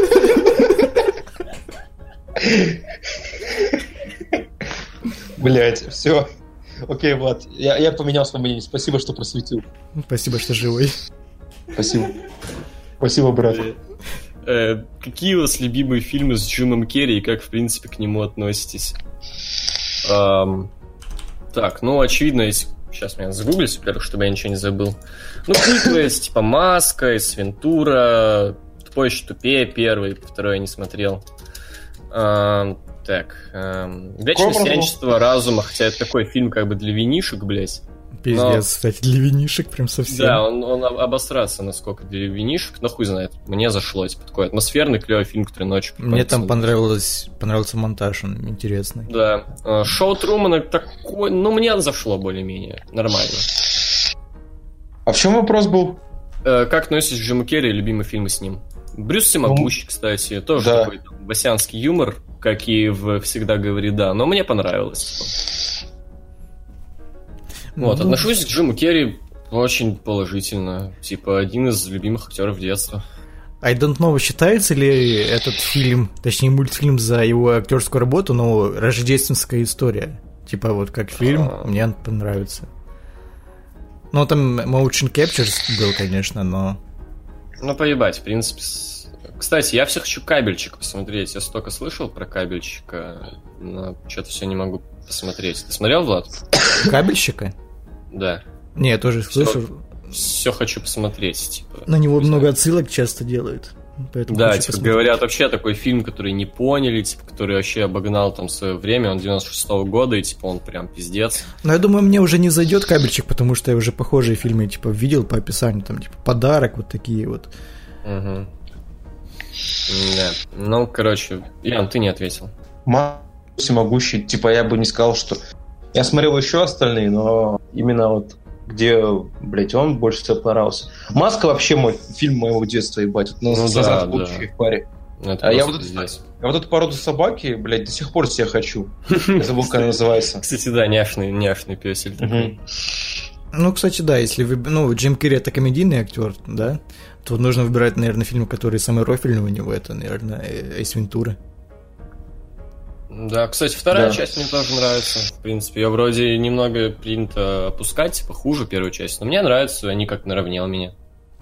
Блядь, все. Окей, Влад, я поменял свое мнение. Спасибо, что просветил. Спасибо, что живой. Спасибо, брат. Какие у вас любимые фильмы с Джимом Керри и как, в принципе, к нему относитесь? Так, ну, очевидно, если... Сейчас меня загуглить, во-первых, чтобы я ничего не забыл. Ну, культовые, типа «Маска», «Эйс Вентура», «Тупой еще тупее» первый, второй я не смотрел. Так, «Вечное сиянчество разума», хотя это такой фильм как бы для винишек, блядь. Пиздец, кстати, для винишек прям совсем. Да, он обосраться насколько для винишек, но хуй знает. Мне зашло, типа, такой атмосферный, клевый фильм, который ночью... Мне там понравился монтаж, он интересный. Да, шоу Трумана такой, ну, мне зашло более-менее, нормально. А в чем вопрос был? Как относитесь к Джиму Керри, любимые фильмы с ним? Брюс Всемогущий, кстати, тоже такой там, басянский юмор, как и в «Всегда говори да», но мне понравилось. Вот, отношусь к Джиму Керри очень положительно. Типа, один из любимых актеров детства. I Don't Know, считается ли этот фильм, точнее мультфильм за его актерскую работу, но рождественская история? Типа, вот как фильм, мне он понравится. Ну, там motion capture был, конечно, но... Ну, поебать, в принципе. Кстати, я все хочу «Кабельчик» посмотреть. Я столько слышал про «Кабельчика», но что-то все не могу посмотреть. Ты смотрел, Влад? «Кабельщика»? Да. Не, я тоже слышал. Все хочу посмотреть, типа. На него много отсылок часто делают. Да, типа, говорят, вообще такой фильм, который не поняли, типа, который вообще обогнал там свое время, он 96-го года, и типа он прям пиздец. Но я думаю, мне уже не зайдет «Кабельчик», потому что я уже похожие фильмы, типа, видел по описанию, там, типа, «Подарок», вот такие вот. Угу. Да. Ну, короче, Ян, ты не ответил. всемогущий. Типа, я бы не сказал, что... Я смотрел еще остальные, но именно вот где, блядь, он больше всего понравился. «Маска» вообще мой фильм моего детства, ебать. Вот, «Назад в будущее» в паре. Я вот эту породу собаки, блядь, до сих пор себе хочу. Я забыл, как она называется. Кстати, да, няшный пёсель такой. Ну, кстати, да, если вы... Ну, Джим Керри — это комедийный актер, да, то нужно выбирать, наверное, фильм, который самый рофильный у него, это, наверное, «Эйс Вентура». Да, кстати, вторая часть мне тоже нравится. В принципе, ее вроде немного принято опускать, типа хуже первую часть, но мне нравится, они как наравне у меня.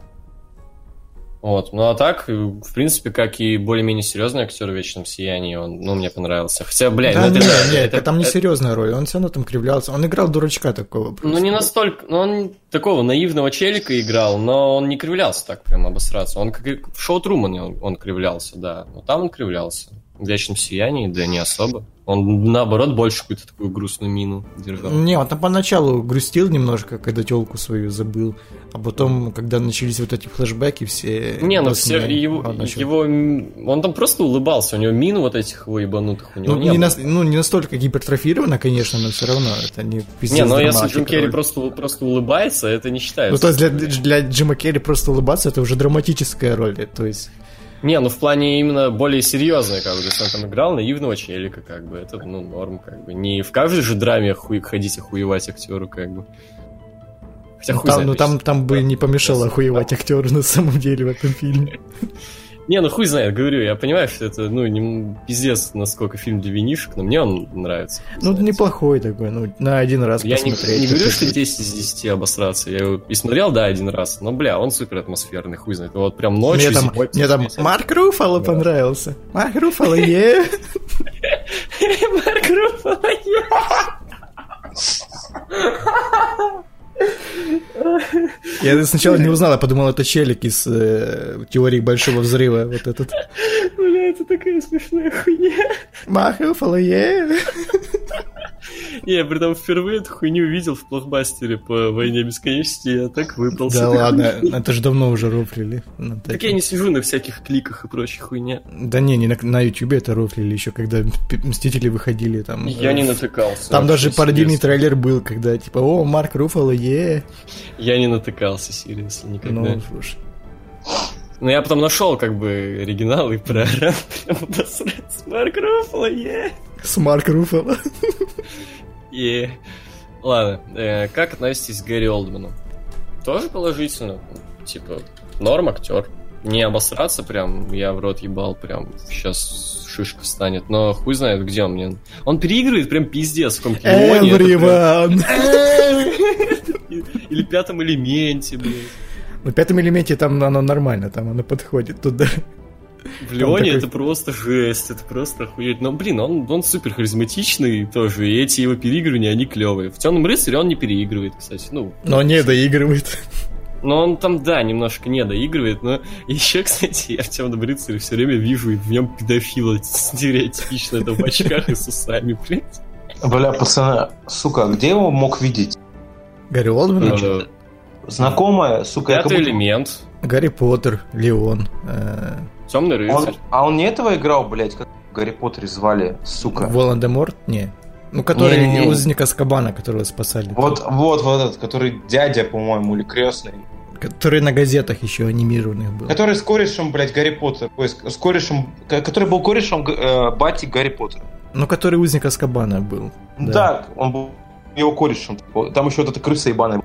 Вот, ну а так, в принципе, как и более-менее серьезный актер в «Вечном сиянии», он, ну, мне понравился. Хотя, блядь, да, это там не серьезная роль, он все равно там кривлялся, он играл дурачка такого. Просто. Ну, не настолько, ну, он такого наивного челика играл, но он не кривлялся так прям обосраться. Он как и в «Шоу Трумана» он кривлялся, да, но там он кривлялся. В «Вечном сиянии», да не особо. Он, наоборот, больше какую-то такую грустную мину держал. Не, он там поначалу грустил немножко, когда тёлку свою забыл, а потом, когда начались вот эти флешбеки все... Не, ну все его... Он там просто улыбался, у него мин вот этих его ебанутых у него не было. Не настолько гипертрофировано, конечно, но все равно это не пиздец. Не, но если Джим Керри просто улыбается, это не считается. Ну, то есть для Джима Керри просто улыбаться, это уже драматическая роль, то есть... Не, ну в плане именно более серьезной, как бы, то есть он там играл наивного челика, как бы, это, ну, норм, как бы. Не в каждой же драме ходить охуевать актеру, как бы. Хотя там бы не помешало охуевать актеру на самом деле в этом фильме. Не, ну хуй знает, говорю, я понимаю, что это, ну, не пиздец, насколько фильм для винишек, но мне он нравится. Ну, неплохой такой, ну, на один раз посмотреть. Я не говорю, что 10 из 10 обосраться, я его и смотрел, да, один раз, но, бля, он супер атмосферный, хуй знает, вот прям ночью... Мне там Марк Руффало понравился. Марк Руффало, Марк Руффало, Я сначала не узнал, я подумал, это челик из «Теории Большого Взрыва», вот этот. Бля, это такая смешная хуйня. Марк Руффало, Я притом впервые эту хуйню увидел в блокбастере по «Войне бесконечности», я так выпался. Да ладно, это же давно уже рофлили. Так я не сижу на всяких кликах и прочей хуйне. Да не на Ютубе это рофлили еще, когда «Мстители» выходили там. Я не натыкался. Там даже пародийный трейлер был, когда типа, о, Марк Руффало, Я не натыкался, серьезно, никогда. Ну, слушай. Ну, я потом нашел, как бы, оригинал и проорал прям обосраться. Марк Руффало, С Марк Руффало. Ладно, как относитесь к Гэри Олдману? Тоже положительно? Типа, норм актер. Не обосраться прям, я в рот ебал, прям сейчас шишка станет. Но хуй знает, где он мне. Он переигрывает прям пиздец в каком-то Everyone! Или в «Пятом элементе», блядь. В «Пятом элементе» там оно нормально, там оно подходит туда. В Леоне это просто жесть, это просто охуеть. Но, блин, он супер харизматичный тоже, и эти его переигрывания, они клевые. В «Темном рыцаре» он не переигрывает, кстати. Но не доигрывает. Но он там, да, немножко не доигрывает, но еще, кстати, я в «Темном рыцаре» все время вижу в нем педофила стереотипично, это в очках и с усами, блядь. Бля, пацаны, сука, где его мог видеть? Гарри Олдман? Знакомая, сука. «Пятый элемент». Гарри Поттер, Леон. «Темный рыцарь». Он не этого играл, блядь, как в «Гарри Поттере» звали, сука. Волан-де-Морт? Не. Ну, который узника Азкабана, которого спасали. Вот этот, который дядя, по-моему, или крестный. Который на газетах еще анимированных был. Который с корешем, блядь, Гарри Поттера. С корешем, который был корешем бати Гарри Поттера. Ну, который узник Азкабана был. Да, он был его корешем. Там еще вот эта крыса ебаная.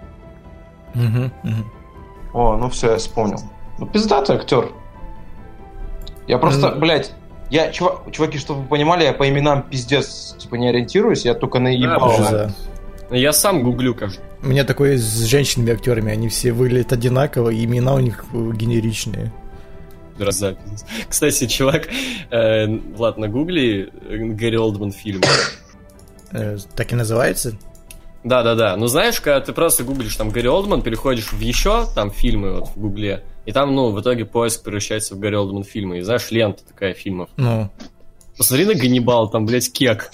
О, ну все, я вспомнил. Ну, пиздатый актер. Я просто, блядь, чуваки, чтобы вы понимали, я по именам пиздец, типа, не ориентируюсь, я только на ебал. Я сам гуглю, кажется. У меня такое с женщинами актерами, они все выглядят одинаково, и имена у них генеричные. Запись. Кстати, чувак, Влад, на гугле Гэри Олдман фильм. Так и называется? Да. Ну, знаешь, когда ты просто гуглишь там Гэри Олдман, переходишь в еще там фильмы вот в гугле, и там, ну, в итоге поиск превращается в Гэри Олдман фильмы. И знаешь, лента такая фильмов. Ну. Посмотри на «Ганнибал», там, блядь, кек.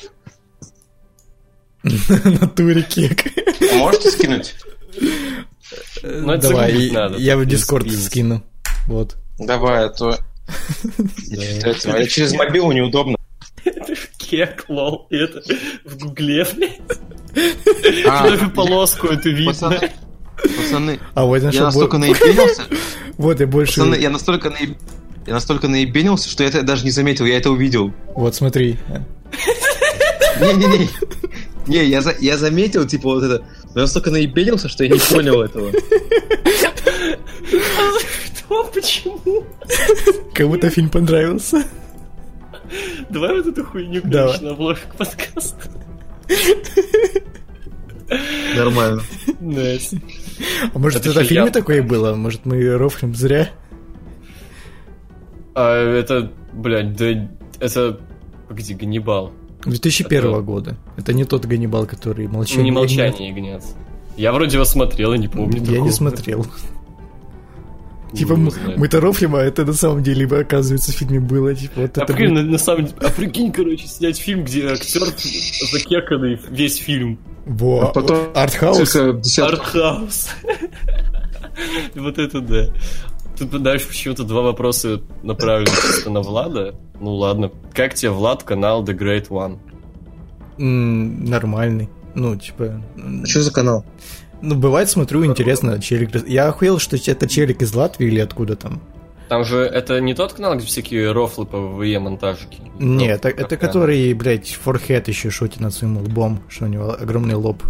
Натуре кек. Можете скинуть? Ну, это давай, надо. Я в Дискорд скину. Вот. Давай, а то... Через мобилу неудобно. Это же кек, лол. И это в гугле, блядь. Даже полоску это видно. Пацаны, А вот я настолько наебенился. Вот я больше... Пацаны, я настолько наебенился, что я это даже не заметил, я это увидел. Вот смотри. Не-не-не. Не, я заметил, типа, вот это. Но я настолько наебенился, что я не понял этого. Что? Почему? Кому-то фильм понравился. Давай вот эту хуйню, конечно, на обложку подкаста. Нормально. Найс. А может, это в фильме такое было? Может, мы рофлим зря? Это, блядь, да... Это... Погоди, Ганнибал. 2001 года. Это не тот Ганнибал, который «Молчание ягнят». Не «Молчание ягнят». Я вроде его смотрел и не помню такого. Я не смотрел. Типа, мы-то рофлим, а это на самом деле, оказывается, в фильме было. Типа, вот это на самом деле... А прикинь, короче, снять фильм, где актер закеканный весь фильм. Во, артхаус. Артхаус. Вот это да. Тут дальше почему-то два вопроса направлены чисто на Влада. Ну ладно. Как тебе, Влад, канал The Great One? Нормальный. Ну, типа... А что за канал? Ну, бывает, смотрю, интересно, челик... Я охуел, что это челик из Латвии или откуда там. Там же это не тот канал, где всякие рофлы по ВВЕ-монтажики? Нет, это который, блядь, Форхед еще шутит над своим лбом, что у него огромный лоб.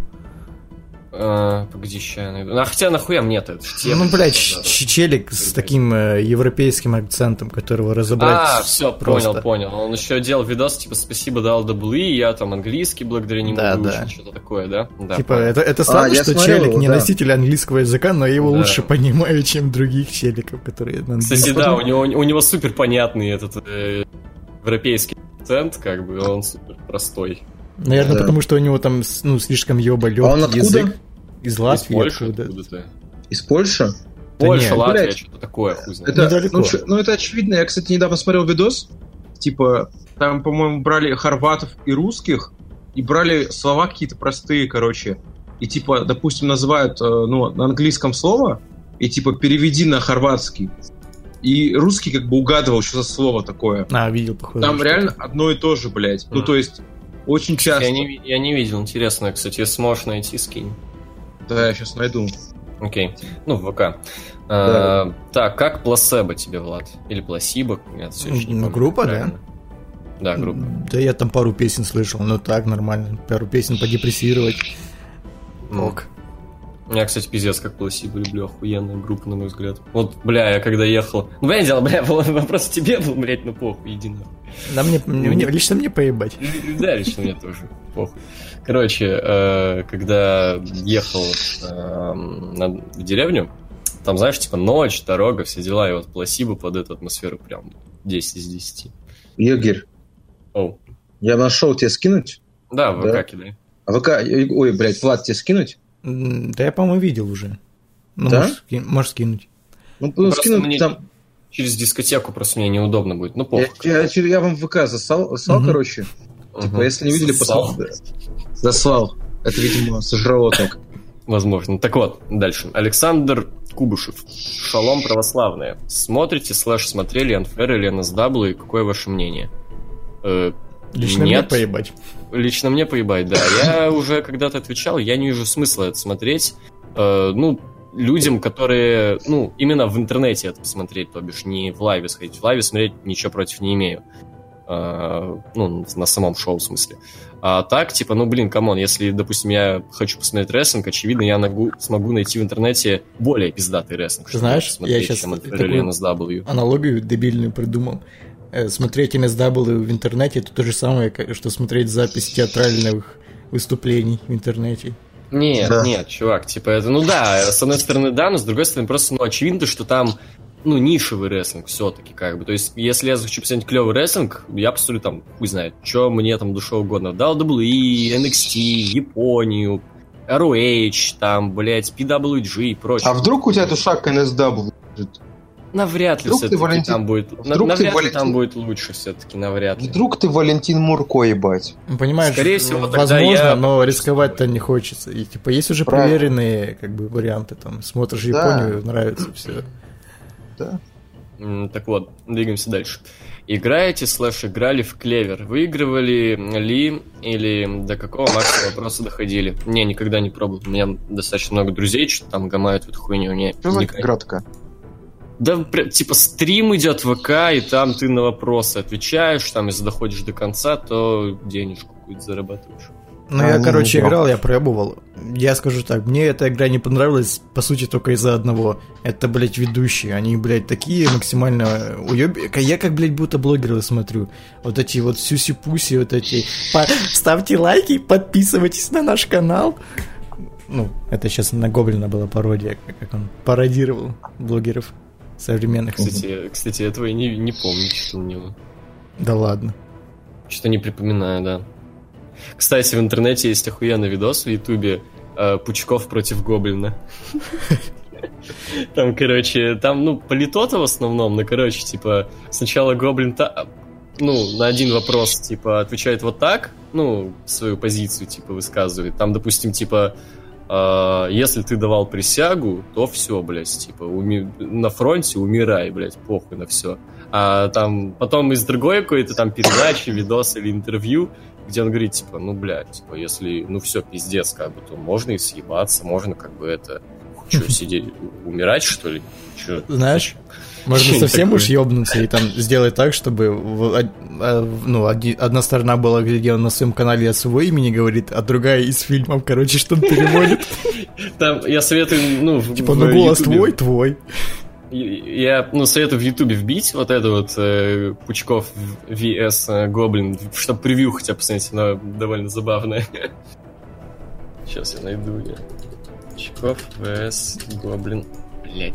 Погоди, ща я найду. Хотя нахуя мне-то? Ну, блядь, челик с таким европейским акцентом, которого разобрать все, просто. Понял. Он еще делал видос, типа, спасибо WWE, я там английский благодаря нему выучил, что-то такое, да? Типа, это странно, что челик не носитель английского языка, но я его лучше понимаю, чем других челиков, которые... Кстати, да, у него супер понятный этот европейский акцент, как бы, он супер простой. Наверное, потому что у него там, ну, слишком ёба-лёгкий язык. Из Латвии. Из Польши? Откуда-то. Из Польши? Польша, Латвия, что-то такое, хуй знает. Недалеко. Ну, это очевидно. Я, кстати, недавно смотрел видос. Типа, там, по-моему, брали хорватов и русских, и брали слова какие-то простые, короче. И, типа, допустим, называют, на английском слово, и, типа, переведи на хорватский. И русский как бы угадывал, что за слово такое. Видел, походу. Там реально одно и то же, блядь. Ну, то есть... Очень часто. Я не видел, интересно, кстати, если сможешь найти, скинь. Да, я сейчас найду. Окей. Ну, в ВК. Да. Так, как плацебо тебе, Влад? Или пласибо? Нет, все еще не помню. Группа, правильно? Да? Да, группа. Да я там пару песен слышал, ну так, нормально. Пару песен подепрессировать. Ок. Я, кстати, пиздец, как пласибо люблю, охуенная группа, на мой взгляд. Вот, бля, я когда ехал... Ну, понятное дело, бля, вопрос тебе был, блядь, ну похуй, иди нахуй. Да лично мне поебать. Да, лично мне тоже, похуй. Короче, когда ехал в деревню, там, знаешь, типа ночь, дорога, все дела, и вот пласибо под эту атмосферу прям 10 из 10. Игорь. Оу. Я нашел, тебе скинуть? Да, в ВК кидай. А ВК... Ой, блядь, Влад, тебе скинуть? Да я, по-моему, видел уже. Ну, да? Можешь скинуть. Ну скинуть мне там... Через дискотеку просто мне неудобно будет. Ну, похуй. Я вам в ВК заслал, короче. Типа, если не видели, посмотрите. Заслал. Это, видимо, сожрало так. Возможно. Так вот, дальше. Александр Кубышев. Шалом православные. Смотрите, смотрели Unfair или NSW, и какое ваше мнение? Лично мне поебать. Лично мне поебать, да. Я уже когда-то отвечал, я не вижу смысла это смотреть. Людям, которые, именно в интернете это посмотреть, то бишь не в лайве сходить. В лайве смотреть ничего против не имею. На самом шоу, в смысле. А так, типа, камон, если, допустим, я хочу посмотреть рестлинг, очевидно, я смогу найти в интернете более пиздатый рестлинг. Знаешь, я сейчас такую аналогию дебильную придумал. Смотреть NSW в интернете — это то же самое, что смотреть запись театральных выступлений в интернете. Нет, чувак, типа это, с одной стороны, да, но с другой стороны, просто, очевидно, что там, нишевый рестлинг все-таки, как бы, то есть, если я захочу посмотреть клевый рестлинг, я посмотрю там, хуй знает, что мне там душа угодно, WWE, NXT, Японию, ROH, там, блять, PWG и прочее. А вдруг у тебя душа к NSW лежит? Навряд ли все-таки там будет. Навряд ли там будет лучше все-таки, навряд ли. Вдруг ты Валентин Мурко, ебать. Понимаешь, скорее всего, возможно, но рисковать-то не хочется. И типа есть уже проверенные варианты, там, смотришь Японию, нравится все. Да. Так вот, двигаемся дальше. Играете /играли в клевер? Выигрывали ли или до какого максимума вопроса доходили? Не, никогда не пробовал. У меня достаточно много друзей, что там гамают эту хуйню. Что за игра такая? Да, типа, стрим идет в ВК, и там ты на вопросы отвечаешь, там, если доходишь до конца, то денежку какую-то зарабатываешь. Ну, я, короче, играл, я пробовал. Я скажу так, мне эта игра не понравилась, по сути, только из-за одного. Это, блядь, ведущие. Они, блядь, такие максимально Я как, блядь, будто блогеры смотрю. Вот эти вот сюси-пуси, вот эти... Ставьте лайки, подписывайтесь на наш канал. Ну, это сейчас на Гоблина была пародия, как он пародировал блогеров современных. Кстати, этого я не помню, что у него. Да ладно. Что-то не припоминаю, да. Кстати, в интернете есть охуенный видос в Ютубе Пучков против Гоблина. Там, короче, политота в основном, но, короче, типа, сначала Гоблин, на один вопрос, типа, отвечает вот так, свою позицию, типа, высказывает. Там, допустим, типа, если ты давал присягу, то все, блядь, типа, на фронте умирай, блядь, похуй на все. А там потом из другой какой-то там передачи, видос или интервью, где он говорит, типа, если, все, пиздец, как бы, то можно и съебаться, можно, как бы, что, сидеть, умирать, что ли? Чё? Знаешь, можно совсем уж ёбнуться и там сделать так, чтобы, одна сторона была, где он на своем канале свое имени говорит, а другая из фильмов, короче, что он переводит. Там, я советую, типа, голос твой. Я советую в Ютубе вбить вот это вот Пучков vs Гоблин, чтобы превью хотя бы посмотреть, оно довольно забавное. Сейчас я найду. Пучков vs Гоблин. Блять.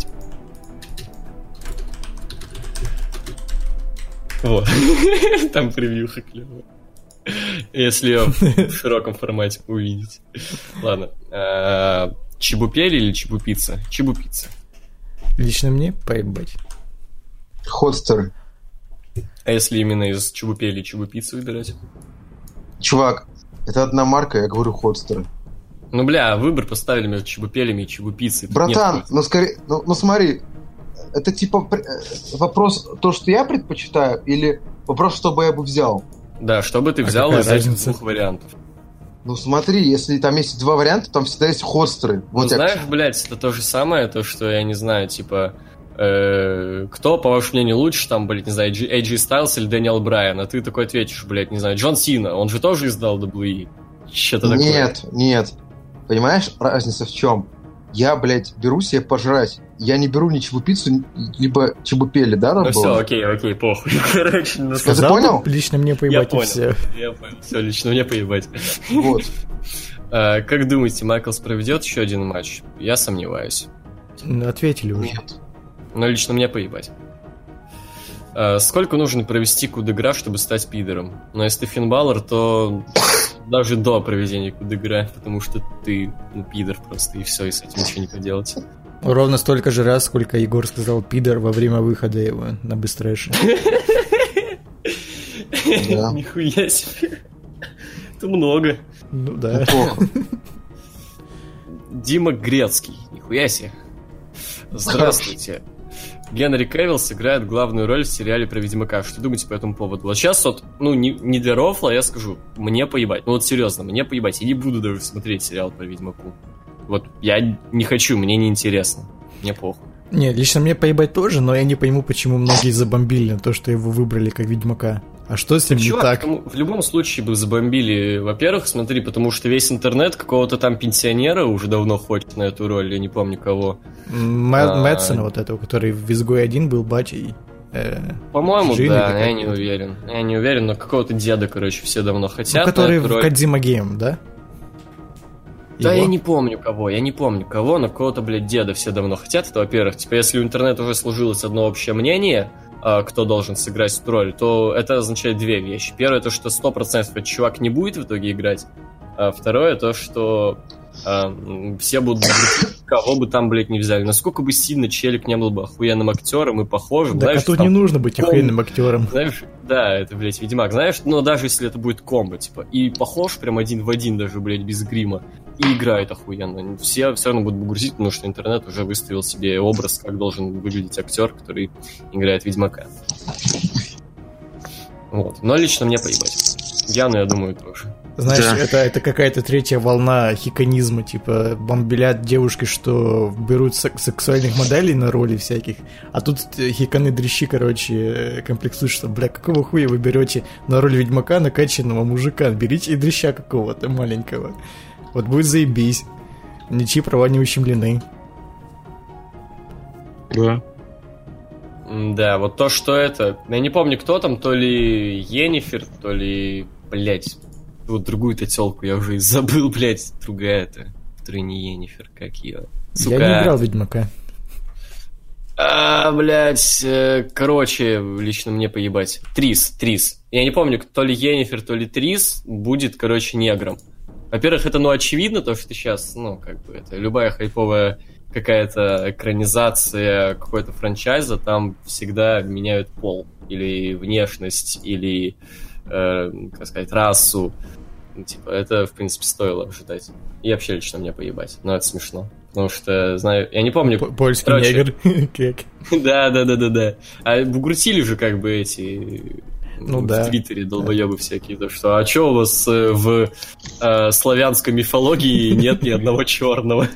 Вот. Там превьюха клевая. Если ее в широком формате увидеть. Ладно. Чебупели или чебупица? Чебупица. Лично мне поебать. Ходстеры. А если именно из чебупели чебупицу выбирать? Чувак, это одна марка, я говорю ходстеры. Выбор поставили между чебупелями и чебупицей. Братан, скорее, смотри, это типа вопрос, то, что я предпочитаю, или вопрос, что бы я бы взял? Да, что бы ты взял из этих двух вариантов? Смотри, если там есть два варианта, там всегда есть ходстеры. Вот знаешь, блядь, это то же самое, то, что, я не знаю, типа, кто, по вашему мнению, лучше, там, блядь, не знаю, AJ Styles или Дэниел Брайан, а ты такой ответишь, блядь, не знаю, Джон Сина, он же тоже издал WWE. Что-то такое. Нет. Понимаешь, разница в чем? Я, блядь, беру себе пожрать. Я не беру ни чебупицу, либо чебупели, да? Ну все, окей, похуй. Короче, ты понял? Лично мне поебать и все. Я понял, все, лично мне поебать. Вот. Как думаете, Майклс проведет еще один матч? Я сомневаюсь. Ответили уже. Нет. Но лично мне поебать. Сколько нужно провести кудыгра, чтобы стать пидором? Но если ты Финн Балор, то даже до проведения кудыгра, потому что ты пидор просто, и все, и с этим ничего не поделать. Ровно столько же раз, сколько Егор сказал пидор во время выхода его на быстрэше. Нихуя себе. Это много. Ну да. Дима Грецкий. Нихуя себе. Здравствуйте. Генри Кевилл сыграет главную роль в сериале про Ведьмака. Что думаете по этому поводу? Вот сейчас не для рофла, я скажу, мне поебать. Серьезно, мне поебать. Я не буду даже смотреть сериал про Ведьмаку. Вот я не хочу, мне не интересно. Мне похуй. Нет, лично мне поебать тоже, но я не пойму, почему многие забомбили на то, что его выбрали как Ведьмака. А что с ним не так? В любом случае бы забомбили. Во-первых, смотри, потому что весь интернет какого-то там пенсионера уже давно хочет на эту роль, я не помню кого. Мэтсона вот этого, который в «Изгой 1» был батей. По-моему, да, я не уверен. Я не уверен, но какого-то деда, короче, все давно хотят. Который в Кодзима Гейм, да? Да, я не помню кого, но какого-то, блядь, деда все давно хотят. Это, во-первых, типа, если у интернета уже сложилось одно общее мнение, кто должен сыграть эту роль, то это означает две вещи. Первое, то, что 100% этот чувак не будет в итоге играть. А второе, то, что все будут кого бы там, блядь, не взяли. Насколько бы сильно челик не был бы охуенным актером и похожим. Да, тут не нужно быть охуенным актером. Знаешь, да, это, блядь, Ведьмак. Знаешь, но даже если это будет комбо, типа, и похож прям один в один даже, блядь, без грима, и играет охуенно. Все равно будут грузить, потому что интернет уже выставил себе образ, как должен выглядеть актер, который играет Ведьмака. Вот. Но лично мне поебать. Яну, я думаю, тоже. Знаешь, это какая-то третья волна хиканизма, типа бомбилят девушки, что берут сексуальных моделей на роли всяких, а тут хиканы-дрищи, короче, комплексуют, что, бля, какого хуя вы берете на роль ведьмака накачанного мужика, берите и дрища какого-то маленького. Вот будет заебись. Ничьи права не ущемлены. Да. Да, вот то, что это... Я не помню, кто там, то ли Йеннифер, то ли... Блять, вот другую-то тёлку я уже и забыл, блять, другая-то, которая не Йеннифер, как ее. Сука. Я не играл в Ведьмака. Блять, короче, лично мне поебать. Трис. Я не помню, то ли Йеннифер, то ли Трис будет, короче, негром. Во-первых, это, очевидно, то, что сейчас, как бы, это любая хайповая какая-то экранизация какой-то франчайза, там всегда меняют пол, или внешность, или, как сказать, расу. Типа, это, в принципе, стоило ожидать. И вообще лично мне поебать. Но это смешно. Потому что, знаю, я не помню... Польский негр. Да. А бугрутили же как бы эти... в Твиттере долбоебы всякие. То что, а чё у вас в славянской мифологии нет ни одного черного?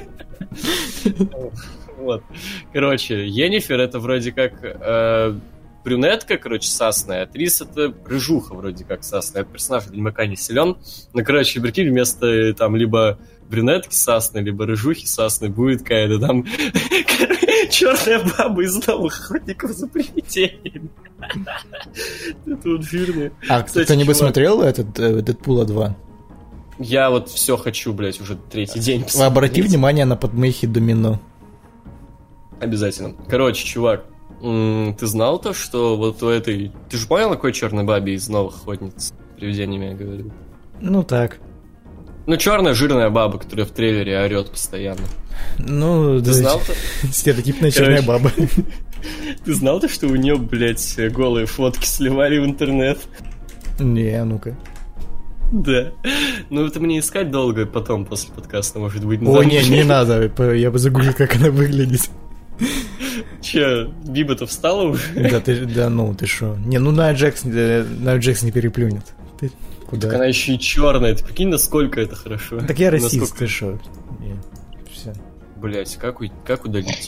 Вот. Короче, Йеннифер это вроде как брюнетка, короче, сасная, а Трис это рыжуха вроде как сасная. Персонаж Ведьмака не силен. Но, короче, прикинь, вместо там либо брюнетки сасной, либо рыжухи сасной будет какая-то там черная баба из новых охотников за привидениями. Это вот жирное. А кто-нибудь смотрел этот Дэдпула 2? Я вот все хочу, блять, уже третий день. Обрати внимание на подмехи Домино. Обязательно. Короче, чувак, ты знал то, что вот у этой... Ты же понял, на какой черной бабе из новых охотниц с привидениями я говорю? Ну так. Черная жирная баба, которая в трейлере орет постоянно. Ну, ты знал-то? Стереотипная черная баба. Ты знал-то, что у нее, блять, голые фотки сливали в интернет? Не, ну-ка. Да. Ну, это мне искать долго потом, после подкаста, может быть. О, не надо, я бы загуглил, как она выглядит. Че, Биба-то встала уже? Да, ты шо. Не, Найя Джекс не переплюнет. Ты куда? Так она еще и черная, ты прикинь, насколько это хорошо. Так я расист, ты шо. Все. Блять, как удалить?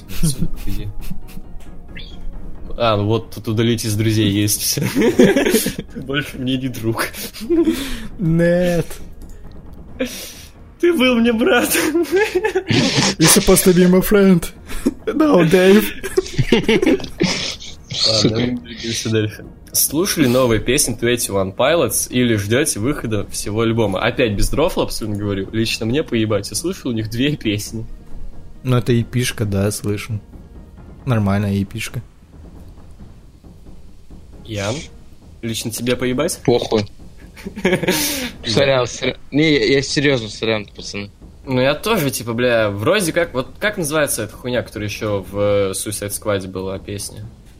Вот тут удалить из друзей есть все. Больше мне не друг. Нет. Ты был мне братом. You're supposed to be my friend. No, Dave. Ладно, двигаемся дальше. Слушали новые песни 21 Pilots или ждете выхода всего альбома? Опять без дрофла, абсолютно говорю. Лично мне поебать. Я слышал у них 2 песни. Ну, это EP-шка, да, слышу. Нормальная EP-шка. Ян? Лично тебе поебать? Похуй. Сорян. Не, я серьезно, сорян, пацаны. Ну, я тоже, типа, бля, вроде как... Вот как называется эта хуйня, которая еще в Suicide Squad была песня?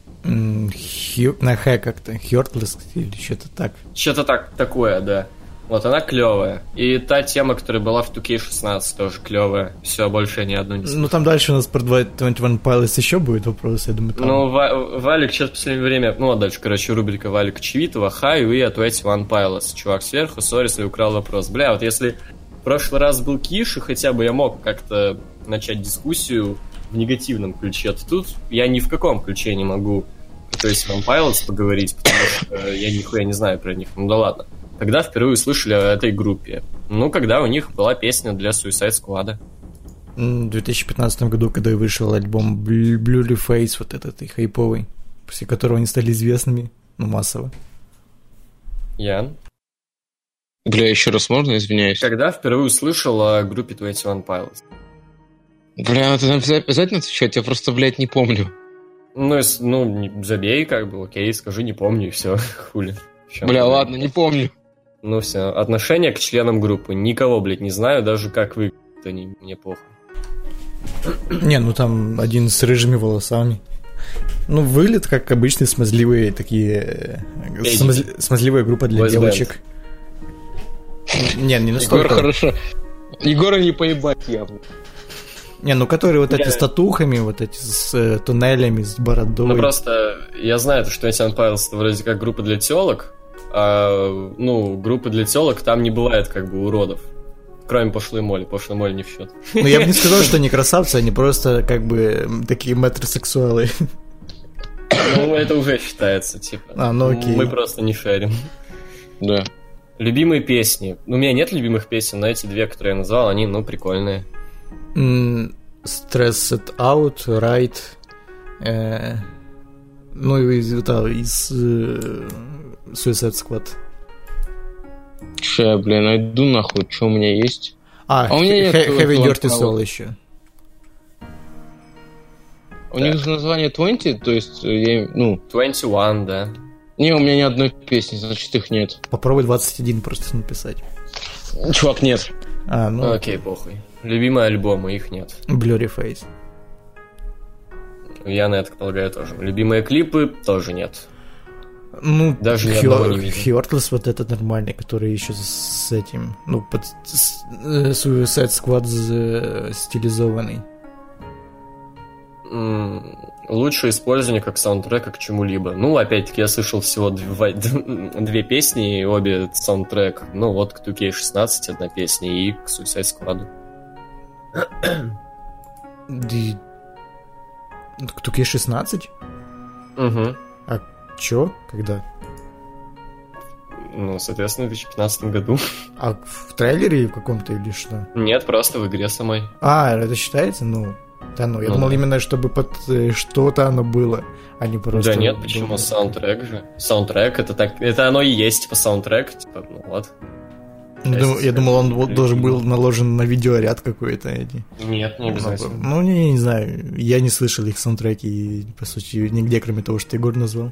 На Х как-то. Heartless или что-то так. Что-то такое, да. Вот, она клевая. И та тема, которая была в 2K16, тоже клевая. Все, больше я ни одну не слышал. Ну, там дальше у нас про 21 Pilots еще будет вопрос, я думаю, там... Ну, Валик сейчас в последнее время... Ну, а дальше, короче, рубрика Валик Чевитова, Хаю и 21 Pilots. Чувак сверху, сори, если украл вопрос. Бля, вот если в прошлый раз был Киш, и хотя бы я мог как-то начать дискуссию в негативном ключе, то тут я ни в каком ключе не могу про 21 Pilots поговорить, потому что я нихуя не знаю про них. Ну да ладно. Когда впервые слышали о этой группе? Ну, когда у них была песня для Suicide Squad. В 2015 году, когда вышел альбом Blurry Face, вот этот и хайповый, после которого они стали известными, массово. Ян? Бля, еще раз можно, извиняюсь? Когда впервые услышал о группе 21 Pilots? Бля, ты обязательно отвечать? Я просто, блядь, не помню. Ну, забей, как бы, окей, скажи, не помню, и все, хули. Бля, ладно, не помню. Ну все, отношение к членам группы. Никого, блядь, не знаю, даже как выглядят они, мне похуй. Не, там один с рыжими волосами. Выглядит как обычные смазливые такие... Смазливая группа для девочек. Не настолько. Егор, хорошо. Егора не поебать явно. Не, которые вот эти с татухами, вот эти с туннелями, с бородой. Ну просто Я знаю, что Twenty One Pilots это вроде как группа для телок, а, группа для телок, там не бывает как бы уродов. Кроме Пошлой Молли. Пошлой Молли не в счет. Ну, я бы не сказал, что они красавцы, они просто как бы такие метросексуалы. Ну, это уже считается, типа. Окей. Мы просто не шарим. Да. Любимые песни. У меня нет любимых песен, но эти две, которые я назвал, они, прикольные. Stressed Out, Right. Из Suicide Squad. Че, найду нахуй, что у меня есть. У меня нет Heavy Dirty Soul еще. У них же название 20, то есть 21, да. Не, у меня ни одной песни, значит их нет. Попробуй 21 просто написать. Чувак, нет. Окей, похуй. Любимые альбомы, их нет. Blurry Face. Я на это полагаю тоже. Любимые клипы тоже нет. Даже ни одного не видел. Heartless вот этот нормальный, который еще с этим, под Suicide Squad стилизованный. Лучшее использование как саундтрека к чему-либо. Опять-таки, я слышал всего две песни, обе саундтрек. К 2K16 одна песня и к Suicide Squad. К 2K16? Угу. А чё? Когда? Соответственно, в 2015 году. А в трейлере в каком-то или что? Нет, просто в игре самой. Это считается? Я думал именно, чтобы под что-то оно было, а не просто... Да нет, почему? Саундтрек же. Саундтрек, это оно и есть, типа, саундтрек, типа, вот. Я думал, он должен был наложен на видеоряд какой-то. Нет, не обязательно. Я не знаю, я не слышал их саундтреки, и, по сути, нигде, кроме того, что Егор назвал.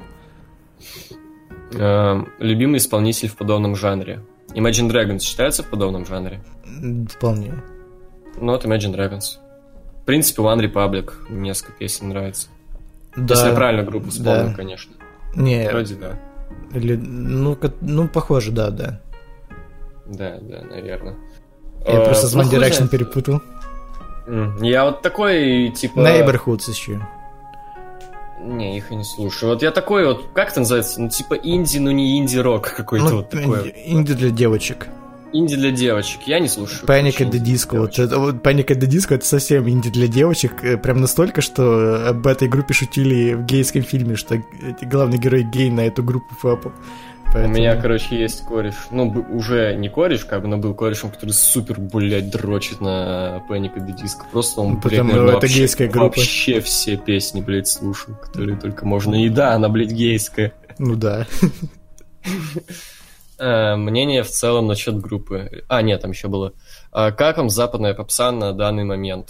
Любимый исполнитель в подобном жанре. Imagine Dragons считается в подобном жанре? Вполне. Вот Imagine Dragons. В принципе, One Republic. Мне несколько песен нравится. Да. Если я правильно группу вспомнил, конечно. Не. Вроде да. Похоже, да. Да, наверное. Я просто с One Direction перепутал. Я вот такой, типа... Neighborhoods еще. Не, их и не слушаю. Вот я такой вот, как это называется? Типа инди, но не инди-рок какой-то вот такой. Инди для девочек. Инди для девочек. Я не слушаю. Panic at the Disco. Panic at the Disco — это совсем инди для девочек. Прям настолько, что об этой группе шутили в гейском фильме, что главный герой гей на эту группу фапал. Поэтому... У меня, есть кореш. Уже не кореш, но был корешем, который супер, дрочит на Panic at the Disco. Просто он, это гейская группа. Вообще все песни, слушаю, которые только можно. И да, она, гейская. Да. Мнение в целом насчет группы. Нет, там еще было. Как вам западная попса на данный момент?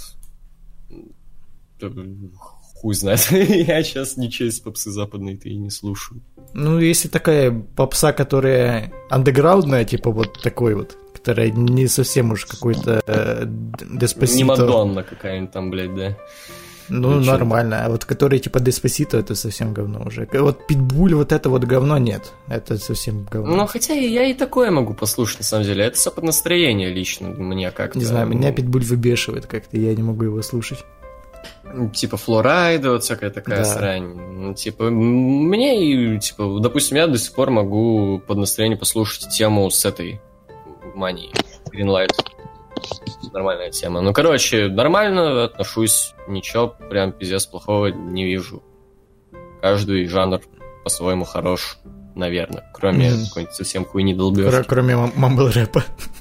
Хуй знает. Я сейчас ничего из попсы западной-то и не слушаю. Если такая попса, которая андеграундная, типа вот такой вот, которая не совсем уж какой-то Деспасито. Не Мадонна какая-нибудь там, да. Нормально. А вот который типа Деспасито, это совсем говно уже. Вот Питбуль, вот это вот говно, нет. Это совсем говно. Хотя я и такое могу послушать, на самом деле. Это все под настроение лично мне как-то. Не знаю, меня Питбуль выбешивает как-то, я не могу его слушать. Типа Флорайда, вот всякая такая срань. Мне, допустим, я до сих пор могу под настроение послушать тему с этой манией. Greenlight. Нормальная тема. Нормально отношусь. Ничего прям пиздец плохого не вижу. Каждый жанр по-своему хорош, наверное. Кроме какой-нибудь совсем хуйни долбёжки. Кроме мамбл-рэпа.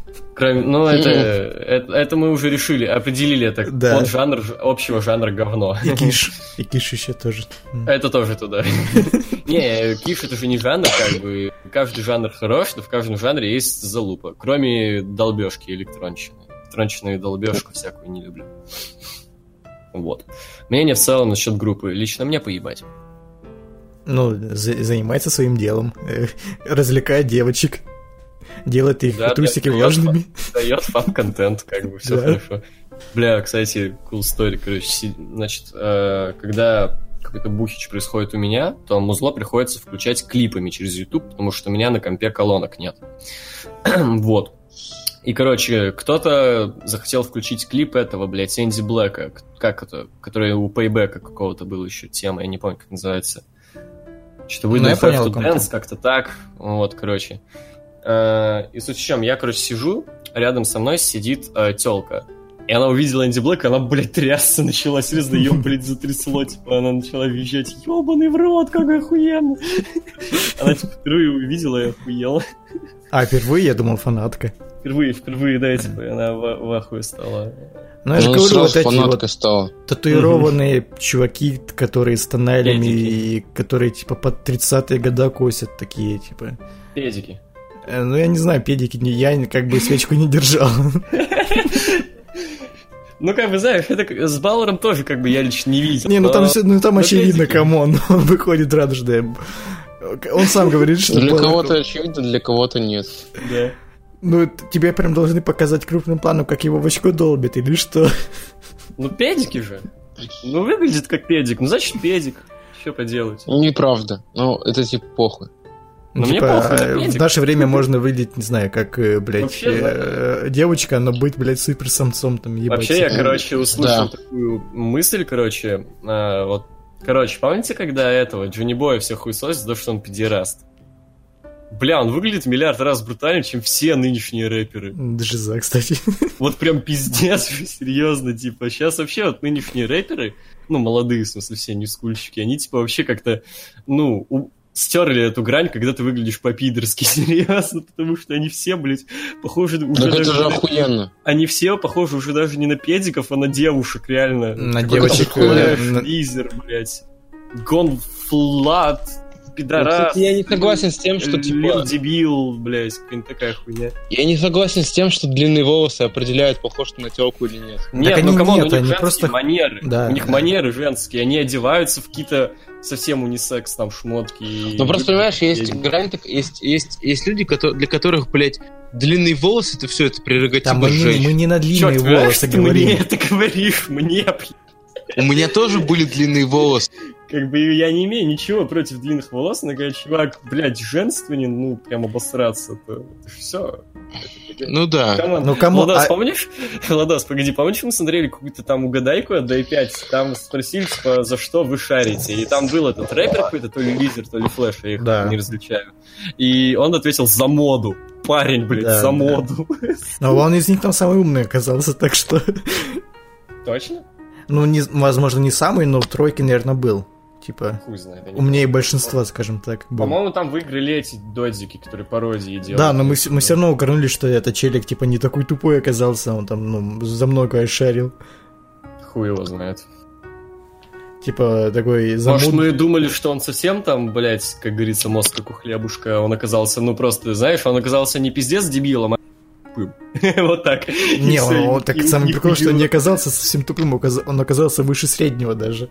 Это мы уже решили, определили это поджанр общего жанра говно. И киш еще тоже. Это тоже туда. Не, киш это же не жанр, каждый жанр хорош, но в каждом жанре есть залупа. Кроме долбежки и электронщины. Электронщину и долбежку всякую не люблю. Вот. Мнение в целом насчет группы. Лично мне поебать. Занимается своим делом. Развлекает девочек. Делает их трусики влажными. Дает фан-контент, все хорошо. Бля, кстати, cool story, значит, когда какой-то бухич происходит у меня, то музло приходится включать клипами через YouTube, потому что у меня на компе колонок нет. Вот. И, кто-то захотел включить клип этого, Энди Блэка, как это, который у Пейбека какого-то был еще тема, я не помню, как называется. Что-то будет Five to Dance, как-то так. Вот, короче. И суть в чем, я, короче, сижу, рядом со мной сидит тёлка. И она увидела Энди Блэка, она, блядь, трясться начала, серьезно, её, блядь, затрясло, типа, она начала визжать, ёбаный в рот, как охуенно. Она, типа, впервые увидела и охуела. А, впервые, я думал, фанатка. Впервые, да, типа, она в ахуе стала. Ну, я же говорю, вот эти вот стала. Татуированные чуваки, которые с тоннелями, и которые, типа, под 30-е года косят, такие, типа... Педики. Ну, я не знаю, педики, я как бы свечку не держал. Ну, как бы, знаешь, это с Баллером тоже, как бы, я лично не видел. Не, ну там очевидно, камон, он выходит радужный. Он сам говорит, что... Для кого-то очевидно, для кого-то нет. Да. Ну, тебе прям должны показать крупным планом, как его в очко долбит, или что? Ну, педики же. Ну, выглядит как педик. Ну, значит, педик. Что поделать? Неправда. Ну, это типа похуй. Ну, типа, в наше время можно выглядеть, не знаю, как, блядь, девочка, но быть, блядь, суперсамцом там, ебать. Вообще, я, короче, услышал такую мысль, короче, вот, короче, помните, когда этого Джонни Боя все хуесосит за то, что он педераст? Бля, он выглядит миллиард раз брутальнее, чем все нынешние рэперы. Жиза, кстати. Вот прям пиздец, серьезно, типа, сейчас вообще вот нынешние рэперы, ну, молодые, в смысле, все нескульщики, они, типа, вообще как-то, ну, стерли эту грань, когда ты выглядишь по-пидорски, серьезно, потому что они все, блядь, похожи... Так это же охуенно. Они все похожи уже даже не на педиков, а на девушек, реально. На девочек. Лизер, блядь. Гонфлат, пидорас. Кстати, я не согласен с тем, что, типа... Дебил, блядь, какая-то такая хуйня. Я не согласен с тем, что длинные волосы определяют, похож ты на тёлку или нет. Нет, ну камон, у них женские просто... манеры. Да, у них манеры женские, они одеваются в какие-то совсем унисекс, там, шмотки. Ну просто, понимаешь, есть грань, есть люди, для которых, блядь, длинные волосы, это все, это прерогатива женщин. Мы не на длинные волосы говорим. Мне это говоришь, мне, блядь. У меня тоже были длинные волосы. Как бы я не имею ничего против длинных волос, но когда чувак, блядь, женственен, ну, прям обосраться, то все. Ну да. Ну, кому... Ладос, помнишь? Ладос, погоди, помнишь, мы смотрели какую-то там угадайку от Day5, там спросили, типа, за что вы шарите, и там был этот рэпер какой-то, то ли Лизер, то ли Флэш, я их не различаю. И он ответил за моду. Парень, блядь, за моду. Но он из них там самый умный оказался, так что... Точно? Ну, возможно, не самый, но в тройке, наверное, был. Типа, хуй знает, умнее большинства, скажем так. Был. По-моему, там выиграли эти додзики, которые пародии делают. Да, но мы все равно угорнули, что этот челик, типа, не такой тупой оказался, он там, ну, за многое шарил. Хуй его знает. Типа, такой... Может, мы думали, что он совсем там, блядь, как говорится, мозг как у хлебушка, он оказался, ну, просто, знаешь, он оказался не пиздец дебилом, а вот так. Не, он так самый прикол, что он не оказался совсем тупым, он оказался выше среднего даже.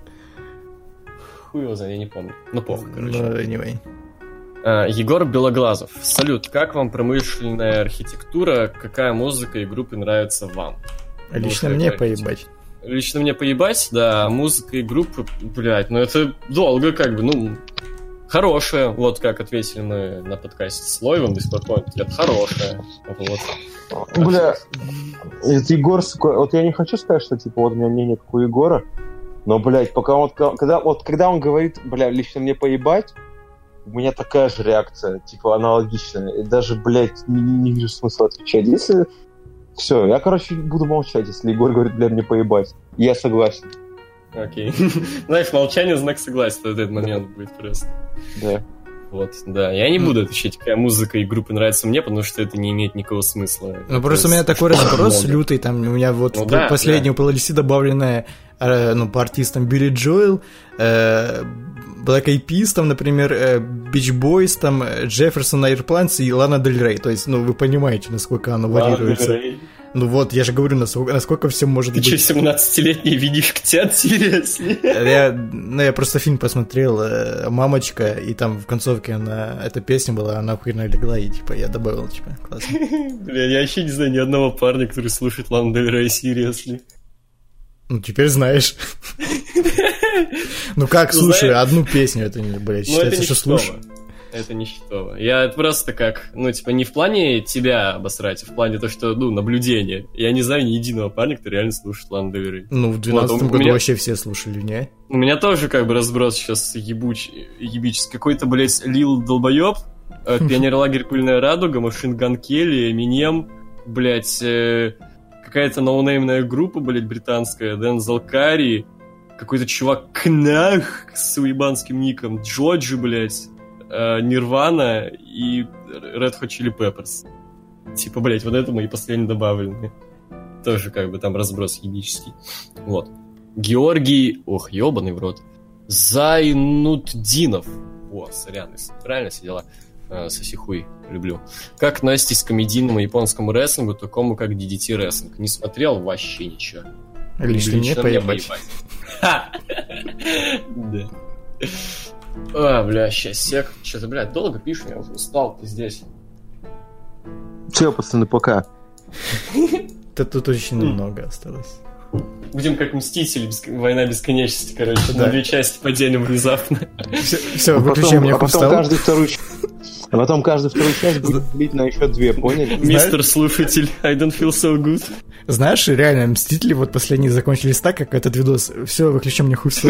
Хуй его знает, я не помню. Ну, похуй, короче. Anyway. Егор Белоглазов. Салют, как вам промышленная архитектура? Какая музыка и группы нравятся вам? Лично мне поебать. Лично мне поебать, да. Музыка и группы, блядь, ну это долго как бы, ну... Хорошая, вот как ответили мы на подкасте с Лоевым, до сих пор помню, это хорошая. Вот. Бля, это Егор, вот я не хочу сказать, что типа вот у меня мнение как у Егора, но, блядь, пока он, когда он говорит, бля, лично мне поебать, у меня такая же реакция, типа аналогичная, и даже, блядь, не вижу смысла отвечать. Если... Все, я, короче, буду молчать, если Егор говорит, бля, мне поебать. Я согласен. Окей. Знаешь, молчание — знак согласия в этот момент будет просто. Да. Вот, да. Я не буду отвечать, какая музыка и группа нравится мне, потому что это не имеет никакого смысла. Ну, просто у меня такой разброс лютый, там у меня вот в последнем плейлисте добавленная, ну, по артистам Билли Джоэл, Black Eyed Peas, там, например, Beach Boys, там, Jefferson Airplanes и Лана Дель Рей. То есть, ну, вы понимаете, насколько оно варьируется. Ну вот, я же говорю, насколько все может быть... Ты что, 17-летний видишь ктят, серьезно? Я просто фильм посмотрел «Мамочка», и там в концовке эта песня была, она охуенно легла, и типа я добавил, типа, классно. Бля, я вообще не знаю ни одного парня, который слушает Лану Дель Рей, серьезно. Ну, теперь знаешь. Ну как, слушай, одну песню, это, блядь, считается, что слушаю. Это не счетово. Я просто как, ну, типа, не в плане тебя обосрать, а в плане то, что, ну, наблюдение. Я не знаю ни единого парня, кто реально слушает Лану Дель Рей. Ну, в 12-м году вообще все слушали, не? У меня тоже, как бы, разброс сейчас ебический. Какой-то, блядь, Лил долбоеб, Пионерлагерь Пыльная Радуга, Машин Ган Келли, Эминем, блядь, какая-то ноунеймная группа, блядь, британская, Дензел Карри, какой-то чувак Кнах с уебанским ником, Джоджи, блядь, Нирвана и Red Hot Chili Peppers. Типа, блядь, вот это мои последние добавленные. Тоже как бы там разброс ебический. Вот. Георгий... Ох, ебаный в рот. Зайнутдинов. О, сорян, правильно все дела? Соси хуй, люблю. Как относитесь к комедийному японскому рестлингу, такому как DDT рестлинг? Не смотрел вообще ничего. Лично мне поебать. Да. А, бля, сейчас сек. Что-то, блядь, долго пишешь, я уже устал, ты здесь. Че, пацаны, пока. Да тут очень много осталось. Будем как Мстители, Война бесконечности, короче, на 2 части поделим внезапно. Все, выключаем, мне устал. А потом каждую вторую часть будет делить на еще 2, поняли? Мистер слушатель, I don't feel so good. Знаешь, реально, Мстители вот последние закончились так, как этот видос. Все, выключай мне хуй встал.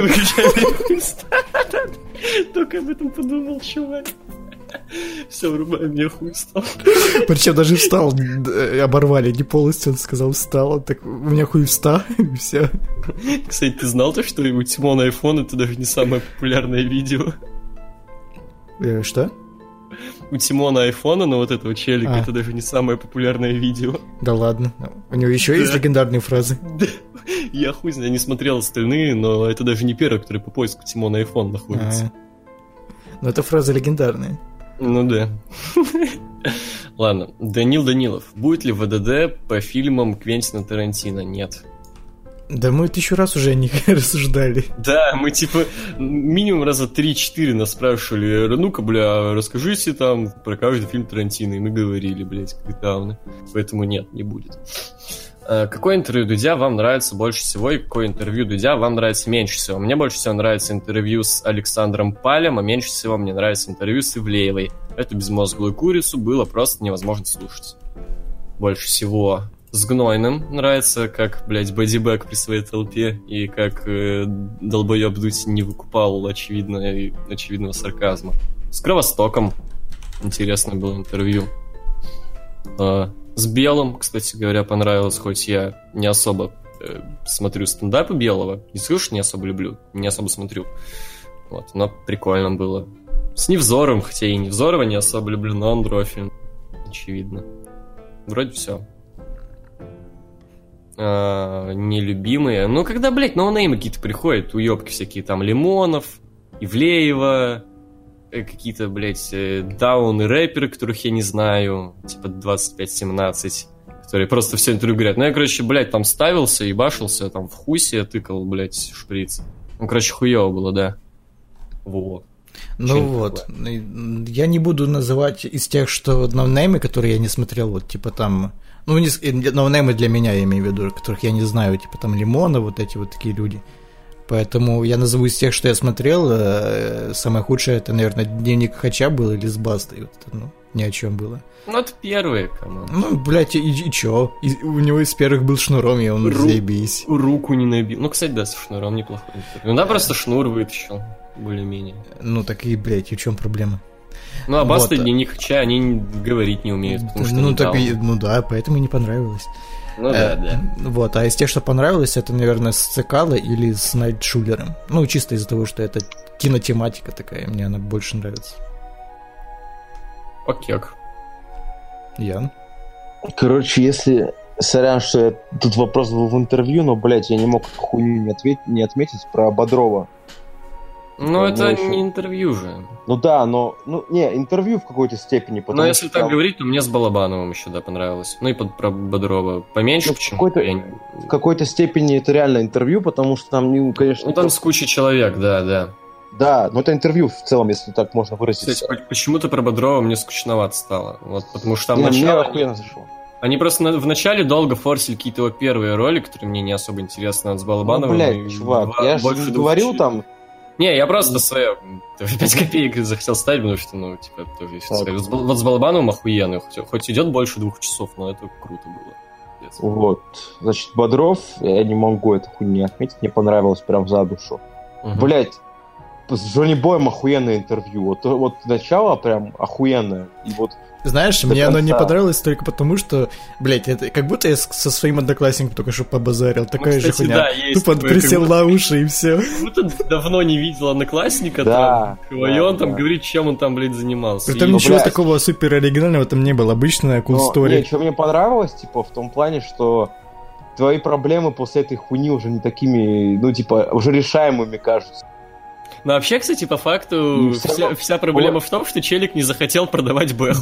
Только об этом подумал, чувак. Все, врубай мне хуй встал. Причем даже встал, оборвали, не полностью, он сказал встал, так у меня хуй встал, и все. Кстати, ты знал то, что у Тимона iPhone это даже не самое популярное видео? Что? У Тимона iPhone, но вот этого челика, это даже не самое популярное видео. Да ладно, у него еще есть легендарные фразы. Да. Я хуй знаю, не смотрел остальные, но это даже не первый, который по поиску Тимона iPhone находится. Но это фраза легендарная. Ну да. Ладно, Данил Данилов. Будет ли ВДД по фильмам Квентина Тарантино? Нет. Да мы 1000 раз уже о них рассуждали. Да, мы типа минимум раза 3-4 нас спрашивали: ну-ка, бля, расскажите там про каждый фильм Тарантино. И мы говорили, блядь, как давно. Поэтому нет, не будет. Какое интервью Дудя вам нравится больше всего и какое интервью Дудя вам нравится меньше всего? Мне больше всего нравится интервью с Александром Палем, а меньше всего мне нравится интервью с Ивлеевой. Эту безмозглую курицу было просто невозможно слушать. Больше всего с Гнойным нравится, как, блядь, бодибэк при своей толпе, и как долбоеб Дудь не выкупал очевидного сарказма. С Кровостоком интересное было интервью. С Белым, кстати говоря, понравилось, хоть я не особо смотрю стендапы Белого. Не скажу, что не особо люблю, не особо смотрю. Вот, но прикольно было. С Невзоровым, хотя и Невзорова не особо люблю, но он дрофин. Очевидно. Вроде все. Нелюбимые. Ну, когда, блядь, ноунеймы какие-то приходят, уёбки всякие, там, Лимонов, Ивлеева, какие-то, блядь, дауны рэперы, которых я не знаю, типа 25-17, которые просто все интервью говорят. Ну, я, короче, блядь, там ставился, ебашился, там в хусе тыкал, блядь, шприц. Ну, короче, хуёво было, да. Вот. Ну вот, я не буду называть из тех, что ноунеймы, которые я не смотрел, вот, типа там, ну, ноунеймы для меня, я имею в виду, которых я не знаю, типа там Лимона, вот эти вот такие люди. Поэтому я назову из тех, что я смотрел, самое худшее, это, наверное, Дневник Хача был или с Бастой, вот это, ну, ни о чем было. Ну, это первые, кому. Ну, блядь, и чё? У него из первых был Шнуром, и он заебись. Руку не набил. Ну, кстати, да, со Шнуром неплохой. Ну, да, просто Шнур вытащил, более-менее. Ну, так и, блядь, и в чем проблема? Ну, а Баста и Дневник Хача, они говорить не умеют, потому что ну, так и, ну да, поэтому и не понравилось. Ну да. Вот, а из тех, что понравилось, это, наверное, с Цикало или с Найтшулером. Ну, чисто из-за того, что это кинотематика такая, мне она больше нравится. Окей. Ян? Короче, если... Сорян, что тут вопрос был в интервью, но, блядь, я не мог хуйню не отметить про Бодрова. Ну, это не интервью же. Ну да, но... Ну, не, интервью в какой-то степени. Но если так говорить, то мне с Балабановым еще, да, понравилось. Ну и про Бодрова поменьше, ну, почему-то. В какой-то степени это реально интервью, потому что там, ну, конечно... Ну, там с кучей человек, да. Да, но это интервью в целом, если так можно выразиться. Кстати, почему-то про Бодрова мне скучновато стало. Вот, потому что там мне охуенно зашло. Они просто вначале долго форсили какие-то его первые роли, которые мне не особо интересны, с Балабановым. Ну, блядь, чувак, я же говорил там... Не, я просто свои 5 копеек захотел ставить, потому что, ну, типа, тоже есть. Вот с Балабановым охуенно, хоть идет больше 2 часов, но это круто было. Вот. Значит, Бодров, я не могу эту хуйню не отметить, мне понравилось прям за душу. Блять, с Джонни Боем охуенное интервью. Вот начало прям охуенное. И вот знаешь, мне оно не понравилось только потому, что, блять, это как будто я со своим одноклассником только что побазарил. Такая же хуйня. Да, тупо присел на уши и все. Как будто давно не видел одноклассника, да, там, и он там говорит, чем он там, блядь, занимался. Там ничего такого супер оригинального там не было. Обычная cool story. Не, что мне понравилось, типа, в том плане, что твои проблемы после этой хуйни уже не такими, ну, типа, уже решаемыми кажутся. Ну, вообще, кстати, по факту, вся проблема в том, что челик не захотел продавать бэху.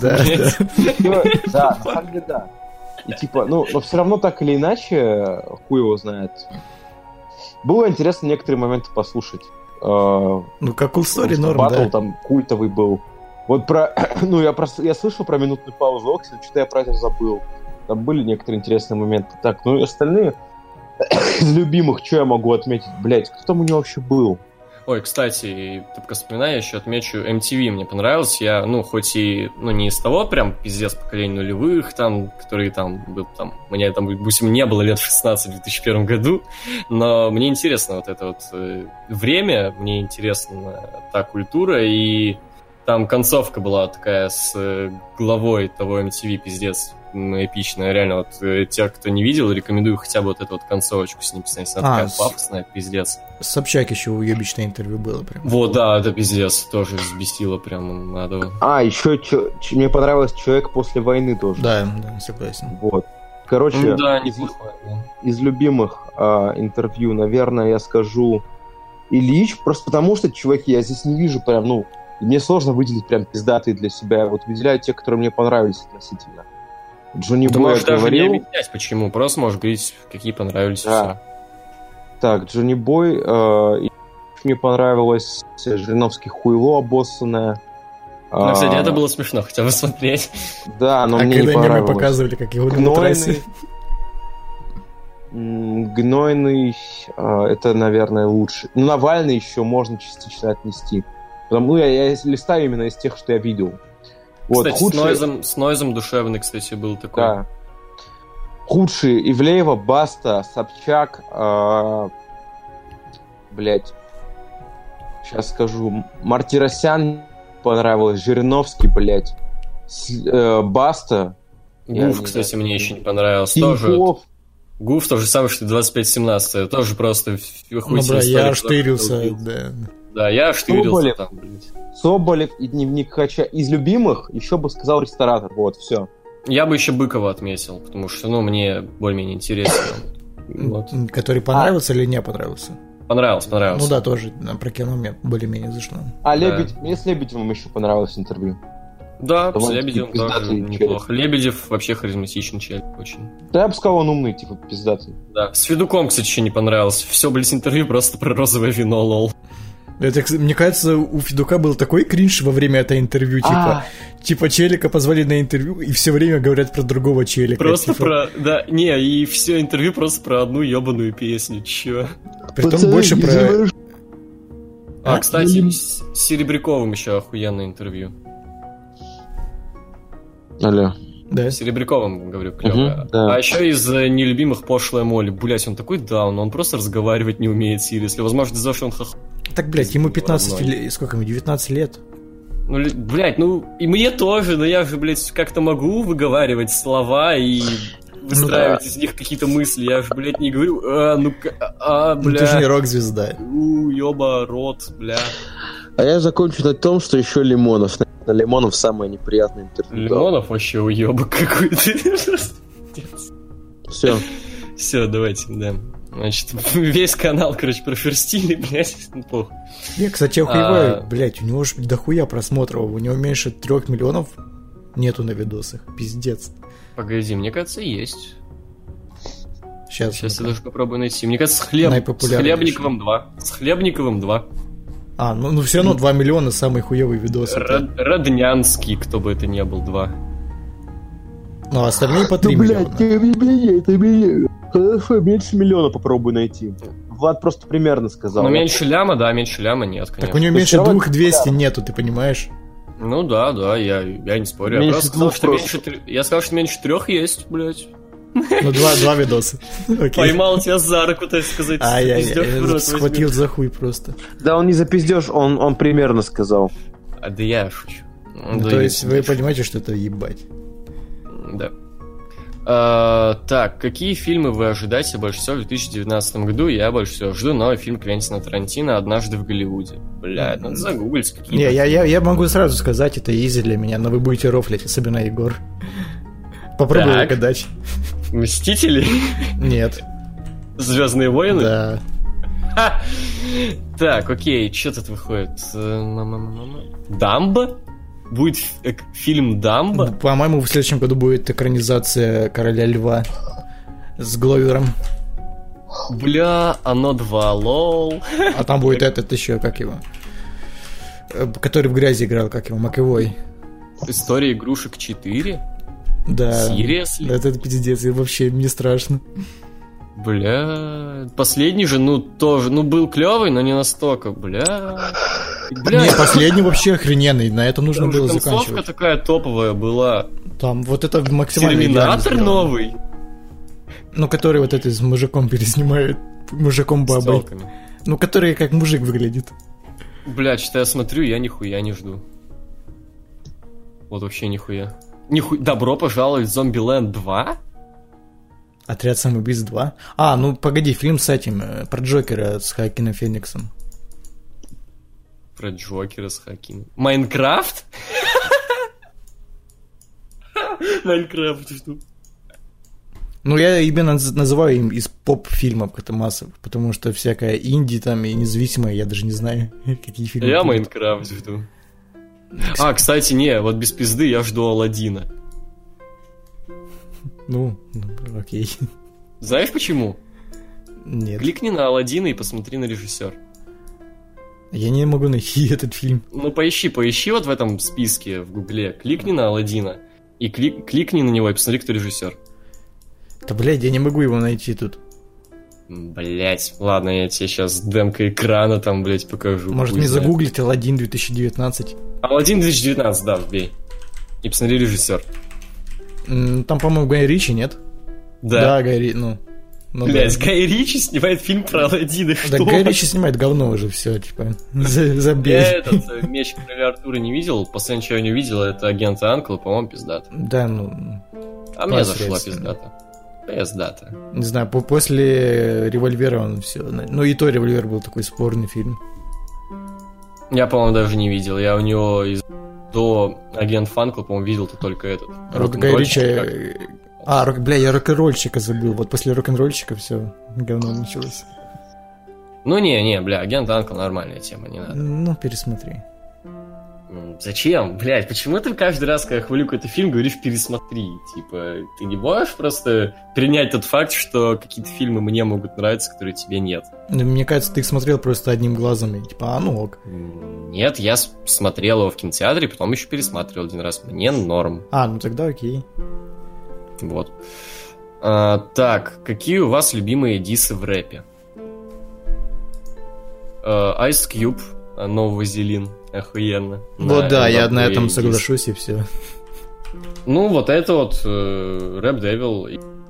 Да, на самом деле, да. И типа, ну, но все равно так или иначе, хуй его знает. Было интересно некоторые моменты послушать. Ну, как cool story, норм, да. Батл там культовый был. Вот про... Ну, я слышал про минутную паузу Окси, что-то я про это забыл. Там были некоторые интересные моменты. Так, ну и остальные из любимых, что я могу отметить? Блять, кто там у него вообще был? Ой, кстати, ты пока вспоминаю, я еще отмечу, MTV мне понравился. Я, ну, хоть и, ну, не из того прям пиздец поколения нулевых, там, которые там, был, там, мне там, допустим, не было лет 16 в 2001 году, но мне интересно вот это вот время, мне интересна та культура, и там концовка была такая с главой того MTV, пиздец, эпичная, реально, вот те, кто не видел, рекомендую хотя бы вот эту вот концовочку с ним посмотреть, она такая пафосная, пиздец. Собчак еще уебищное интервью было прям. Вот, да, это пиздец, тоже взбесило прям, надо. Еще мне понравилось «Человек после войны» тоже. Да, согласен. Вот. Короче, ну, да, неплохое, из любимых интервью, наверное, я скажу Ильич, просто потому что, чуваки, я здесь не вижу прям, ну, мне сложно выделить прям пиздатые для себя, я вот выделяю те, которые мне понравились относительно. Джонни Бой говорил... даже не объяснять, почему. Просто можешь говорить, какие понравились. Да. Так, Джонни Бой. Мне понравилось Жириновский хуйло обоссанное. Ну, кстати, это было смешно хотя бы смотреть. Да, но мне не понравилось. Когда мы показывали, как его на трассе. Гнойный, это, наверное, лучше. Ну, Навальный еще можно частично отнести. Потому что я листаю именно из тех, что я видел. Вот, кстати, худший... с Нойзом душевный, кстати, был такой. Да. Худшие: Ивлеева, Баста, Собчак, блять, сейчас скажу, Мартиросян понравилось, Жириновский, блять, Баста. Гуф, кстати, мне еще не понравился. Тоже. Гуф то же самое, что 25-17, тоже просто хуй себе. Я оштырился, да. Да, я оштырился там, блядь. Соболев и Дневник Хача. Из любимых еще бы сказал Ресторатор. Вот, все. Я бы еще Быкова отметил, потому что, ну, мне более-менее интересно. Вот. Который понравился или не понравился? Понравился. Ну да, тоже про кино мне более-менее зашло. А Лебедь, мне с Лебедевым еще понравилось интервью. Да, с Лебедевым тоже неплохо. Лебедев вообще харизматичный человек очень. Да, я бы сказал, он умный, типа, пиздатый. Да, с Федуком, кстати, еще не понравился. Все, блядь, интервью просто про розовое вино, лол. Это, мне кажется, у Федука был такой кринж во время этого интервью, типа челика позвали на интервью, и все время говорят про другого челика. Просто про... Да, не, и все интервью просто про одну ебаную песню, чё. Притом больше про... кстати, с Серебряковым еще охуенное интервью. Алло. Да. С Серебряковым, говорю, клёвое. Да. А еще из нелюбимых пошлая Молли. Блять, он такой даун, он просто разговаривать не умеет, серьезно. Возможно, из-за того, что он Так, блядь, ему 15 сколько ему, 19 лет? Ну, блядь, ну, и мне тоже, но я же, блядь, как-то могу выговаривать слова и выстраивать из них какие-то мысли. Я же, блядь, не говорю, бля. Ну, ты же не рок-звезда. Ёба, рот, бля. А я закончу на том, что еще Лимонов. Лимонов самое неприятное интервью. Лимонов вообще уебок какой-то. Все. Все, давайте, да. Значит, весь канал, короче, проферстили, блядь, похуй. Я, кстати, охуеваю, блядь, у него же дохуя просмотров, у него меньше 3 миллионов нету на видосах, пиздец. Погоди, мне кажется, есть. Сейчас я даже попробую найти. Мне кажется, с Хлебниковым 2. С Хлебниковым 2. Ну все равно 2 миллиона самый хуёвый видос. Роднянский, кто бы это ни был, 2. Ну, остальные по 3 миллиона. Это меня. Хорошо, меньше миллиона попробуй найти. Влад просто примерно сказал. Ну, меньше ляма, да, меньше ляма нет, конечно. Так у него меньше 2200 нету, ты понимаешь? Ну да, я не спорю. Я просто сказал, что меньше 3 есть, блядь. Ну, два видоса. Поймал тебя за руку, так сказать. Я схватил за хуй просто. Да, он не за пиздеж, он примерно сказал. Да я шучу. То есть вы понимаете, что это ебать? Да. Так, какие фильмы вы ожидаете больше всего в 2019 году? Я больше всего жду новый фильм Квентина Тарантино «Однажды в Голливуде». Блядь, надо загуглить какие-то. Не, я могу сразу сказать, это изи для меня, но вы будете рофлить, особенно Егор. Попробуй угадать. Мстители? Нет. Звездные войны? Да. Так, окей, что тут выходит? Дамбо? Будет фильм «Дамбо»? По-моему, в следующем году будет экранизация «Короля льва» с Гловером. Бля, оно 2, лол. А там будет этот еще, как его? Который в грязи играл, как его, Маковой. История игрушек 4? Да. Seriously? Да, это пиздец, и вообще мне страшно. Бля, последний же, тоже, был клевый, но не настолько, бля. Не, последний вообще охрененный, на это нужно было заканчивать. Концовка такая топовая была. Там вот это максимально Терминатор новый? Ну, который вот это с мужиком переснимают, мужиком-бабой. Ну, который как мужик выглядит. Бля, что я смотрю, я нихуя не жду. Вот вообще нихуя. Добро пожаловать в Зомбиленд 2? Отряд самоубийц 2? Ну погоди, фильм с этим, про Джокера с Хоакином Фениксом. Про Джокера с Хоакином. Майнкрафт? Майнкрафт жду. Ну, я именно называю им из поп-фильмов как-то массовых, потому что всякая инди там и независимая, я даже не знаю, какие фильмы. Я Майнкрафт жду. Кстати, вот без пизды я жду Аладдина. Ну, окей. Знаешь почему? Нет. Кликни на Аладдина и посмотри на режиссер. Я не могу найти этот фильм. Ну, поищи вот в этом списке в Гугле. Кликни на Аладдина и кликни на него и посмотри, кто режиссер. Да, блядь, я не могу его найти тут. Блять, ладно, я тебе сейчас демка экрана там, блять, покажу. Может, мне загуглить Аладдин 2019? Аладдин 2019, да, вбей. И посмотри режиссер. Там, по-моему, Гай Ричи, нет? Да. Гай Ричи, блять, да. Гай Ричи снимает фильм про Аладдина. Да, Гай Ричи снимает говно уже, все, типа, забей. Я этот «Меч короля Артура» не видел, последнее, что я не видел, это «Агент Анкл», по-моему, пиздато. Да, А мне зашла пиздата. Пиздата. Не знаю, после «Револьвера» он все. Ну и то «Револьвер» был такой спорный фильм. Я, по-моему, даже не видел. Я у него до «Агент Фанкл», по-моему, видел-то только этот. Вот Гай Ричи... я рок-н-ролльщика забыл. Вот после рок-н-ролльщика все говно началось. Ну не, «Агент Анкл» нормальная тема, не надо. Ну, пересмотри. Зачем? Блядь, почему ты каждый раз, когда я хвалю какой-то фильм, говоришь «пересмотри»? Типа, ты не можешь просто принять тот факт, что какие-то фильмы мне могут нравиться, которые тебе нет? Мне кажется, ты их смотрел просто одним глазом, и типа, ок. Нет, я смотрел его в кинотеатре, потом еще пересматривал один раз. Мне норм. Ну тогда окей. Вот. Так, какие у вас любимые дисы в рэпе? Ice Cube, «Новый Вазелин». Охуенно. Вот да, я на этом соглашусь, и все. Ну, вот это вот Рэп Девил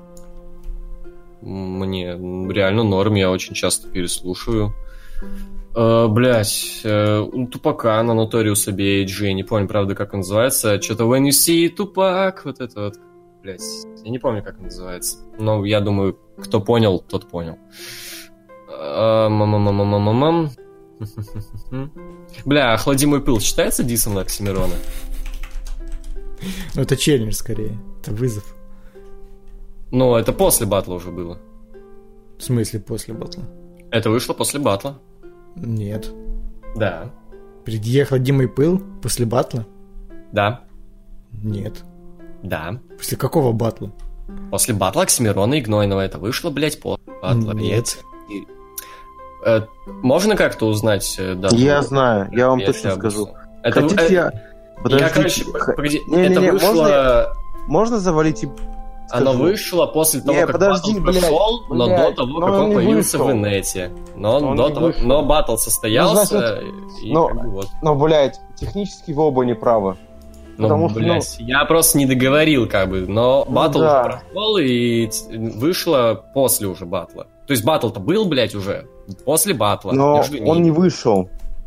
мне реально норм, я очень часто переслушиваю. Блять, у Тупака на Notorious B.I.G. Я не помню, правда, как он называется. Что-то When You See Тупак, вот это вот. Блять, я не помню, как он называется. Но я думаю, кто понял, тот понял. Бля, «Охлади мой пыл» считается дисом на Оксимирона? Ну, это челлендж, скорее. Это вызов. Ну, это после батла уже было. В смысле после батла? Это вышло после батла. Нет. Да. «Приди, охлади мой пыл» после батла? Да. Нет. Да. После какого батла? После батла Оксимирона и Гнойного. Это вышло, блядь, после батла. Нет. Можно как-то узнать дату? Я знаю, я вам точно скажу. Это, Хотите я... Подожди, это вышло... Можно завалить Оно вышло после того, как подожди, батл прошел, но до того, как он появился в инете. Но батл состоялся, и как бы вот. Но, блядь, технически вы оба не правы. Ну, блядь, я просто не договорил, как бы, но батл прошел и вышло после уже батла. То есть батл-то был, блядь, уже после батла. Но он не вышел.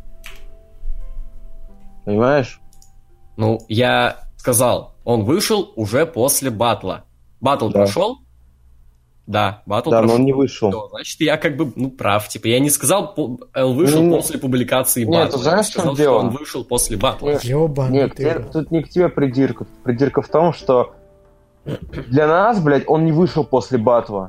Понимаешь? Ну, я сказал, он вышел уже после батла. Батл прошел? Да, батл прошел. Да, но он не вышел. Все, значит, я как бы, прав. Типа, я не сказал, вышел после публикации батла. Нет, ты знаешь, в чем дело? Он вышел после батла. Нет, тут не к тебе придирка. Придирка в том, что для нас, блядь, он не вышел после батла.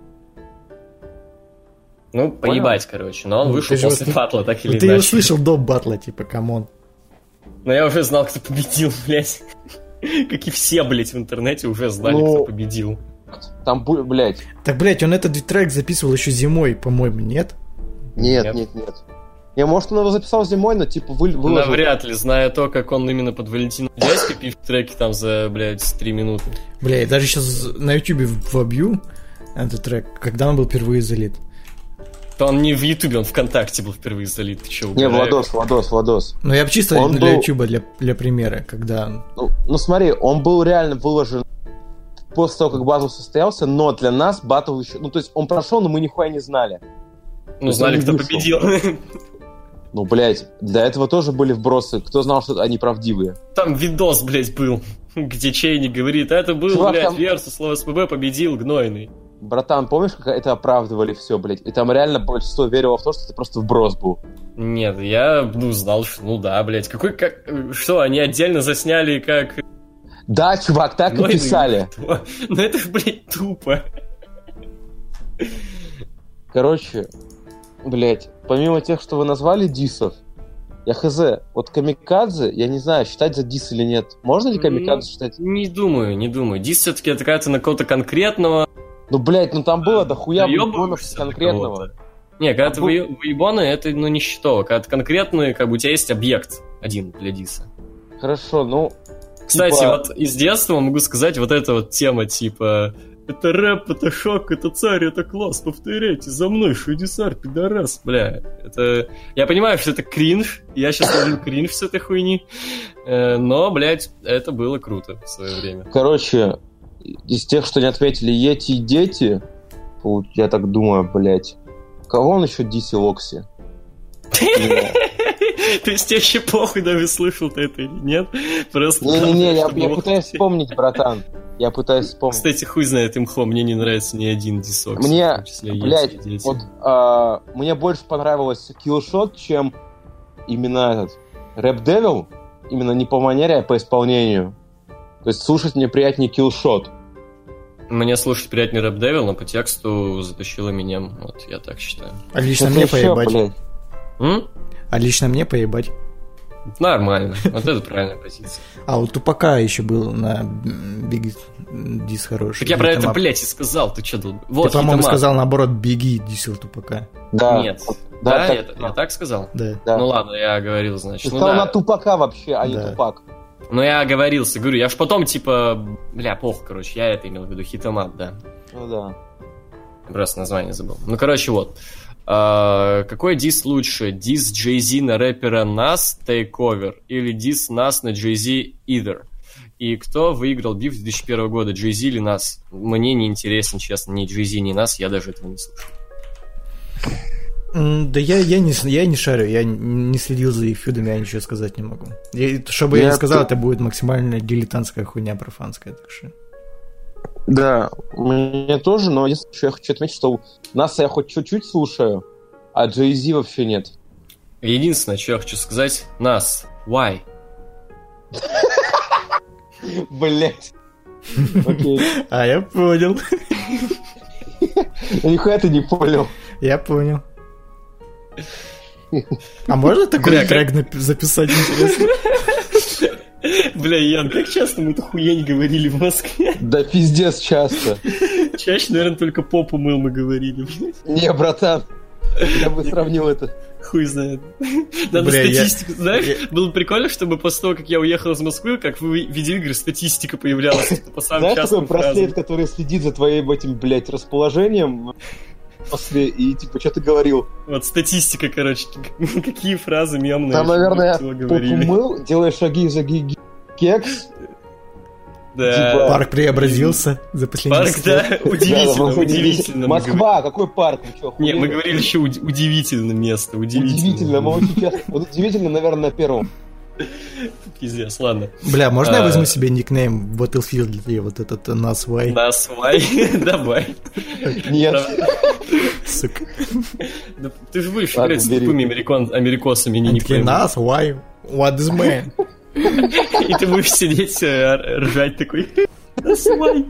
Ну, поебать, короче. Но он вышел после батла, так или иначе. Ты его слышал до батла, типа, камон. Но я уже знал, кто победил, блядь. Как и все, блядь, в интернете уже знали, кто победил. Там, блядь. Так, блядь, он этот трек записывал еще зимой, по-моему, нет? Нет. Я, может, он его записал зимой, но, типа, выложил... Навряд ли, зная то, как он именно под Валентином Дядько пишет треки там за, блядь, 3 минуты. Бля, я даже сейчас на ютубе вобью этот трек, когда он был впервые залит. То он не в ютубе, он ВКонтакте был впервые залит. Ты че, угораешь? Не, Владос. Ну, я бы чисто он для ютуба, для примера, когда... Ну, смотри, он был реально выложен после того, как батл состоялся, но для нас батл еще... Ну, то есть он прошел, но мы нихуя не знали. Ну, знали, кто победил. Ну, блядь, для этого тоже были вбросы. Кто знал, что они правдивые? Там видос, блядь, был, где Чейни говорит, это был, чувак, блядь, там... Версус, СПБ победил гнойный. Братан, помнишь, как это оправдывали все, блядь? И там реально большинство верило в то, что это просто вброс был. Нет, я, знал, что, да, блядь, что, они отдельно засняли, как... Да, чувак, так и писали. Ну это, блядь, тупо. Короче, блядь, помимо тех, что вы назвали дисов, я хз, вот Камикадзе, я не знаю, считать за дис или нет. Можно ли Камикадзе считать? Не думаю. Дис все-таки это какая-то на кого-то конкретного... Ну, блядь, там было дохуя выебонов конкретного. Не, когда ты выебоны, это, не счетово. Когда ты конкретный, как бы у тебя есть объект один для диса. Хорошо, ну... Кстати, вот из детства могу сказать вот эта вот тема, типа... Это рэп, это шок, это царь, это класс, повторяйте за мной, шудисар, пидорас, бля. Это... Я понимаю, что это кринж, я сейчас ловлю кринж с этой хуйни, но, блядь, это было круто в свое время. Короче, из тех, что не ответили Йети и Дети, я так думаю, блядь, кого он еще Диси Локси? То есть тебе еще похуй, даже слышал ты это или нет? Просто... Не-не-не, я пытаюсь вспомнить, братан. Я пытаюсь вспомнить. Кстати, хуй знает имхо, мне не нравится ни один дисок. Мне, блядь, вот мне больше понравилось Killshot, чем именно этот Rap Devil, именно не по манере, а по исполнению. То есть слушать мне приятнее Killshot. Мне слушать приятнее Rap Devil, но по тексту затащило меня, вот я так считаю. А лично мне поебать. А лично мне поебать. Нормально, вот это правильная позиция. А у Тупака еще был на Big Дис хороший. Так я про это, блядь, и сказал, ты что думал? Вот, ты, по-моему, сказал наоборот, Бигги дисил Тупака. Да. Нет. Да, я так сказал? Да. Ну ладно, я говорил, значит. Ты сказал на Тупака вообще, а не Тупак. Ну я оговорился, говорю, я ж потом типа, похуй, короче, я это имел в виду, Хитомат, да. Ну да. Просто название забыл. Ну, короче, вот. Какой дис лучше? Дис Jay-Z на рэпера Nas Takeover или дис Nas на Jay-Z Either? И кто выиграл биф 2001 года, Jay-Z или Nas? Мне не интересно, честно, ни Jay-Z, ни Nas, я даже этого не слушал. Да я не шарю, я не следил за их фьюдами, я ничего сказать не могу. Чтобы я сказал, это будет максимально дилетантская хуйня профанская, так что... Да, мне тоже, но если еще я хочу отметить, что Наса я хоть чуть-чуть слушаю, а Jay-Z вообще нет. Единственное, что я хочу сказать, Нас, why? Блять. Окей. А я понял. Нихуя ты не понял. Я понял. А можно такой трек записать, интересно? Бля, Ян, как часто мы эту хуйню говорили в Москве? Да пиздец часто. Чаще, наверное, только попу мыл мы говорили. Не, братан, Я бы сравнил это. Хуй знает. Надо статистику, знаешь? Было прикольно, чтобы после того, как я уехал из Москвы, как в видеоигры статистика появлялась по самым частым фразам. Знаешь, такой браслет, который следит за твоим этим, блядь, расположением после, и типа, что ты говорил? Вот статистика, короче, какие фразы мемные. Там, наверное, умыл, делаешь шаги за кекс. Да. Типа... Парк преобразился за последние парк, да, удивительно. Москва, какой парк? Не, мы говорили еще удивительное место. Удивительно, мы очень часто. Вот удивительно, наверное, на первом. Пиздец, ладно. Бля, можно я возьму себе никнейм в Battlefield или вот этот Насвай? Насвай? Давай. Нет. Сука. Ты же будешь играть с тупыми америкосами, не никнейм. Насвай, what is man? И ты будешь сидеть, ржать такой. Насвай.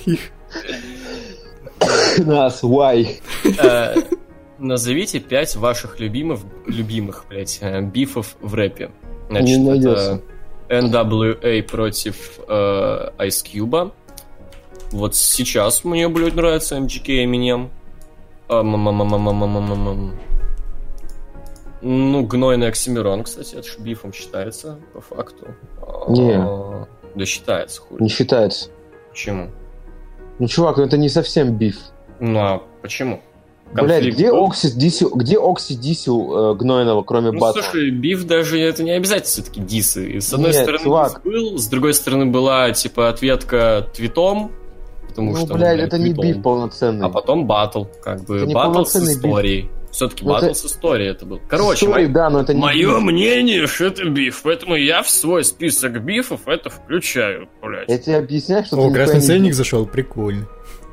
Насвай. Назовите 5 ваших любимых, блять, бифов в рэпе. Значит, это NWA против Ice Cube. Вот сейчас мне, блядь, нравится MGK Eminem. Ну, гнойный Оксимирон, кстати, это же бифом считается, по факту. Не. Да считается, хуй. Не считается. Почему? Ну, чувак, ну это не совсем биф. Ну, а почему? Блядь, где Окси Дисел гнойного, кроме батла? Слушай, биф даже это не обязательно все-таки дисы. И с одной стороны чувак. был, с другой стороны была типа ответка твитом, потому что... Ну, блядь, это не биф полноценный. А потом батл, как бы батл с историей. Все-таки батл с историей это был. Короче, мое мнение, что это биф, поэтому я в свой список бифов это включаю, блядь. Я тебе объясняю, что... О, красный ценник зашел, прикольно.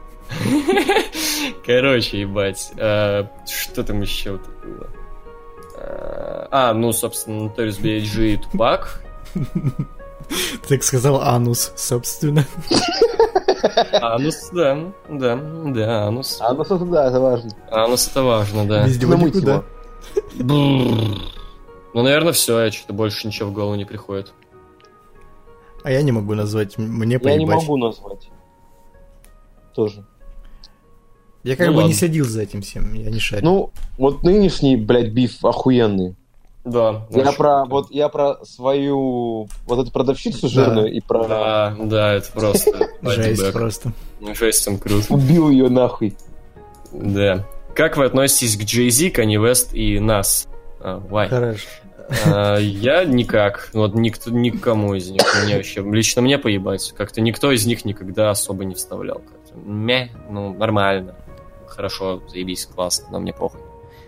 Короче, ебать. Что там еще было? Ну, собственно, Notorious B.I.G. и Тупак. Ты так сказал анус, собственно. Анус, да, анус. Анус это да, это важно. Анус это важно, да. Везде никуда. Ну, наверное, все, я что-то больше ничего в голову не приходит. А я не могу назвать, мне поебать. Я не могу назвать. Тоже. Я как бы не следил за этим всем, я не шарю. Ну, вот нынешний, блядь, биф охуенный. Да. Я про свою вот эту продавщицу жирную и про... Да, это просто... Жесть просто. Жесть, он крут. Убил ее нахуй. Да. Как вы относитесь к Jay-Z, Kanye West и Nas? Why? Хорошо. Я никак. Вот никому из них. Лично мне поебать. Как-то никто из них никогда особо не вставлял. Ну, нормально. Хорошо, заебись, классно, но мне похуй.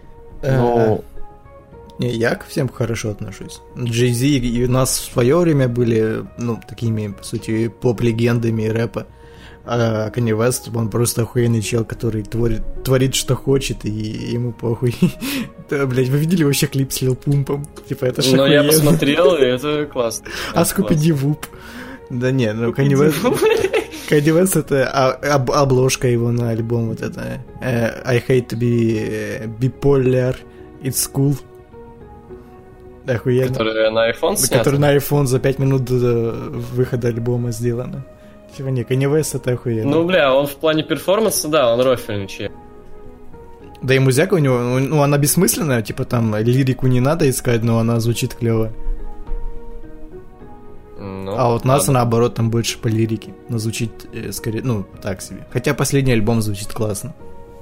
Я ко всем хорошо отношусь. Jay-Z и у нас в свое время были, ну, такими, по сути, поп-легендами рэпа. А Kanye West, он просто охуенный чел, который творит что хочет, и ему похуй. Да, блядь, вы видели вообще клип с Лил Пумпом? Типа, это ж охуенно. Я посмотрел, и это классно. А Скупиди Вуп. Да не, ну Kanye West это обложка его на альбом вот это I hate to be bipolar, it's cool. Охуенно. Который на iPhone снят? Который на iPhone за 5 минут до выхода альбома сделано. Типа не, Kanye West это охуенно. Ну бля, он в плане перформанса, да, он рофельный чел. Да и музыка у него, ну она бессмысленная, типа там лирику не надо искать, но она звучит клево. Ну, а вот нас наоборот там больше по лирике, но звучит скорее, ну так себе. Хотя последний альбом звучит классно.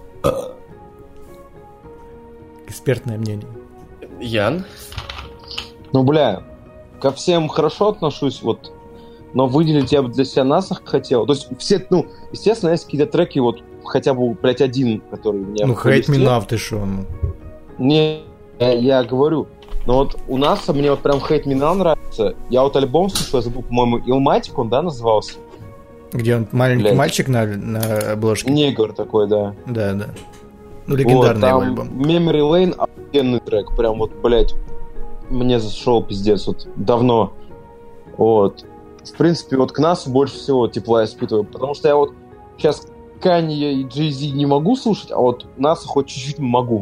Экспертное мнение. Ян? Ну, бля, ко всем хорошо отношусь, вот, но выделить я бы для себя Наса хотел. То есть все, ну, естественно, есть какие-то треки, вот, хотя бы, блядь, один, который мне... Ну, Hate Me Now, ты шо? Не, я говорю. Но вот у Наса мне вот прям Hate Me Now нравится. Я вот альбом слушал, я забыл, по-моему, Illmatic, он, да, назывался? Где он маленький мальчик на обложке? Негр такой, да. Да. Ну, легендарный вот, альбом. Memory Lane охуенный трек, прям вот, блядь, мне зашел пиздец, вот, давно. Вот. В принципе, вот к Насу больше всего тепла испытываю, потому что я вот сейчас Kanye и Jay-Z не могу слушать, а вот Наса хоть чуть-чуть могу.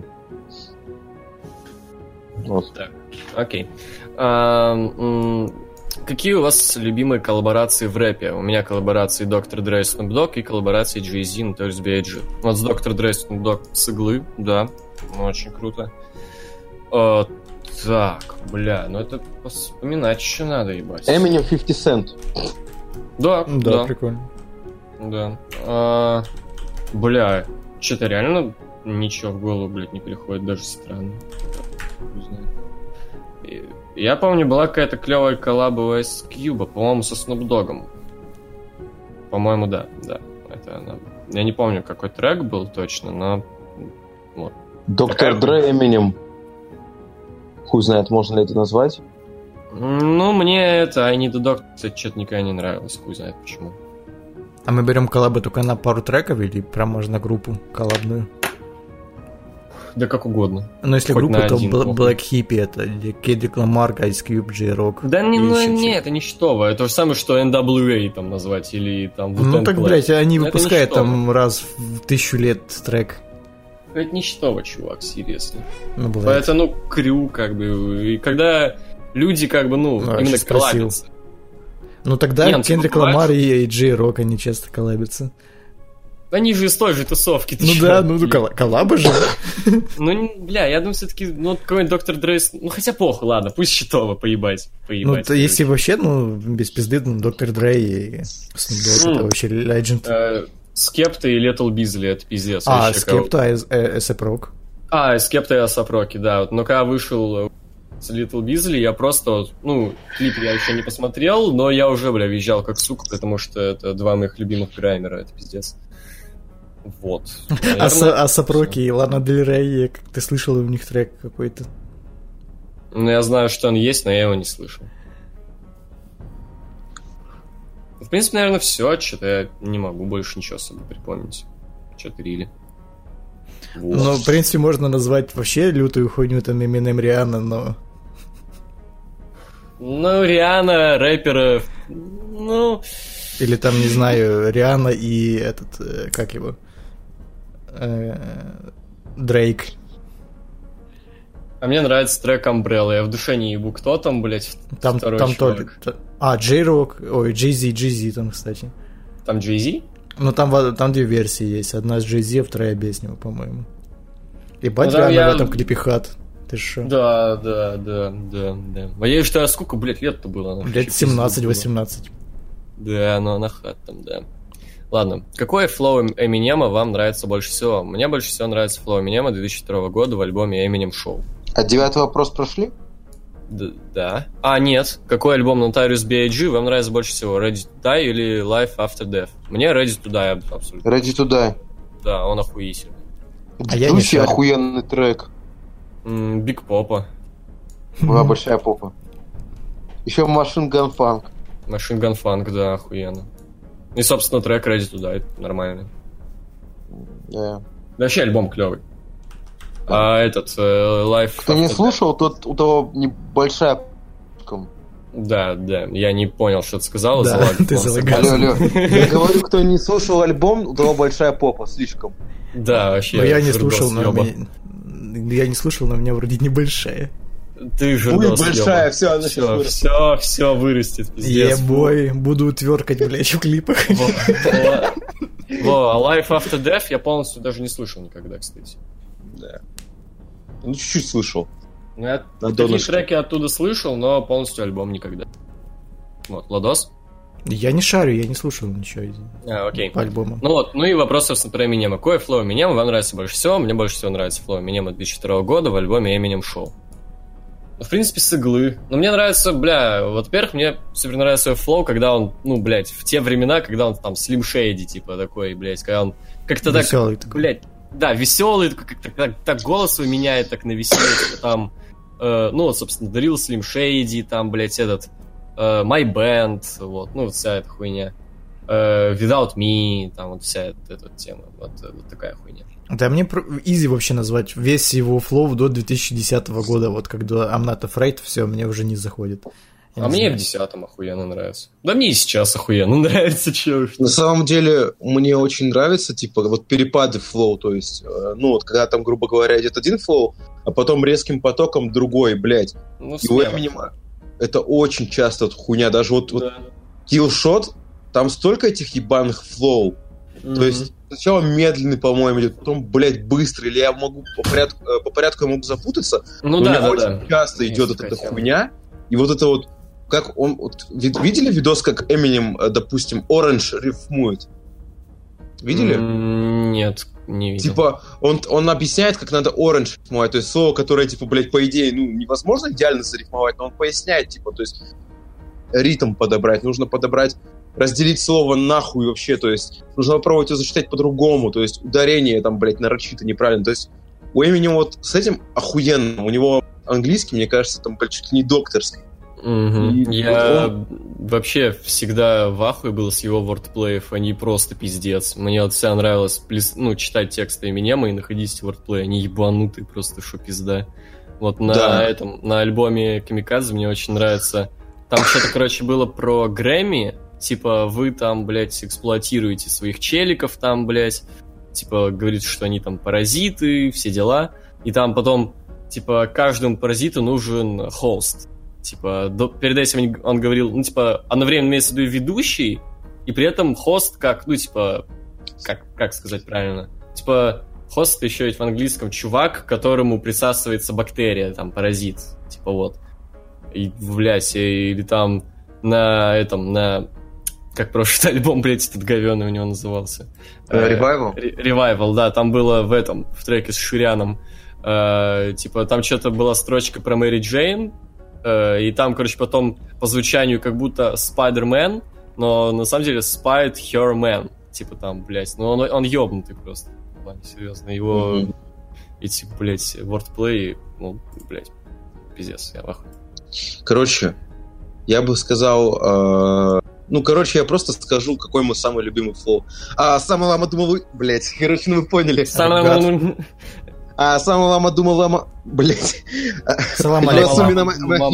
Вот. Так, окей. Какие у вас любимые коллаборации в рэпе? У меня коллаборации Dr. Dre, Snoop Dogg и коллаборации Jay-Z, Notorious B.I.G. Вот с Dr. Dre, Snoop Dogg с иглы, да. Очень круто. Так, бля, ну это вспоминать еще надо, ебать. Eminem 50 Cent. Да, прикольно. Да. Бля, что-то реально ничего в голову, блядь, не приходит, даже странно. Не знаю. Я помню, была какая-то клевая коллаба у Ice Cube, по-моему, со Snoop Dogg'ом. По-моему, да, это она. Я не помню, какой трек был точно, но... Вот. Доктор Дре, Eminem. Хуй знает, можно ли это назвать. Ну, мне это I Need a Doctor, кстати, что-то никогда не нравилось, хуй знает почему. А мы берем коллабы только на пару треков или прям можно группу коллабную? Да как угодно. Ну, если хоть группа, то один, Black Hippie, это Kendrick Lamar, Ice Cube, J-Rock. Да не, это не что-то. Это то же самое, что NWA там назвать, или там... Ну так, блядь, они выпускают там раз в 1000 лет трек. Это не что-то, чувак, серьезно. Ну, бывает. Это, крю, как бы, и когда люди, как бы, именно коллабятся. Ну тогда Kendrick Lamar и J-Rock, они часто коллабятся. Они же из той же тусовки. Ну да, коллабы же. Бля, я думаю, все-таки, какой-нибудь Доктор Dre, хотя похуй, ладно, пусть щитово, поебать. Ну, то если вообще, без пизды, Доктор Dre и Snoop Dogg, это вообще legend. Скепта и Little Beasley, это пиздец. Скепта и A$AP Rocky. Скепта и A$AP Rocky, да. Но когда вышел Little Beasley, я просто, клип я еще не посмотрел, но я уже, бля, визжал как сука, потому что это два моих любимых граймера, это пиздец. Вот. A$AP Rocky и Лана Дель Рей, как ты слышал, у них трек какой-то? Ну, я знаю, что он есть, но я его не слышал. В принципе, наверное, все. Что-то я не могу больше ничего особо припомнить. Что-то рили. Вот. Ну, в принципе, можно назвать вообще лютую хуйню, там, Eminem, Риhanna, но... Ну, Риhanna, рэперы... Или там, не знаю, Риhanna и этот... Как его? Дрейк. А мне нравится трек Umbrella. Я в душе не ебу, кто там, блядь, второй чувак. J-Rock, Jay-Z там, кстати. Там Jay-Z? Ну, там две версии есть. Одна с Jay-Z, а вторая без него, по-моему. Ебать, реально в этом клипе хат. Ты шо? Да. А ей что, сколько, блядь, лет-то было? Лет 17-18. Да, но она хат там, да. Ладно, какой флоу Эминема вам нравится больше всего? Мне больше всего нравится флоу Эминема 2002 года в альбоме Eminem Show. А 9 вопрос прошли? Да. Нет. Какой альбом Notorious B.I.G. вам нравится больше всего? Ready to Die или Life After Death? Мне Ready to Die абсолютно. Ready to Die. Да, он охуительный. Духи охуенный трек. Биг Попа. Была большая попа. Еще Machine Gun Funk. Machine Gun Funk, да, охуенно. И, собственно, трек Ready to Die нормальный. Да. Вообще альбом клевый. А этот Life... Кто не слушал, тот у того небольшая... Да, я не понял, что ты сказал. Да, ты залагался. Алло. Я говорю, кто не слушал альбом, у того большая попа, слишком. Да, вообще. Но я не слушал, но у меня вроде небольшая. Ты же будет большая, все, она сейчас вырастет. Все вырастет, пиздец. Ебой, буду тверкать, блядь, в клипах. Life After Death я полностью даже не слышал никогда, кстати. Да. Ну, чуть-чуть слышал. Я такие треки оттуда слышал, но полностью альбом никогда. Вот, Ладос? Я не шарю, я не слушал ничего окей. По альбому. Ну и вопрос, собственно, про Eminem. Какой флоу Eminem вам нравится больше всего? Мне больше всего нравится флоу Eminem 2002 года в альбоме Eminem Show. В принципе, с иглы. Но мне нравится, во-первых, мне супер нравится флоу, когда он, в те времена, когда он там Slim Shady, типа, такой, когда он как-то веселый так, такой. Да, веселый, как-то так голос свой меняет, так на веселье, типа, там, собственно, Drill, Slim Shady, там, этот, My Band, вот вся эта хуйня. Without Me, там, вот вся эта тема, вот такая хуйня. Да, мне изи вообще назвать весь его флоу до 2010 года, вот когда I'm Not Afraid, все, мне уже не заходит. Мне и в 10-м охуенно нравится. Да мне и сейчас охуенно нравится, чё. На самом деле, мне очень нравится, перепады флоу, то есть, когда там, грубо говоря, идет один флоу, а потом резким потоком другой, блядь. И у Eminem это очень часто хуйня, даже Killshot, там столько этих ебаных флоу, то есть сначала медленный, по-моему, идет, потом, блядь, быстрый, или я могу по порядку я могу запутаться. Ну у да, меня очень часто идет вот эта хуйня, и вот это вот, как он, вот, видели видос, как Eminem, допустим, Orange рифмует? Видели? Нет, не видел. Типа, он объясняет, как надо orange рифмовать, то есть слово, которое, типа, блядь, по идее, ну, невозможно идеально зарифмовать, но он поясняет, типа, то есть ритм подобрать, нужно подобрать, разделить слово нахуй вообще, то есть нужно попробовать его зачитать по-другому, то есть ударение там, блядь, нарочито неправильно, то есть у Эминема вот с этим охуенно, у него английский, мне кажется, там, блядь, чуть ли не докторский. Я вообще всегда в ахуе был с его вордплеев, они просто пиздец. Мне вот всегда нравилось читать тексты Эминема и находить вордплей, они ебанутые просто, шо пизда. Вот на альбоме Камикадзе мне очень нравится. Там что-то, короче, было про Грэмми, типа вы там, блядь, эксплуатируете своих челиков там, блядь, типа говорите, что они там паразиты, все дела. И там потом, типа, каждому паразиту нужен хост. Типа, перед этим он говорил, ну, типа, одновременно имеется в виду ведущий, и при этом хост как, ну, типа, как сказать правильно? Типа, хост еще ведь в английском чувак, к которому присасывается бактерия, там, паразит, типа, вот. И, блядь, или там как прошлый альбом, блядь, этот говёный у него назывался. Revival? Revival, да, там было в треке с Шуряном, типа, там что-то была строчка про Мэри Джейн, и там, короче, потом по звучанию как будто Spider-Man, но на самом деле Spied Her Man. Типа там, блядь, ну он ёбнутый просто. Ладно, серьезно. Его эти, блядь, вордплей, ну, блядь, пиздец, я вахуй. Короче, я бы сказал... я просто скажу, какой мой самый любимый флоу. Самый лама думал... Блядь, короче, ну вы поняли. Самый лама думал лама... Блять. Салам алейкум.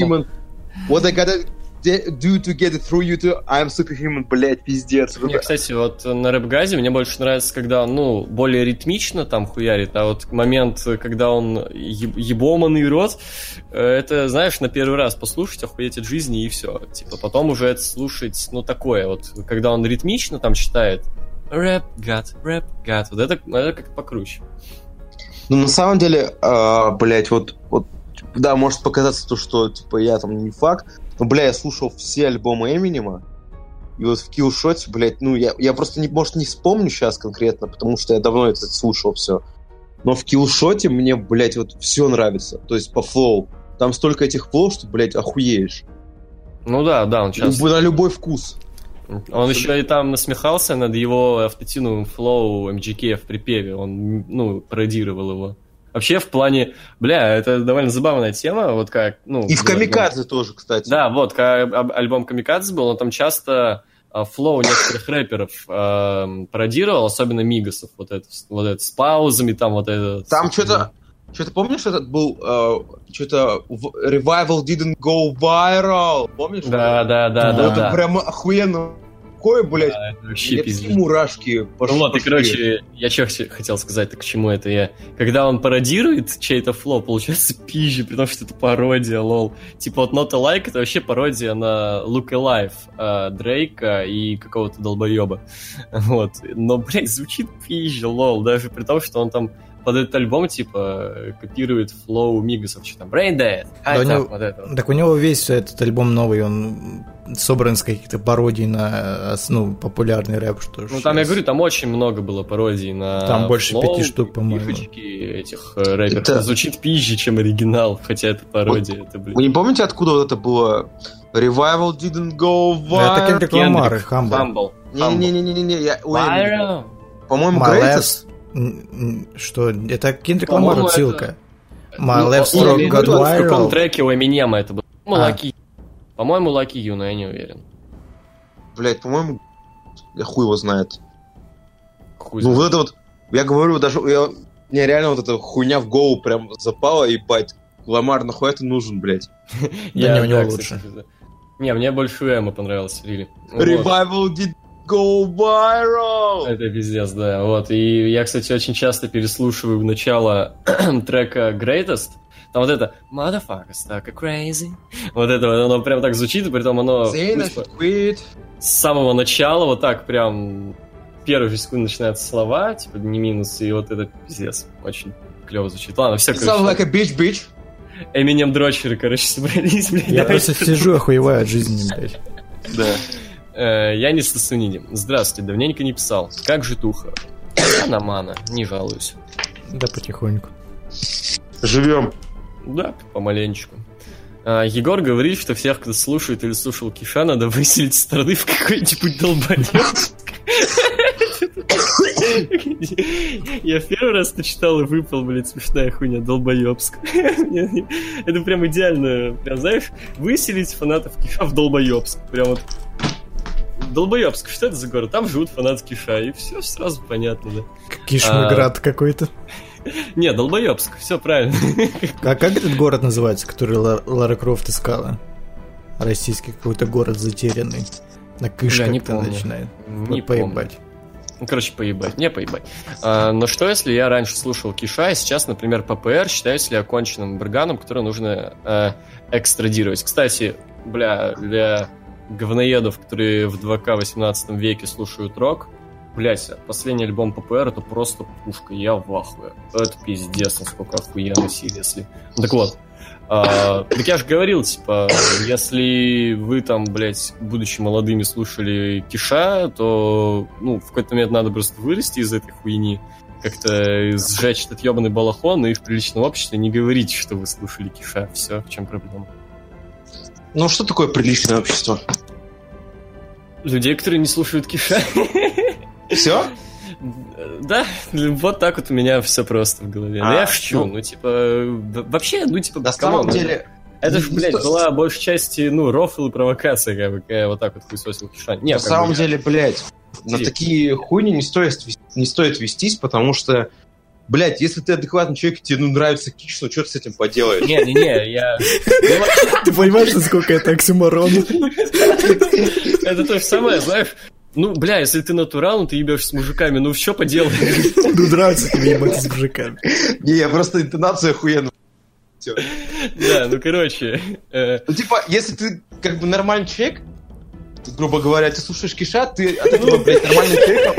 What I gotta do to get it through you to... I'm superhuman, блять, пиздец. Мне, кстати, вот на рэп-газе мне больше нравится, когда он, ну, более ритмично там хуярит, а вот момент, когда он ебоманный рот, это, знаешь, на первый раз послушать, охуеть от жизни и все. Типа, потом уже это слушать, ну, такое вот, когда он ритмично там читает рэп-гад, вот это как-то покруче. Ну, на самом деле, блять, вот, да, может показаться то, что, типа, я там не факт, но, бля, я слушал все альбомы Эминема, и вот в Killshot, блять, ну, я просто, может, не вспомню сейчас конкретно, потому что я давно это слушал все, но в Killshot мне, блять, вот все нравится, то есть по флоу. Там столько этих флоу, что, блять, охуеешь. Ну да, он часто... На любой вкус. Он еще и там насмехался над его автотюновым флоу MGK в припеве. Он, ну, пародировал его. Вообще, в плане... Бля, это довольно забавная тема. Вот как, ну, и в Камикадзе тоже, кстати. Да, вот, когда альбом Камикадзе был, он там часто флоу некоторых рэперов пародировал, особенно Мигасов. Вот это с паузами, там вот это... Там что-то помнишь, этот был... что-то Revival didn't go viral. Помнишь? Да. Это прям охуенно. Какое, блядь, да, это вообще пиздец. Мурашки пошли. Ну вот, и, короче, я что хотел сказать, так к чему это я? Когда он пародирует чей-то флоу, получается пизжи, потому что это пародия, лол. Типа вот Not Alike — это вообще пародия на Look Alive Дрейка и какого-то долбоеба. Вот. Но, блядь, звучит пизжи, лол, даже при том, что он там под этот альбом, типа, копирует флоу Мигасов, что там, Brain Dead, вот это. Так у него весь этот альбом новый, он собран с каких-то пародий на, ну, популярный рэп, что ну, там, я говорю, там очень много было пародий на там больше флоу, 5 штук, по-моему. Этих рэперов. Это звучит пизже, чем оригинал, хотя это пародия. Вот, это, вы не помните, откуда вот это было? Revival didn't go viral. Это Кендрик Ламар и Humble. Не-не-не, по-моему, Greatest. Что? Это Кендрик Ламар отсылка. My Left Stroke Got Viral. В каком треке у Эминема это было? По-моему, Lucky You, но я не уверен. Блять, по-моему, я хуй его знает. Хуй ну вот это вот, я говорю, даже мне реально вот эта хуйня в голову прям запала, ебать. Ламар, нахуй это нужен, блять. Да не, у него лучше. Не, мне больше Эмо понравился, Рили. Revival did go viral! Это пиздец, да. Вот. И я, кстати, очень часто переслушиваю начало трека Greatest. Там вот это Motherfuckers, так crazy. Вот это вот, оно прям так звучит, и при том оно с самого начала вот так прям первые же секунды начинаются слова, типа не минус, и вот это пиздец. Очень клево звучит. Ладно, все, короче. Sound like a bitch. Эминем дрочеры, короче, собрались, блядь. Я просто сижу, охуеваю от жизни, блядь. Да. Я не Сасунини. Здравствуйте, давненько не писал. Как житуха? Мана, не жалуюсь. Да потихоньку. Живем. Да, помаленечку. Егор говорит, что всех, кто слушает или слушал Киша, надо выселить из страны в какой-нибудь долбоёбск. Я в первый раз это читал и выпал, блядь, смешная хуйня, долбоёбск. Это прям идеально, прям, знаешь, выселить фанатов Киша в долбоёбск. Прям вот. Долбоёбск, что это за город? Там живут фанаты Киша, и все сразу понятно, да. Кишмиград какой-то. Не, долбоёбск, все правильно. А как этот город называется, который Лара Крофт искала? Российский какой-то город затерянный. На Кыш как-то начинает. Не поебать. Ну, короче, поебать, не поебать. Но что, если я раньше слушал Киша, и сейчас, например, ППР считаюсь ли оконченным бырганом, который нужно экстрадировать? Кстати, бля, для говноедов, которые в 2К 18 веке слушают рок, блять, последний альбом ППР это просто пушка, я в ахуе. Это пиздец, насколько охуенно, если. Так вот, так я же говорил, типа, если вы там, блять, будучи молодыми, слушали Киша, то, ну, в какой-то момент надо просто вылезти из этой хуйни, как-то сжечь этот ебаный балахон и в приличном обществе не говорить, что вы слушали Киша. Все, в чем проблема? Ну, что такое приличное общество? Людей, которые не слушают Киша. Все? Да, вот так вот у меня все просто в голове. Но я шучу, ну, типа, вообще, ну, типа, на самом деле... Это же, блядь, была большей части, ну, рофл и провокация, как бы, я вот так вот хуесосил Киша. На самом деле, блядь, на такие хуйни не стоит вестись, потому что, блядь, если ты адекватный человек, и тебе нравится Киш, ну что ты с этим поделаешь? Не-не-не, я... Ты понимаешь, насколько это оксюморон? Это то же самое, знаешь... Ну, бля, если ты натурал, ну ты ебешь с мужиками, ну что поделаешь? Ну, нравится тебе ебать с мужиками. Не, я просто интонация охуенная. Да, ну, короче... Ну, типа, если ты, как бы, нормальный человек, грубо говоря, ты слушаешь Киша, ты от этого, блядь, нормальным человеком...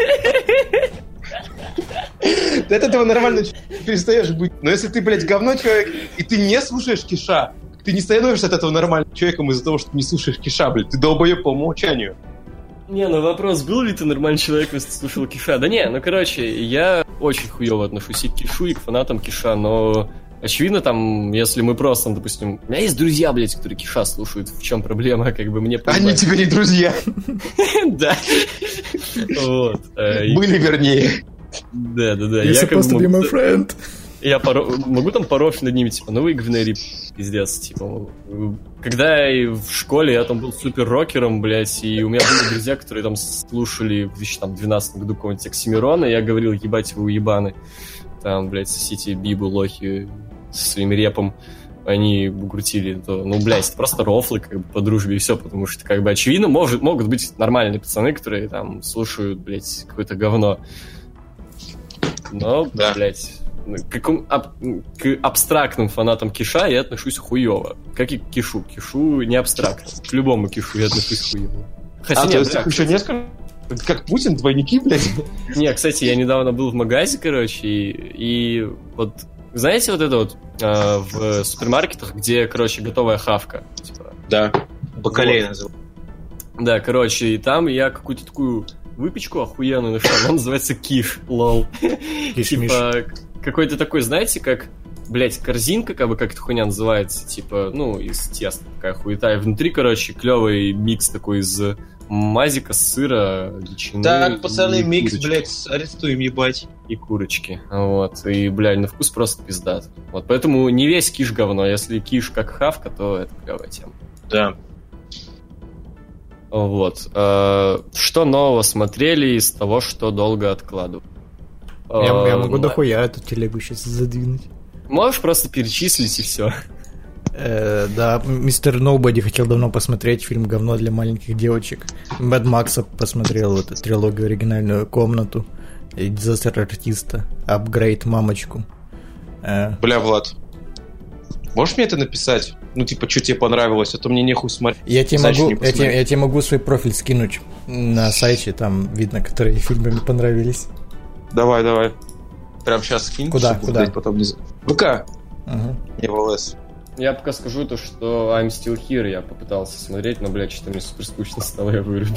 Ты от этого нормальным человеком перестаешь быть. Но если ты, блядь, говно человек, и ты не слушаешь Киша, ты не становишься от этого нормальным человеком из-за того, что ты не слушаешь Киша, блядь. Ты долбоеб по умолчанию. Не, ну вопрос, был ли ты нормальный человек, если ты слушал Киша? Да не, ну короче, я очень хуёво отношусь и к Кишу, и к фанатам Киша, но очевидно там, если мы просто, допустим, у меня есть друзья, блядь, которые Киша слушают, в чем проблема, как бы мне... Они тебе не друзья. Да. Вот. Были, вернее. Да. You're supposed to be my friend. Я могу там порофить над ними, типа, ну вы говнери, пиздец, типа. Когда в школе я там был супер рокером, блядь, и у меня были друзья, которые там слушали в 2012 году какого-нибудь Оксимирона, и я говорил, ебать вы уебаны. Там, блядь, сосите бибу, лохи со своим репом. Они бугуртили, то, ну, блядь, это просто рофлы, как бы, по дружбе и все, потому что, как бы, очевидно, могут быть нормальные пацаны, которые там слушают, блядь, какое-то говно. Но, да, блядь... К абстрактным фанатам Киша я отношусь хуёво. Как и к Кишу. Кишу не абстрактно. К любому Кишу я отношусь хуёво. Хотя то есть их еще несколько? Как Путин, двойники, блядь? Не, кстати, я недавно был в магазе, короче, и вот, знаете, вот это вот в супермаркетах, где, короче, готовая хавка. Типа, да, бакалея называют. Да, короче, и там я какую-то такую выпечку охуенную нашел, она называется киш, лол. Типа... Какой-то такой, знаете, как, блять, корзинка, как бы, как эта хуйня называется, типа, ну, из теста такая хуета. И внутри, короче, клевый микс такой из мазика, сыра, ветчины. Так, пацаны, микс, курочки. Блять, арестуем, ебать. И курочки, вот. И, блядь, на вкус просто пиздат. Вот, поэтому не весь киш говно. Если киш как хавка, то это клевая тема. Да. Вот. Что нового смотрели из того, что долго откладывал? Я могу дохуя эту телегу сейчас задвинуть. Можешь просто перечислить и все. Да, Мистер Ноубоди хотел давно посмотреть фильм «Говно для маленьких девочек». Мэд Макса посмотрел эту трилогию «Оригинальную комнату», «Дизастер артиста», «Апгрейд мамочку». Бля, Влад, можешь мне это написать? ну, типа, что тебе понравилось, а то мне нехуй смотреть. Я тебе могу свой профиль скинуть на сайте, там видно, которые фильмы мне понравились. Давай. Прям сейчас скинь. Куда? Потом не... ВК. Не в ЛС. Я пока скажу то, что I'm Still Here я попытался смотреть, но, блядь, что-то мне супер скучно стало, я вырубил.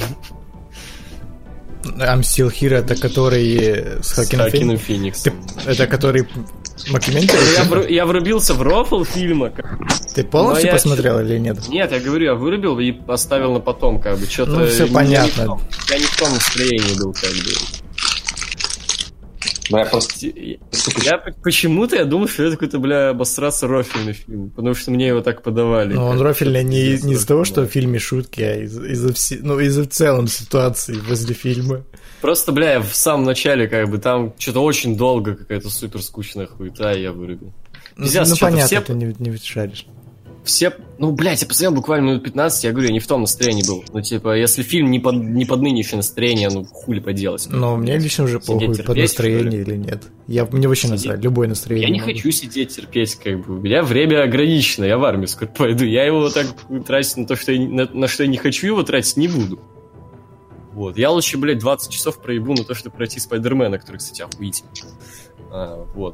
I'm Still Here, это который с Хоакином Фениксом. Это который Мокюментари? Я врубился в рофл фильма. Ты полностью посмотрел или нет? Нет, я говорю, я вырубил и поставил на потом, как бы, что-то... Ну, все понятно. Я не в том настроении был, как бы. Почему-то я думал, что это какой-то, бля, обосраться рофильный фильм, потому что мне его так подавали. Но он рофильный не из-за того, что в фильме шутки, а из-за в целом ситуации возле фильма. Просто, бля, в самом начале, как бы, там что-то очень долго какая-то супер скучная хуета, и я вырубил. Ну, понятно, ты не шаришь. Все, ну, блядь, я посмотрел буквально минут 15, я говорю, я не в том настроении был. Ну, типа, если фильм не под нынешнее настроение, ну, хули поделать. Но мне лично уже похуй, под настроение или нет. Мне вообще насрать, любое настроение. Я не хочу сидеть, терпеть, как бы. У меня время ограничено, я в армию скоро пойду. Я его так тратить на то, что на что я не хочу его тратить, не буду. Вот. Я лучше, блядь, 20 часов проебу на то, чтобы пройти Спайдермена, который, кстати, охуительный. Вот.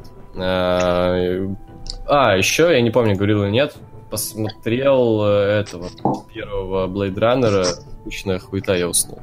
Еще, я не помню, говорил или нет, посмотрел этого первого Blade Runner, скучная хуета, я уснул.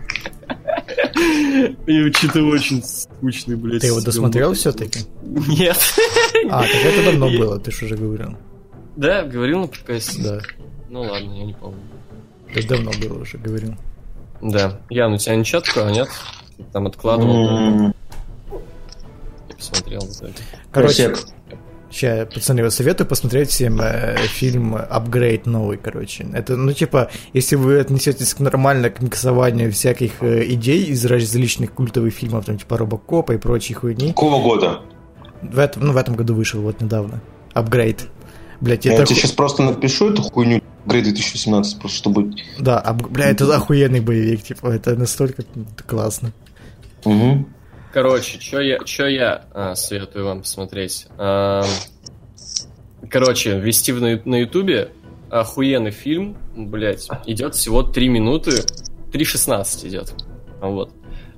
И что-то очень скучный, блядь. Ты его досмотрел все-таки? Нет. Так это давно было, ты же уже говорил. Да, говорил на подкасте? Да. Ну ладно, я не помню. Это давно было уже, говорил. Да. Ян, у тебя ничего такого, нет? Ты там откладывал. Я посмотрел. Короче, сейчас, пацаны, я советую посмотреть всем фильм «Апгрейд» новый, короче. Это, ну, типа, если вы отнесетесь нормально к миксованию всяких идей из различных культовых фильмов, там, типа «Робокопа» и прочей хуйни. Какого года? В этом году вышел, вот недавно. «Апгрейд». Блять, я тебе сейчас просто напишу эту хуйню «Апгрейд 2017», просто чтобы... Да, это охуенный боевик, типа, это настолько классно. Угу. Короче, что я советую вам посмотреть? Короче, ввести на Ютубе охуенный фильм, блять, идет всего 3 минуты, 3:16 идет. Вот.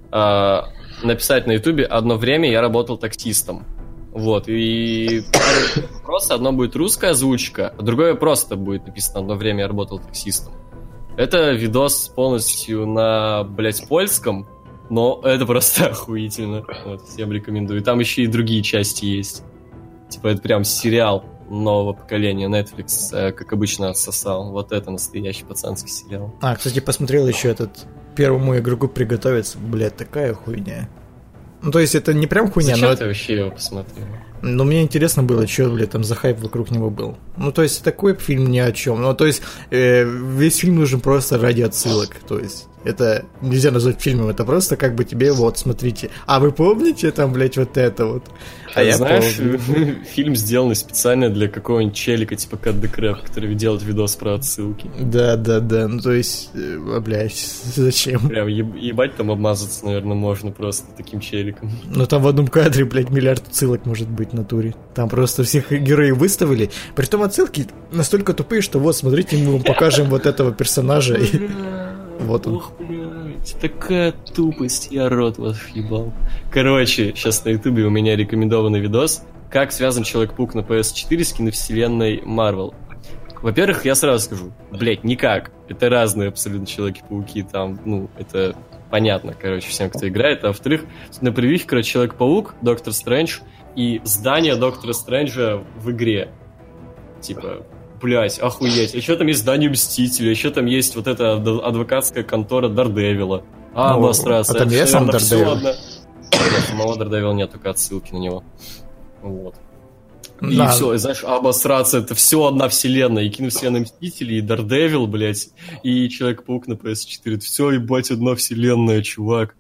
Написать на Ютубе: одно время я работал таксистом. Вот, и просто одно будет русская озвучка, а другое просто будет написано: одно время я работал таксистом. Это видос полностью на, блять, польском, но это просто охуительно. Вот, всем рекомендую. И там еще и другие части есть. Типа, это прям сериал нового поколения. Netflix, как обычно, отсосал. Вот это настоящий пацанский сериал. Кстати, посмотрел еще этот «Первому игроку приготовиться». Блядь, такая хуйня. Ну, то есть, это не прям хуйня, зачем но... ты вообще его посмотрел? Но мне интересно было, что, блядь, там за хайп вокруг него был. Ну, то есть, такой фильм ни о чем. Ну, то есть, весь фильм нужен просто ради отсылок. То есть, это нельзя назвать фильмом, это просто как бы тебе, вот, смотрите. А вы помните там, блядь, вот это вот? А я знаешь, фильм сделанный специально для какого-нибудь челика, типа Cut the Crap, который делает видос про отсылки. Да, ну, то есть, блядь, зачем? Прям ебать там обмазаться, наверное, можно просто таким челиком. Ну, там в одном кадре, блядь, миллиард отсылок может быть в натуре. Там просто всех героев выставили. Притом отсылки настолько тупые, что вот, смотрите, мы вам покажем вот этого персонажа. И... Вот он. Ох, блядь, такая тупость, я рот вас ебал. Короче, сейчас на ютубе у меня рекомендованный видос, как связан Человек-паук на PS4 с киновселенной Marvel. Во-первых, я сразу скажу, блядь, никак. Это разные абсолютно Человеки-пауки, там, ну, это понятно, короче, всем, кто играет. А во-вторых, на прививке, короче, Человек-паук, Доктор Стрэндж и здание Доктора Стрэнджа в игре. Типа... Блять, охуеть. Еще там есть здание Мстителя, еще там есть вот эта адвокатская контора Дардевила. Обосраться. А там есть сам Дардевил? Нет, самого Дардевила нет, только отсылки на него. Вот. И да. все, и, знаешь, обосраться, это все одна вселенная. И киновселенная Мстителей, и Дардевил, блять, и Человек-паук на PS4. Это все, ебать, одна вселенная, чувак.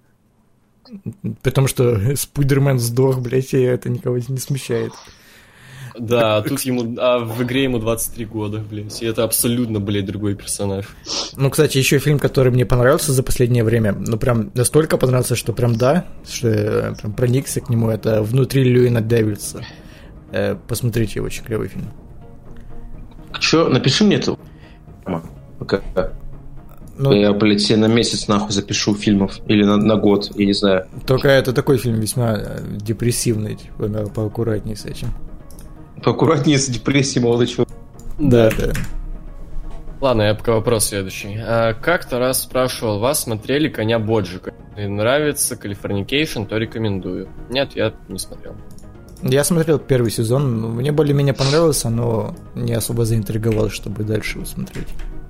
Потому что Спайдермен сдох, блять, и это никого не смущает. Да, тут в игре ему 23 года, блядь, и это абсолютно, блядь, другой персонаж. Ну, кстати, еще фильм, который мне понравился за последнее время, ну, прям настолько понравился, что прям да, что я прям проникся к нему, это «Внутри Льюина Дэвидса». Посмотрите, очень клевый фильм. Че, напиши мне это. Пока. Ну, я, блядь, себе на месяц нахуй запишу фильмов. Или на год, я не знаю. Только это такой фильм весьма депрессивный. Типа, надо поаккуратнее с этим. Поаккуратнее с депрессией, молодой человек. Да. Ладно, я пока вопрос следующий. Как-то раз спрашивал вас, смотрели «Коня Боджика». Если нравится «Калифорникейшн», то рекомендую. Нет, я не смотрел. Я смотрел первый сезон, мне более-менее понравился, но не особо заинтриговал, чтобы дальше его смотреть.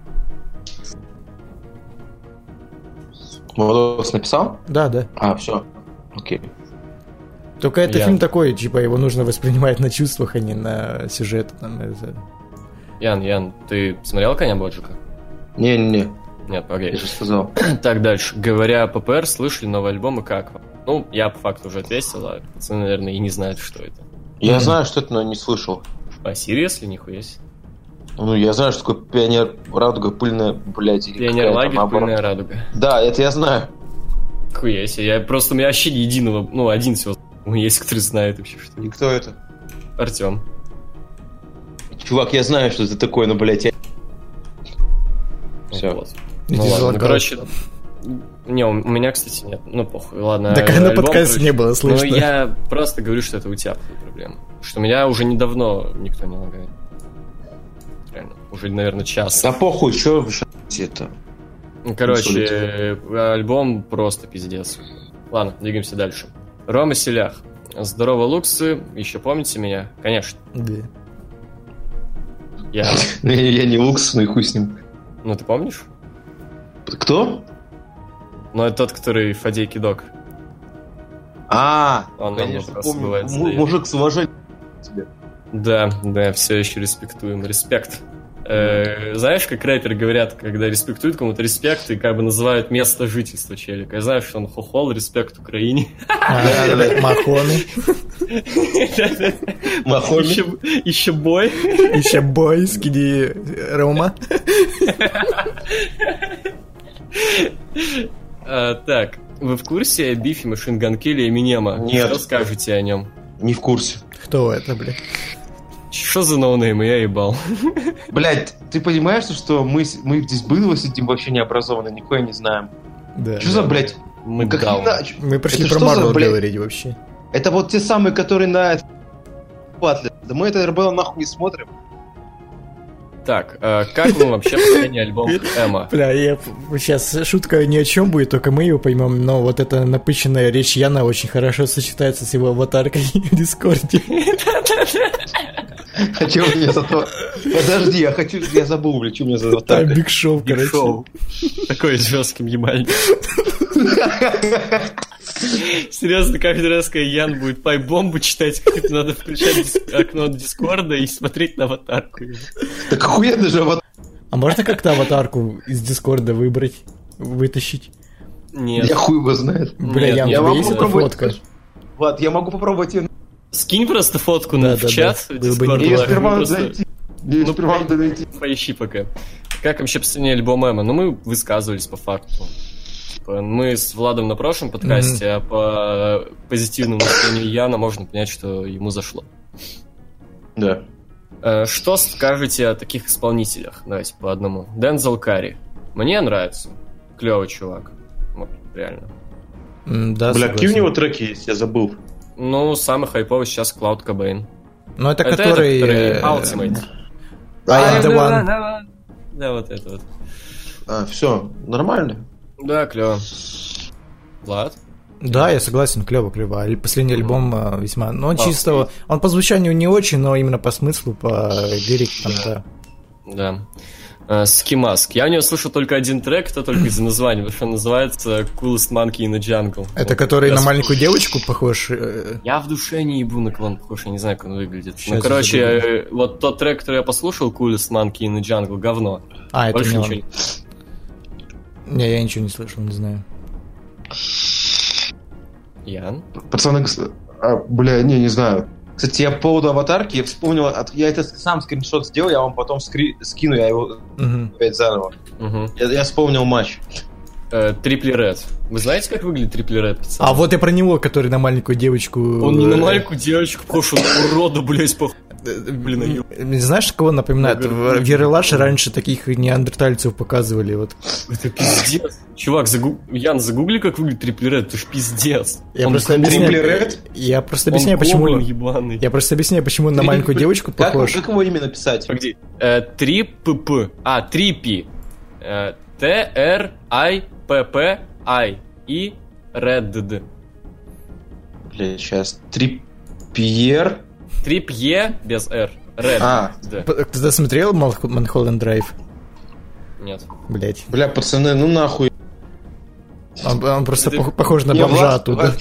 Молодос написал? Да. Все. Окей. Только это фильм такой, типа, его нужно воспринимать на чувствах, а не на сюжет. Ян, ты смотрел «Коня Боджика»? Не. Нет, погоди. Я же сказал. Так, дальше. Говоря о ППР, слышали новый альбом и как вам? Ну, я по факту уже ответил, а пацаны, наверное, и не знают, что это. Я знаю, что это, но не слышал. А серьезно, нихуя себе? Ну, я знаю, что такое «Пионер Радуга», пыльная, блядь, или «Пионер Лагерь», «Пыльная Радуга». Да, это я знаю. Хуя себе, у меня вообще ни единого, один всего есть, который знает вообще, что это. И кто это? Артём. Чувак, я знаю, что это такое, но, блядь, я... Все. Вот. Ну ладно, короче... Не, у меня, кстати, нет. Ну, похуй, ладно. Так на подкасте не было слышно. Ну, я просто говорю, что это у тебя проблема. Что у меня уже недавно никто не лагает. Реально. Уже, наверное, час. Да похуй, что вы это? Короче, альбом просто пиздец. Ладно, двигаемся дальше. Рома Селях. Здорово, Луксы. Еще помните меня? Конечно. Да. Я не Лукс, но и хуй с ним. Ну, ты помнишь? Кто? Ну, это тот, который Фадей Кидок. Он, конечно, помню. Мужик с уважением к тебе. Да, все еще респектуем. Респект. Знаешь, как рэперы говорят, когда респектуют кому-то, респект, и как бы называют место жительства челика. Я знаю, что он хохол, респект Украине. Махоны. Еще бой. Еще бой, скиди Рома. Так, вы в курсе о бифе Machine Gun Kelly и Эминема? Нет. Что скажете о нем? Не в курсе. Кто это, блядь? Что за ноунейм? Я ебал. Блядь, ты понимаешь, что мы здесь было сидим вообще необразованные, нихуя не знаем. Да. Что за, блядь? Мы пришли про Марвел говорить вообще. Это вот те самые, которые на... Да мы это РБЛ нахуй не смотрим. Так, как вам вообще последний альбом Эма? Бля, сейчас шутка ни о чем будет, только мы ее поймем, но вот эта напыщенная речь Яна очень хорошо сочетается с его аватаркой в Дискорде. А что у меня за то? Подожди, я забыл, блядь, что у меня за аватарка. Биг Шоу, короче. Такой с жестким ебальником. Серьезно, каждый раз, когда Ян будет пайп-бомбу читать, надо включать окно Дискорда и смотреть на аватарку. Так охуенно же аватарка. А можно как-то аватарку из Дискорда вытащить? Нет. Я хуй его знает. Бля, Ян, я могу есть попробовать. фотка? Влад, я могу попробовать ее. Скинь просто фотку в чат. Мне сперва надо найти. Поищи пока. Как вообще последний альбом Эма? Ну, мы высказывались по факту. Мы с Владом на прошлом подкасте, а по позитивному настроению Яна можно понять, что ему зашло. Да. Что скажете о таких исполнителях? Давайте по одному. Дензел Карри. Мне нравится. Клевый чувак. Вот, реально. Да, бля, какие у него треки есть? Я забыл. Ну, самый хайповый сейчас Клауд Кобейн. Ну, это который... Ultimate. I am the one. Да, вот это вот. Все, нормально? Да, клево. Влад? Да, я согласен, клево. Последний альбом весьма... Ну, он чисто... Он по звучанию не очень, но именно по смыслу, по лирикам, да. Да. Ski Mask. Я у него слышал только один трек, это только из-за названия, потому что он называется Coolest Monkey in the Jungle. Это вот, который на маленькую девочку похож? Я в душе не ебу на клон похож, я не знаю, как он выглядит. Сейчас ну, короче, вот тот трек, который я послушал, Coolest Monkey in the Jungle, говно. Это больше не ничего он. Не, я ничего не слышал, не знаю. Ян? Пацаны, бля, не знаю. Кстати, я по поводу аватарки, я вспомнил, я это сам скриншот сделал, я вам потом скину, я его опять заново. Я вспомнил матч. Трипли Ред. Вы знаете, как выглядит Трипли Ред, пацаны? А вот я про него, который на маленькую девочку... Он не на маленькую девочку, похож, он урода, блядь, похож. Блин, знаешь, кого напоминает? В Ералаше раньше таких неандертальцев показывали. Вот. Это пиздец. Чувак, Ян, загугли, как выглядит Triple Red, это ж пиздец. Я просто объясняю, почему он на маленькую девочку похож. Как его имя написать? Погоди. 3PP. 3P. TRIPPI и Red. Бля, сейчас. Трипьер без R. Red. Ты смотрел Mulholland Drive? Нет. Блять. Бля, пацаны, ну нахуй. Он просто похож на бомжа оттуда.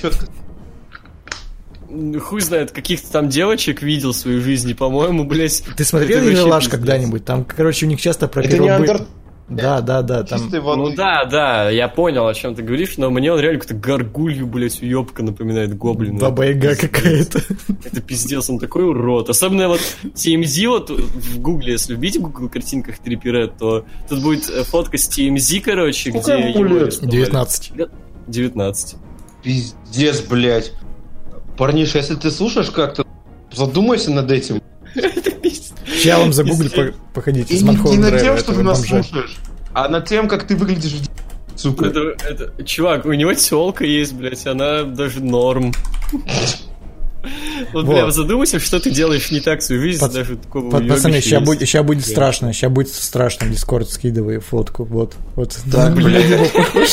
Хуй знает, каких-то там девочек видел в своей жизни, по-моему, блять. Ты смотрел Ералаш когда-нибудь? Там, короче, у них часто про первобытных... Да. Там... Ну да, я понял, о чем ты говоришь, но мне он реально какую-то горгулью, блять, уёбка напоминает гоблина. Баба-яга какая-то. Это пиздец, он такой урод. Особенно вот TMZ, вот в гугле, если вбить в Google картинках Triple Red, то тут будет фотка с TMZ, короче, сколько где... ему лет? 19. Пиздец, блять. Парниша, если ты слушаешь как-то, задумайся над этим. Это пиздец. Сейчас вам загуглить, походите. И не над тем, что ты нас слушаешь, а над тем, как ты выглядишь в сука. Чувак, у него тёлка есть, блядь, она даже норм. Вот, бля, задумайся, что ты делаешь не так в свою жизнь, даже такого уёбища. Пацаны, сейчас будет страшно, в Дискорд скидывай фотку, вот. Так, блядь, его похож.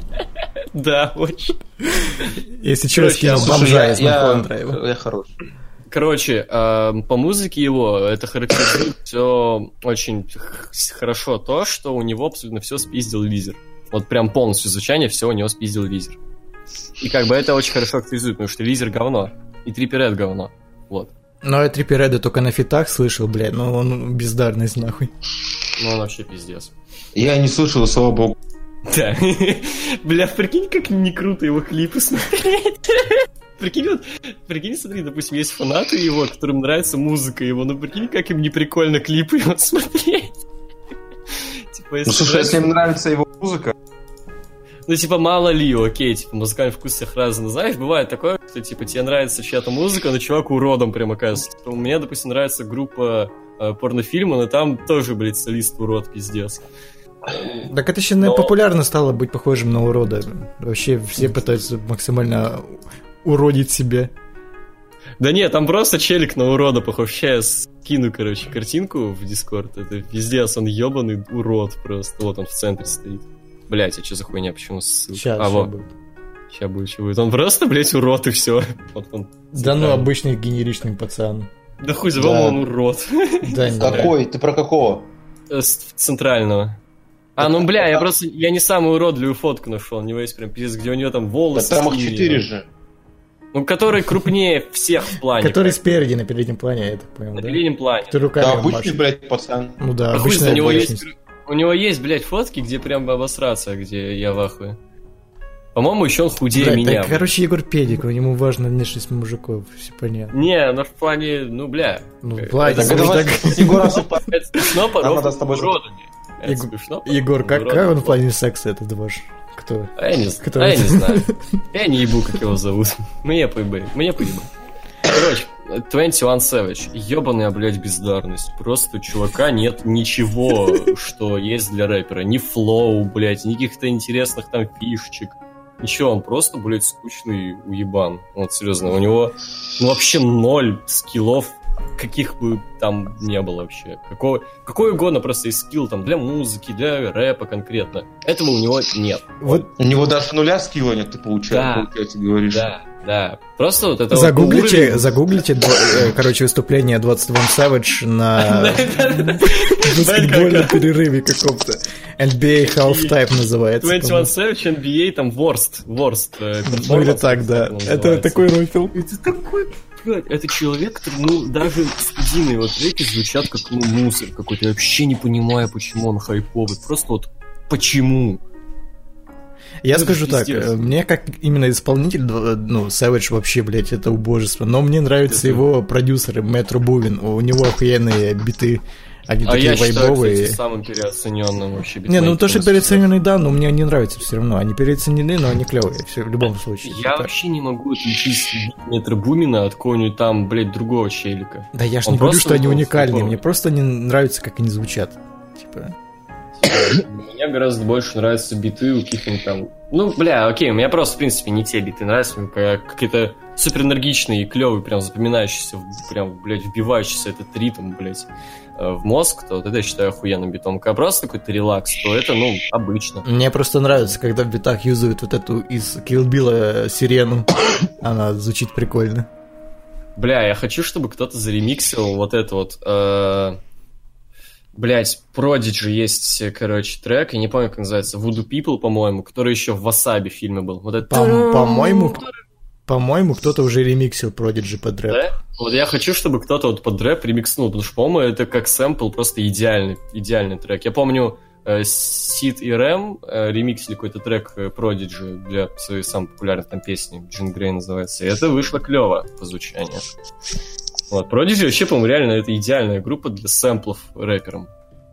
Да, очень. Если что, скинул бомжа из Mulholland Drive. Я хорош. Короче, по музыке его это характеризует все очень хорошо то, что у него абсолютно все спиздил Визер. Вот прям полностью звучание все у него спиздил Визер. И как бы это очень хорошо характеризует, потому что Визер говно, и Triple Red говно. Вот. Но я Triple Red только на фитах слышал, блядь, но он бездарность нахуй. Ну он вообще пиздец. Я не слышал, слава богу. Да. Бля, прикинь, как не круто его клипы смотреть. Прикинь, смотри, допустим, есть фанаты его, которым нравится музыка его, но прикинь, как им не прикольно клипы его смотреть. Ну, слушай, если им нравится его музыка... Ну, типа, мало ли, окей, типа, музыкальный вкус всех разный. Но, знаешь, бывает такое, что, типа, тебе нравится чья-то музыка, но чувак уродом прям оказывается. Мне, допустим, нравится группа порнофильма, но там тоже, блядь, солист урод, пиздец. Так это еще популярно стало быть похожим на урода. Вообще все пытаются максимально уродить себя. Да нет, там просто челик на урода похож. Сейчас скину, короче, картинку в Дискорд. Это пиздец, он ебаный урод просто. Вот он в центре стоит. Блять, а что за хуйня, почему ссылка? Сейчас будет. Он просто, блять, урод и все. Вот он. Да ну, обычный генеричный пацан. Да хуй за он урод. Какой? Ты про какого? Центрального. Ну бля, я не самую уродливую фотку нашел. У него есть прям пиздец, где у него там волосы. Да там их 4 же. Ну, который крупнее всех в плане. Который спереди, на переднем плане, я так понял, на переднем плане. Да, обычный, блядь, пацан. Ну да, обычный. У него есть, блядь, фотки, где прям обосраться, где я в ахуе. По-моему, еще он худее меня. Короче, Егор Педик, ему важна внешность мужиков, все понятно. Не, ну в плане, ну бля. Ну в плане, Егор, это смешно, порой с уродами. Егор, как он в плане секса, этот ваш? Кто? Я не знаю. Я не ебу, как его зовут. Мне поебать. Короче, 21 Savage. Ёбаная, блядь, бездарность. Просто у чувака нет ничего, что есть для рэпера. Ни флоу, блядь, ни каких-то интересных там фишечек. Ничего, он просто, блядь, скучный уебан. Вот, серьезно, у него вообще 0 скиллов, каких бы там не было вообще. Какой угодно просто есть скилл там для музыки, для рэпа конкретно. Этого у него нет. Вот. У него даже 0 скилла нет, ты получается, говоришь. Да. Просто вот это загуглите, короче, выступление 21 Savage на баскетбольном перерыве каком-то. NBA Halftime называется. 21 Savage, NBA, там Worst. Ну или так, да. Это такой рофил. Это такой... Это человек, который, даже студийные вот треки звучат как, мусор какой-то. Я вообще не понимаю, почему он хайповый. Просто вот почему. Я скажу так, мне как именно исполнитель, Savage вообще, блядь, это убожество. Но мне нравятся его продюсеры, Метро Бувин. У него охуенные биты Они такие вайбовые. Я считаю, кстати, самым переоцененным вообще битмейкером. Не, ну то, что переоцененный, да, но мне не нравится все равно. Они переоценены, но они клевые, все, в любом случае. Я вообще не могу отличить Метро Бумина от какого-нибудь там, блядь, другого челика. Да я ж не говорю, что они уникальные, мне просто не нравится, как они звучат. Типа... Мне гораздо больше нравятся биты у каких-нибудь там... Ну, бля, окей, у меня просто, в принципе, не те биты нравятся, какие-то супер энергичные и клевые, прям запоминающиеся, прям, блядь, вбивающийся этот ритм, блядь, в мозг, то вот это я считаю охуенным битом. Когда просто какой-то релакс, то это, ну, обычно. Мне просто нравится, когда в битах юзают вот эту из Kill Bill'а сирену. Она звучит прикольно. Бля, я хочу, чтобы кто-то заремиксил вот это вот... Блять, Prodigy есть, короче, трек, я не помню, как называется, Voodoo People, по-моему, который еще в Wasabi фильме был. Вот это... По-моему, кто-то уже ремиксил Prodigy под рэп. Да? Вот я хочу, чтобы кто-то вот под рэп ремикснул, потому что, по-моему, это как сэмпл просто идеальный трек. Я помню, Сид и Рэм ремиксили какой-то трек Prodigy для своей самой популярной там песни, Джин Грей называется, и это вышло клево по звучанию. Вот, Prodigy вообще, по-моему, реально это идеальная группа для сэмплов рэперам.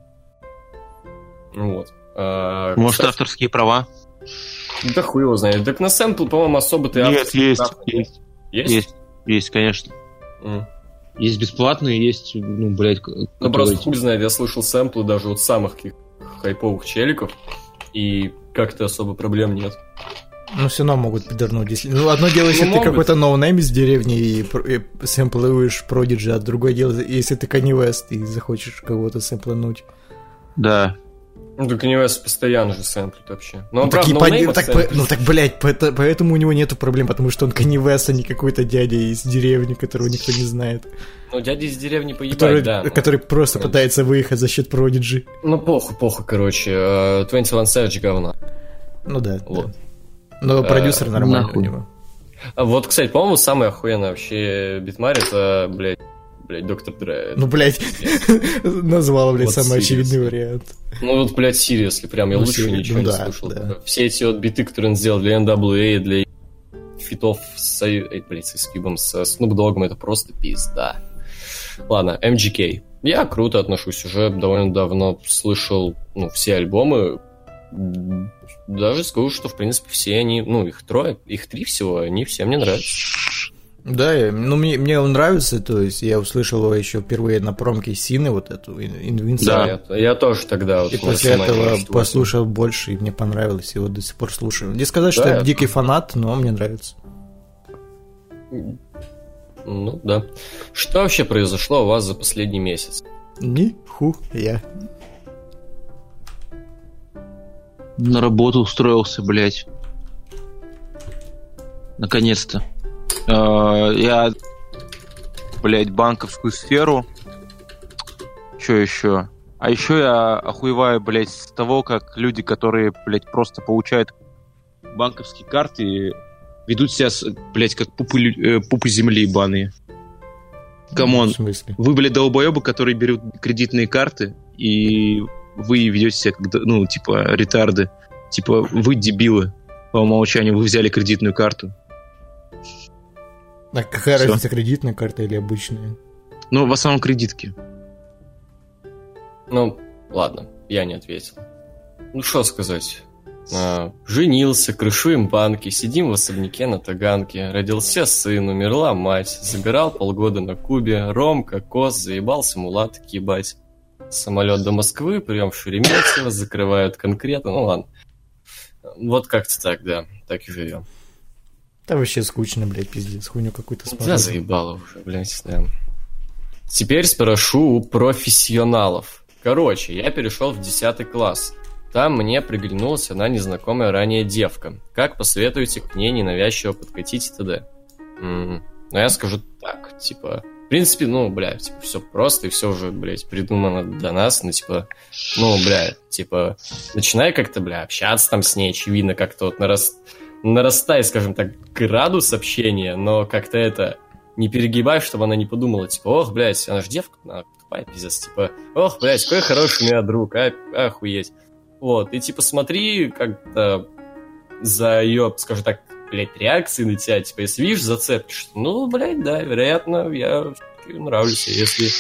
Вот. Может, кстати, авторские права? Да хуй его знает. Так на сэмпл, по-моему, особо ты... Нет, есть. Есть, конечно. Есть бесплатные, есть, ну, блядь... Ну, просто хуй знает, я слышал сэмплы даже вот самых хайповых челиков, и как-то особо проблем нет. Ну, все равно могут пидорнуть. Если... Ну, одно дело, если ты какой-то ноунейм из деревни и сэмплируешь Prodigy, а другое дело, если ты Kanye West и захочешь кого-то сэмплануть. Да. Ну, так Kanye West постоянно же сэмплит вообще. Но он, блядь, поэтому у него нету проблем, потому что он Kanye West, а не какой-то дядя из деревни, которого никто не знает. Ну, дядя из деревни поебать, да. Который просто пытается выехать за счет Prodigy. Ну, похуй, короче. 21 Savage говно. Ну да, вот. Да. Но продюсер нормальный у него. Вот, кстати, по-моему, самый охуенный вообще битмар это, блядь, Доктор Дре. Ну, блядь, назвал, блядь, самый очевидный вариант. Ну, вот, блядь, seriously, прям я лучше ничего не слышал. Все эти вот биты, которые он сделал для NWA, для фитов с Спибом, с Snoop Dogg'ом, это просто пизда. Ладно, MGK. Я круто отношусь, уже довольно давно слышал, ну, все альбомы. Даже скажу, что, в принципе, все они, ну, их 3 всего, они все мне нравятся. Да, ну, мне он нравится, то есть я услышал его еще впервые на промке Сины, вот эту, Invincible. Да, я тоже тогда... Вот, и после этого послушал больше, и мне понравилось, и вот до сих пор слушаю. Не сказать, что я дикий фанат, но мне нравится. Ну, да. Что вообще произошло у вас за последний месяц? Нихуя. На работу устроился, блядь. Наконец-то. Я, блядь, банковскую сферу. Что еще? А еще я охуеваю, блядь, с того, как люди, которые, блядь, просто получают банковские карты, ведут себя, блядь, как пупы земли ебаные. Камон. Вы, блядь, долбоебы, которые берут кредитные карты, и вы ведете себя как, ну, типа, ретарды. Типа, вы дебилы. По умолчанию вы взяли кредитную карту. А какая разница, кредитная карта или обычная? Ну, в основном кредитки. Ну, ладно, я не ответил. Ну, что сказать. Женился, крышуем банки, сидим в особняке на Таганке. Родился сын, умерла мать. Забирал полгода на Кубе. Ром, кокос, заебался мулат, ебать. Самолет до Москвы, прием в Шереметьево, закрывают конкретно. Ну, ладно. Вот как-то так, да. Так и живем. Да вообще скучно, блядь, пиздец. Хуйню какую-то смотрю. Я заебало уже, блядь, да. Теперь спрошу у профессионалов. Короче, я перешел в 10 класс. Там мне приглянулась одна незнакомая ранее девка. Как посоветуете к ней ненавязчиво подкатить и т.д.? Ну, я скажу так, типа... В принципе, ну, блядь, типа, все просто и все уже, блядь, придумано до нас, ну, типа, ну, блядь, типа, начинай как-то, блядь, общаться там с ней, очевидно, как-то вот нарастай, скажем так, градус общения, но как-то это, не перегибай, чтобы она не подумала, типа, ох, блядь, она же девка, она тупая, пиздец, типа, ох, блядь, какой хороший у меня друг, охуеть. Вот, и, типа, смотри как-то за ее, скажем так, блядь, реакции на тебя, типа, если видишь, зацепишь, ну, блядь, да, вероятно, я нравлюсь, если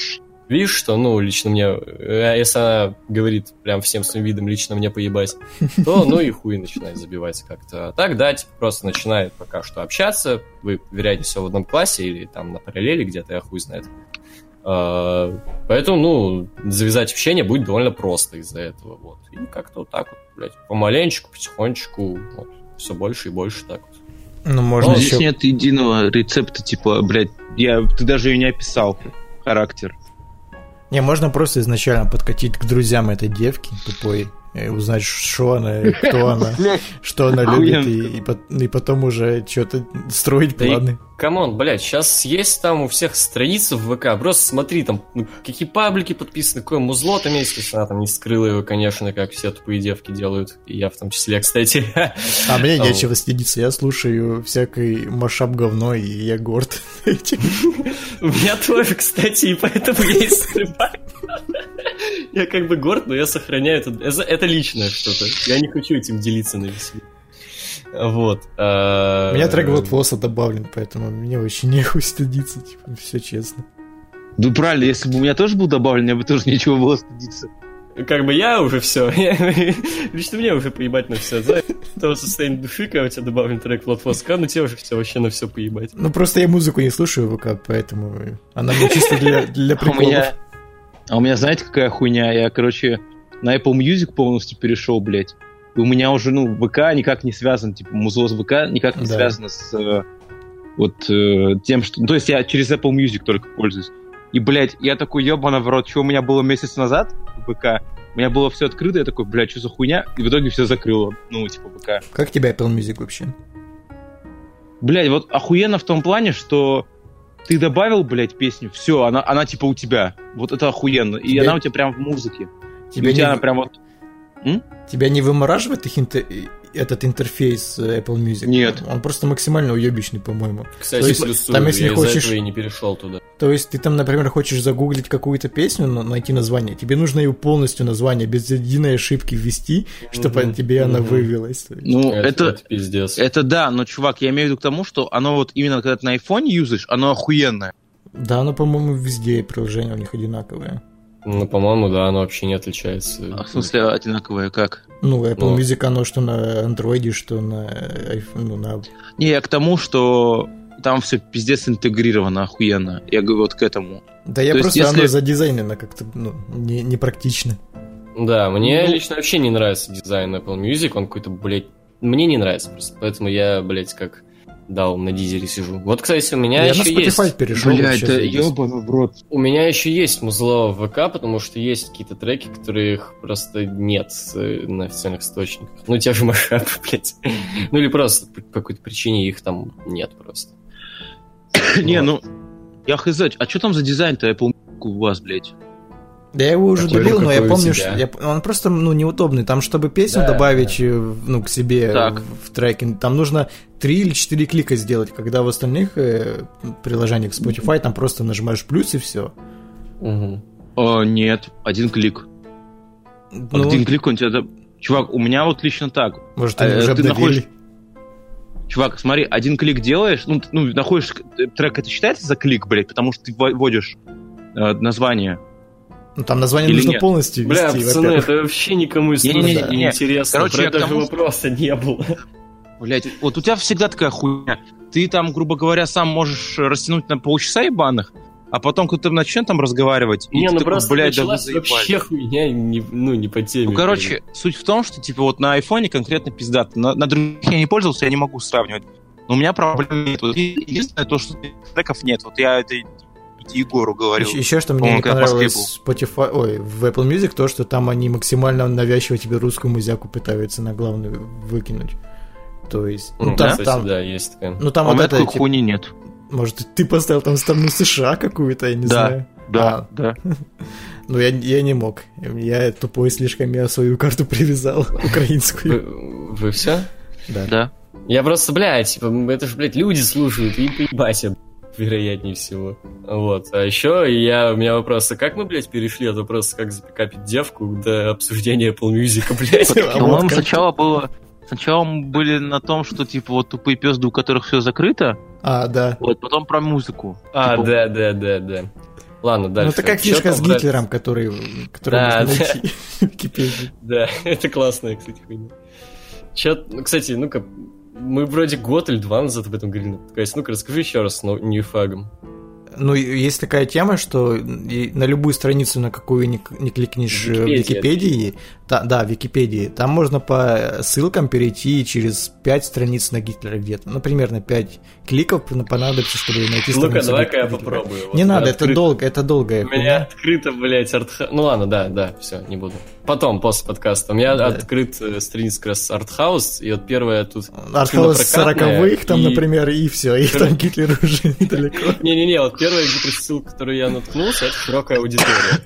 видишь, что, ну, лично мне, если она говорит прям всем своим видом лично мне поебать, то, ну, и хуй начинает забивать как-то. А так, да, типа, просто начинает пока что общаться, вы проверяете все в одном классе или там на параллели где-то, я хуй знает. Поэтому, ну, завязать общение будет довольно просто из-за этого, вот. И как-то вот так вот, блядь, помаленечку, потихонечку, вот, все больше и больше так вот. Ну, можно здесь еще... нет единого рецепта, типа, блядь, ты даже ее не описал, характер. Не, можно просто изначально подкатить к друзьям этой девки тупой, и узнать, что она, кто она, что она любит, и потом уже что-то строить планы. Камон, блядь, сейчас есть там у всех страницы в ВК, просто смотри, там, какие паблики подписаны, какое музло там есть, если она там не скрыла его, конечно, как все тупые девки делают, и я в том числе, кстати. А мне нечего стыдиться, я слушаю всякий машап говно, и я горд этим. У меня тоже, кстати, и поэтому я и скрываю. Я как бы горд, но я сохраняю это личное что-то. Я не хочу этим делиться на весь мир. Вот. У меня трек вот Флосса добавлен, поэтому мне вообще нехуй стыдиться, типа, все честно. Ну правильно, если бы у меня тоже был добавлен, мне бы тоже нечего было стыдиться. Как бы я уже все. Лично мне уже поебать на все. За того состояния души, когда у тебя добавлен трек Влад Флоска, ну тебе уже все вообще на все поебать. Ну просто я музыку не слушаю в ВК, поэтому она мне чисто для приколов. А у меня, знаете, какая хуйня? Я, короче, на Apple Music полностью перешел, блядь. И у меня уже, ну, ВК никак не связан, типа, музло с ВК никак не связано с тем, что... Ну, то есть я через Apple Music только пользуюсь. И, блядь, я такой, ебаный в рот, что у меня было месяц назад в ВК, у меня было все открыто, я такой, блядь, что за хуйня? И в итоге все закрыло, ну, типа, ВК. Как тебе Apple Music вообще? Блядь, вот охуенно в том плане, что ты добавил, блядь, песню, все, она типа у тебя. Вот это охуенно. И она у тебя прям в музыке. Она прям вот... Тебя не вымораживает этот интерфейс Apple Music? Нет. Он просто максимально уебищный, по-моему. Кстати, плюсую, там, если я хочешь... из-за этого и не перешел туда. То есть ты там, например, хочешь загуглить какую-то песню, найти название, тебе нужно ее полностью название, без единой ошибки ввести, чтобы тебе она вывелась. Ну, это пиздец. Это да, но, чувак, я имею в виду к тому, что оно вот именно когда ты на айфоне юзаешь, оно охуенное. Да, оно, по-моему, везде приложения у них одинаковые. Ну, по-моему, да, оно вообще не отличается. А в смысле одинаковое как? Ну, Apple Music, оно что на Android, что на iPhone, ну, на... Не, я к тому, что там все пиздец интегрировано охуенно. Я говорю вот к этому. Да я просто, оно задизайнено как-то, ну, непрактично. Да, мне лично вообще не нравится дизайн Apple Music, он какой-то, блядь, мне не нравится просто, поэтому я, блядь, как... Да, на дизеле сижу. Вот, кстати, у меня я еще на Spotify есть... перешел. Блядь, да ёбаный в рот. У меня еще есть музло в ВК, потому что есть какие-то треки, которых просто нет на официальных источниках. Ну, те же машапы, блядь. Ну, или просто по какой-то причине их там нет просто. Не, ну, я хз, а что там за дизайн-то Apple у вас, блядь? Да я его уже добил, но я помню, что он просто, ну, неудобный. Там, чтобы песню добавить, ну, к себе в треке, там нужно 3 или 4 клика сделать, когда в остальных приложениях Spotify там просто нажимаешь плюс и все. Нет, один клик. Один клик он тебя... Чувак, у меня вот лично так. Может, они уже обновили? Чувак, смотри, один клик делаешь, ну, находишь трек, это считается за клик, блядь, потому что ты вводишь название. Ну, там название нужно полностью ввести. Бля, пацаны, это вообще никому из нас не интересно. Короче, про это же вопроса не было. Блять, вот у тебя всегда такая хуйня. Ты там, грубо говоря, сам можешь растянуть на полчаса ебаных, а потом кто-то начнет там разговаривать. Не, ну просто началась вообще хуйня, не по теме. Ну, короче, суть в том, что, типа, вот на айфоне конкретно пиздато. На других я не пользовался, я не могу сравнивать. Но у меня проблем нет. Вот единственное то, что треков нет. Вот я это... Егору говорил. Еще что мне не понравилось Spotify, в Apple Music, то, что там они максимально навязчиво тебе русскую музяку пытаются на главную выкинуть. То есть... Ну, там, кстати, там, да, есть такая. Ну, там вот это... хуйни нет. Может, ты поставил там страну США какую-то, я не знаю. Да. Ну, я не мог. Я тупой слишком, я свою карту привязал, украинскую. Вы все? Да. Я просто, блядь, типа, это же, блядь, люди слушают, и поебать, вероятнее всего. Вот. А еще у меня вопрос, а как мы, блядь, перешли от вопроса, как запикапить девку, до обсуждения Apple Music, блядь? По-моему, сначала мы были на том, что, типа, вот тупые пёзды, у которых все закрыто. Да. Вот, потом про музыку. Да. Ладно, дальше. Ну, это как фишка с Гитлером, который можно найти в Википедии. Да, это классная, кстати, хуйня. Кстати, ну-ка, мы вроде год или 2 назад об этом говорили. Ну-ка, расскажи еще раз ньюфагом. Ну, есть такая тема, что на любую страницу, на какую не кликнешь в Википедии, в Википедии, там можно по ссылкам перейти через 5 страниц на Гитлера где-то. Ну, примерно 5 кликов понадобится, чтобы найти страницу. Ну-ка, давай-ка я попробую. Не надо, это долгая хуйня. У меня открыто, блядь, Ну ладно, да, все, не буду. Потом, после подкаста. У меня открыт страница как раз Артхаус, и вот первая тут... Артхаус 40-х там, например, и все, и там Гитлер уже недалеко. Не-не-не, вот первая ссылка, которую я наткнулся, это широкая аудитория.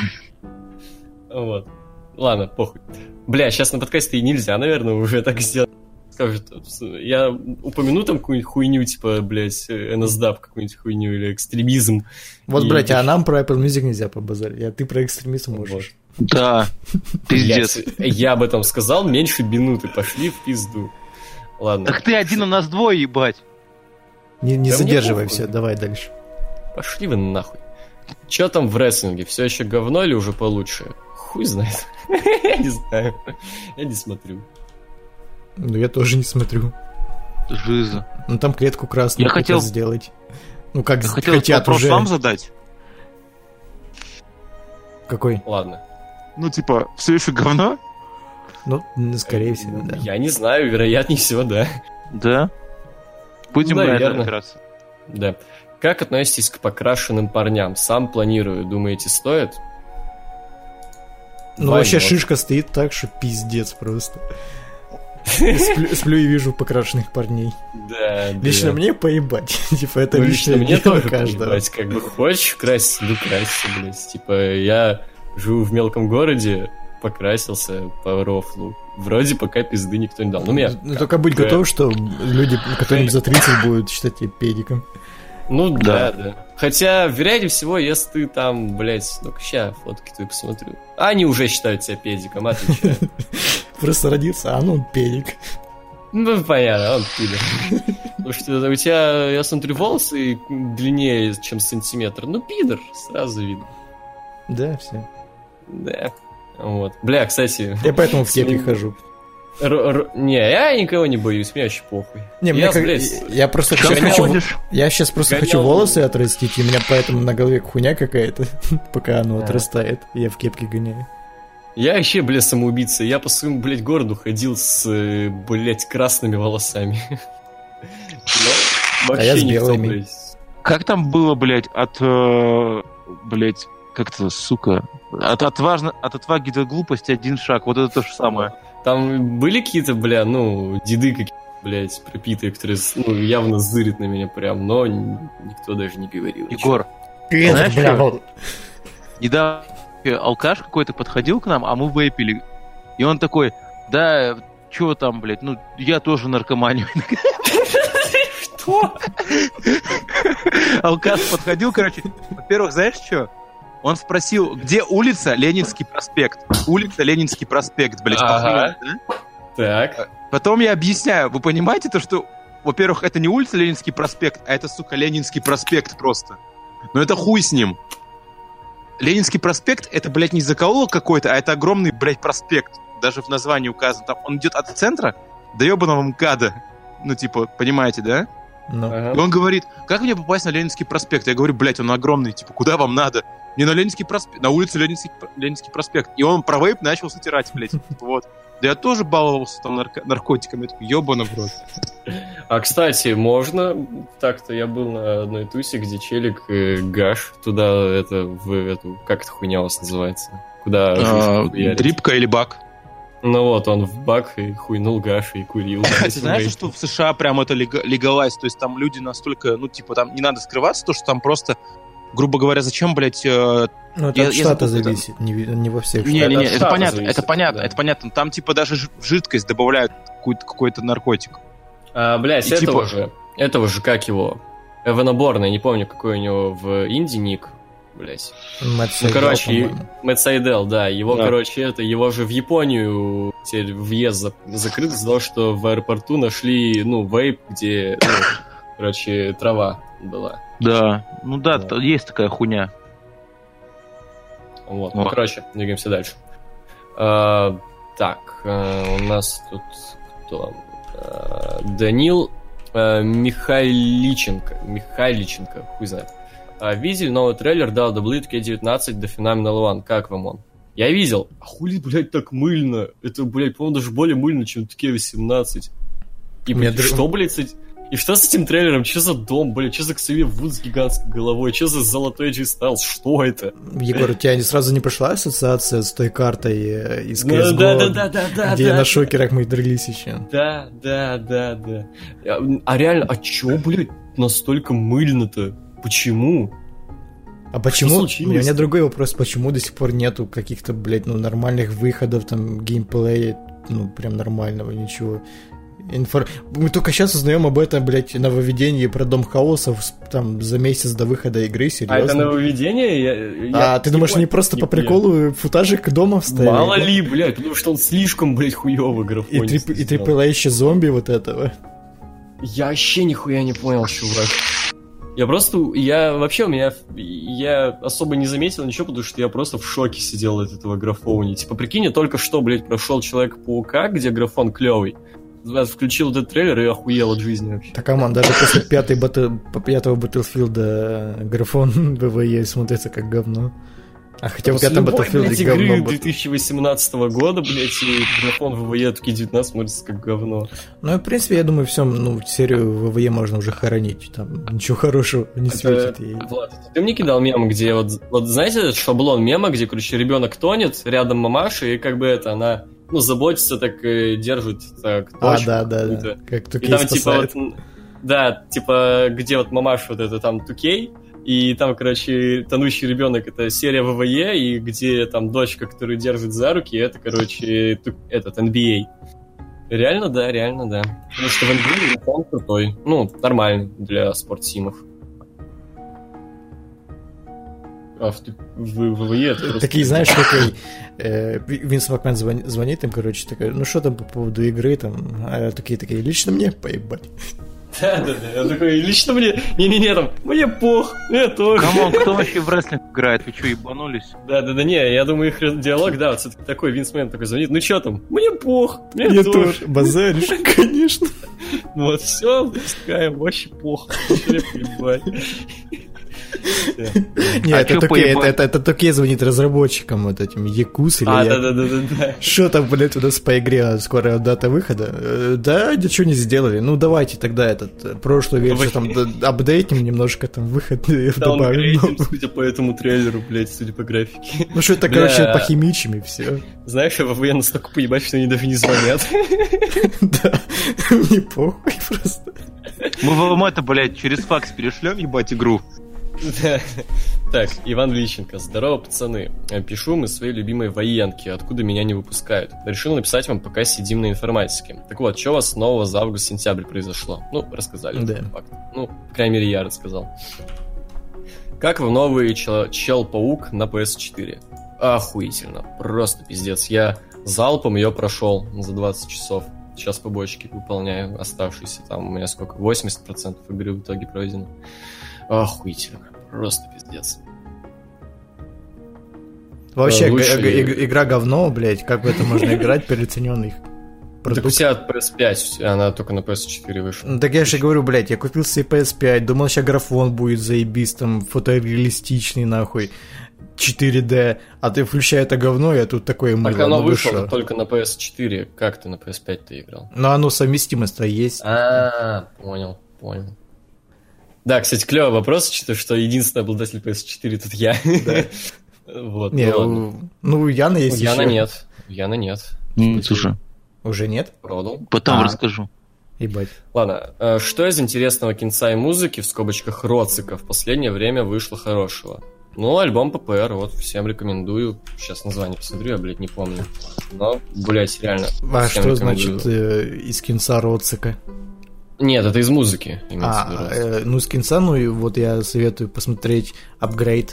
Вот. Ладно, похуй. Бля, сейчас на подкасте и нельзя, наверное, уже так сделать. Скажут, я упомяну там какую-нибудь хуйню, типа, блядь, NSDAP какую-нибудь хуйню или экстремизм. Вот, блядь, а нам про Apple Music нельзя побазарить, а ты про экстремизм можешь. Да, пиздец. Я об этом сказал меньше минуты, пошли в пизду. Ладно. Так ты один, у нас двое, ебать. Не задерживай все, давай дальше. Пошли вы нахуй. Че там в рестлинге? Все еще говно или уже получше? Хуй знает. Я не знаю. Я не смотрю. Ну, я тоже не смотрю. Жиза. Ну, там клетку красную я хотел сделать. Ну, как я хотел вопрос вам задать. Какой? Ладно. Ну, типа, все еще говно? Ну, скорее всего, да. Я не знаю, вероятнее всего, да. Да? Будем на это опираться. Да. Как относитесь к покрашенным парням? Сам планирую. Думаете, стоит? Ну, вообще шишка стоит так, что пиздец просто. Сплю и вижу покрашенных парней. Да, лично мне поебать. Типа, это лично мне тоже каждого. Поебать. Как бы хочешь краситься, ну красься, блядь. Типа, я живу в мелком городе, покрасился по рофлу. Вроде пока пизды никто не дал. Ну, только будь готов, что люди, которым за 30 будут считать тебя педиком. Ну да. Хотя, вероятнее всего, если ты там, блядь, ну-ка ща фотки твои посмотрю. Они уже считают тебя педиком, отвечаю. Просто родился, а ну он педик. Ну, понятно, он пидор. Потому что у тебя, я смотрю, волосы длиннее, чем сантиметр. Ну, пидор, сразу видно. Да, все. Да. Вот. Бля, кстати... Я поэтому в кепке хожу. Не, я никого не боюсь, мне вообще похуй. Не, я просто хочу... Я сейчас просто хочу волосы отрастить, и у меня поэтому на голове хуйня какая-то, пока оно отрастает, и я в кепке гоняю. Я вообще, бля, самоубийца. Я по своему, блядь, городу ходил с, блядь, красными волосами. А я с белыми. Как там было, блядь, блядь, как-то, сука, от отваги до глупости один шаг, вот это то же самое. Там были какие-то, бля, ну, деды какие-то, блядь, пропитые, которые, ну, явно зырят на меня прям, но никто даже не говорил. Егор, знаешь, что? Недавно алкаш какой-то подходил к нам, а мы вейпили. И он такой, да, чё там, блядь, ну, я тоже наркоманию. Что? Алкаш подходил, короче, во-первых, знаешь что? Он спросил, где улица Ленинский проспект? Улица Ленинский проспект, блядь. Ага. Так. Потом я объясняю. Вы понимаете то, что, во-первых, это не улица Ленинский проспект, а это, сука, Ленинский проспект просто. Но это хуй с ним. Ленинский проспект, это, блядь, не закоулок какой-то, а это огромный, блядь, проспект. Даже в названии указано. Там он идет от центра до ебаного МКАДа. Ну, типа, понимаете, да? No. И он говорит, как мне попасть на Ленинский проспект? Я говорю, блядь, он огромный, типа, куда вам надо? Не на Ленинский проспект, на улице Ленинский проспект. И он про вейп начал сатирать, блядь. Вот. Да я тоже баловался там наркотиками. Я такой, ёбаный в рот. А, кстати, можно... Так-то я был на одной тусе, где челик гаш туда, как эта хуйня у вас называется? Куда? Дрипка или бак? Ну вот, он в бак и хуйнул гаш и курил. Ты знаешь, что в США прям это легалайз? То есть там люди настолько, ну, типа, там не надо скрываться, то, что там просто... Грубо говоря, зачем, блядь... Ну, это от штата зависит, не во всех штатах. Не, это понятно. Там, типа, даже в жидкость добавляют какой-то наркотик. Блядь, этого же, как его? Эвана Борна, я не помню, какой у него в Индии ник. Блядь. Мэтт Сайдел, Мэтт Сайдел, да. Его, да. Короче, его же в Японию теперь въезд закрыт из-за того, что в аэропорту нашли, ну, вейп, где, ну, короче, трава была. Да, ну да, есть такая хуйня. Вот. Ну, короче, двигаемся дальше. Так, у нас тут кто? Данил Михайличенко, хуй знает. Видели новый трейлер WWE 2K19 The Phenomenal One. Как вам он? Я видел. А хули, блядь, так мыльно? Это, блядь, по-моему, даже более мыльно, чем 2K18. И, блядь, что, блядь, и что с этим трейлером? Что за дом, блядь? Что за Ксавье Вуд с гигантской головой? Что за золотой AJ Styles? Что это? Егор, у тебя сразу не пришла ассоциация с той картой из CSGO, да, где на шокерах мы дрались еще? Да. А реально, а чё, блядь, настолько мыльно-то? Почему? А почему? У меня другой вопрос, почему до сих пор нету каких-то, блядь, нормальных выходов, там, геймплея, прям нормального, ничего. Мы только сейчас узнаем об этом, блядь, нововведении про Дом Хаосов там за месяц до выхода игры, серьезно. А это нововведение? Ты думаешь, они просто по приколу футажик дома вставили? Мало ли, блядь, потому что он слишком, блядь, хуёвый графон. И AAA зомби вот этого. Я вообще нихуя не понял, чувак. Я особо не заметил ничего, потому что я просто в шоке сидел от этого графона. Типа, прикинь, я только что, блядь, прошел Человека-паука, где графон клевый. Включил этот трейлер и охуел от жизни вообще. Так, Аман, даже после пятого Battlefield графон ВВЕ смотрится как говно. А хотя в пятом Battlefield говно. Игры 2018 года, блядь, и графон ВВЕ таки 19 смотрится как говно. Ну, в принципе, я думаю, серию ВВЕ можно уже хоронить. Там ничего хорошего не светит. Влад, ты мне кидал мем, где вот знаете этот шаблон мема, где, короче, ребенок тонет, рядом мамаша, и как бы это, она... заботится, так и держит так, дочь. Да. Как Тукей и там, спасает. типа, где вот мамаша вот это там Тукей, и там, короче, тонущий ребенок, это серия ВВЕ, и где там дочка, которую держит за руки, это, короче, этот NBA. Реально, да. Потому что в NBA он крутой. Нормальный для спортсимов. А в ВВЕ это просто... Такие, знаешь, такой Винс Макмен звонит им, короче, такой, что там по поводу игры, там, а такие, лично мне поебать. Да, он такой, лично мне, не, там, мне пох, мне тоже. Камон, кто вообще в рестлинг играет, вы что, ебанулись? Да, не, я думаю, их диалог, да, вот такой Винс Макмен такой звонит, что там, мне пох, мне тоже. Базаришь, конечно. Вот, все, пускаем, вообще пох, вообще поебать. Нет, это Токей звонит разработчикам, вот этим Якус или да. Что там, блядь, у нас по игре скоро дата выхода? Да, ничего не сделали. Давайте тогда прошлую версию там апдейтим немножко, там выход добавим. Судя по этому трейлеру, блядь, судя по графике. Что это, короче, похимичим и все. Знаешь, ВВЕ настолько поебать, что они даже не звонят. Да, мне похуй просто. Мы вам это, блядь, через факс перешлем, ебать, игру. Так, Иван Лищенко. Здорово, пацаны. Пишу мы своей любимой военке, откуда меня не выпускают. Решил написать вам, пока сидим на информатике. Так вот, что у вас нового за август-сентябрь произошло? Рассказали. Да. Факт. По крайней мере, я рассказал. Как вам новый Чел-паук на PS4? Охуительно. Просто пиздец. Я залпом ее прошел за 20 часов. Сейчас побочки выполняю, оставшиеся там у меня сколько? 80% игры в итоге пройдено. Охуительно. Просто пиздец. Вообще, игра говно, блядь. Как в это можно играть, переоцененный продукт? Так у тебя PS5, она только на PS4 вышла. Так я же говорю, блядь, я купил себе PS5, думал, сейчас графон будет заебись, там, фотореалистичный, нахуй, 4D, а ты включай это говно, я тут такое мыло. Так оно вышло только на PS4, как ты на PS5-то играл? Оно совместимость-то есть. Понял. Да, кстати, клевый вопрос, что единственный обладатель PS4 тут я. Да. Вот, Яна есть еще. Яна нет. Слушай. Уже нет? Продал. Потом расскажу. Ебать. Ладно, что из интересного кинца и музыки, в скобочках роцика, в последнее время вышло хорошего? Альбом ППР, вот, всем рекомендую. Сейчас название посмотрю, я, блядь, не помню. Но, блядь, реально. А что значит из кинца роцика? Нет, это из музыки. Из кинца, вот я советую посмотреть Upgrade.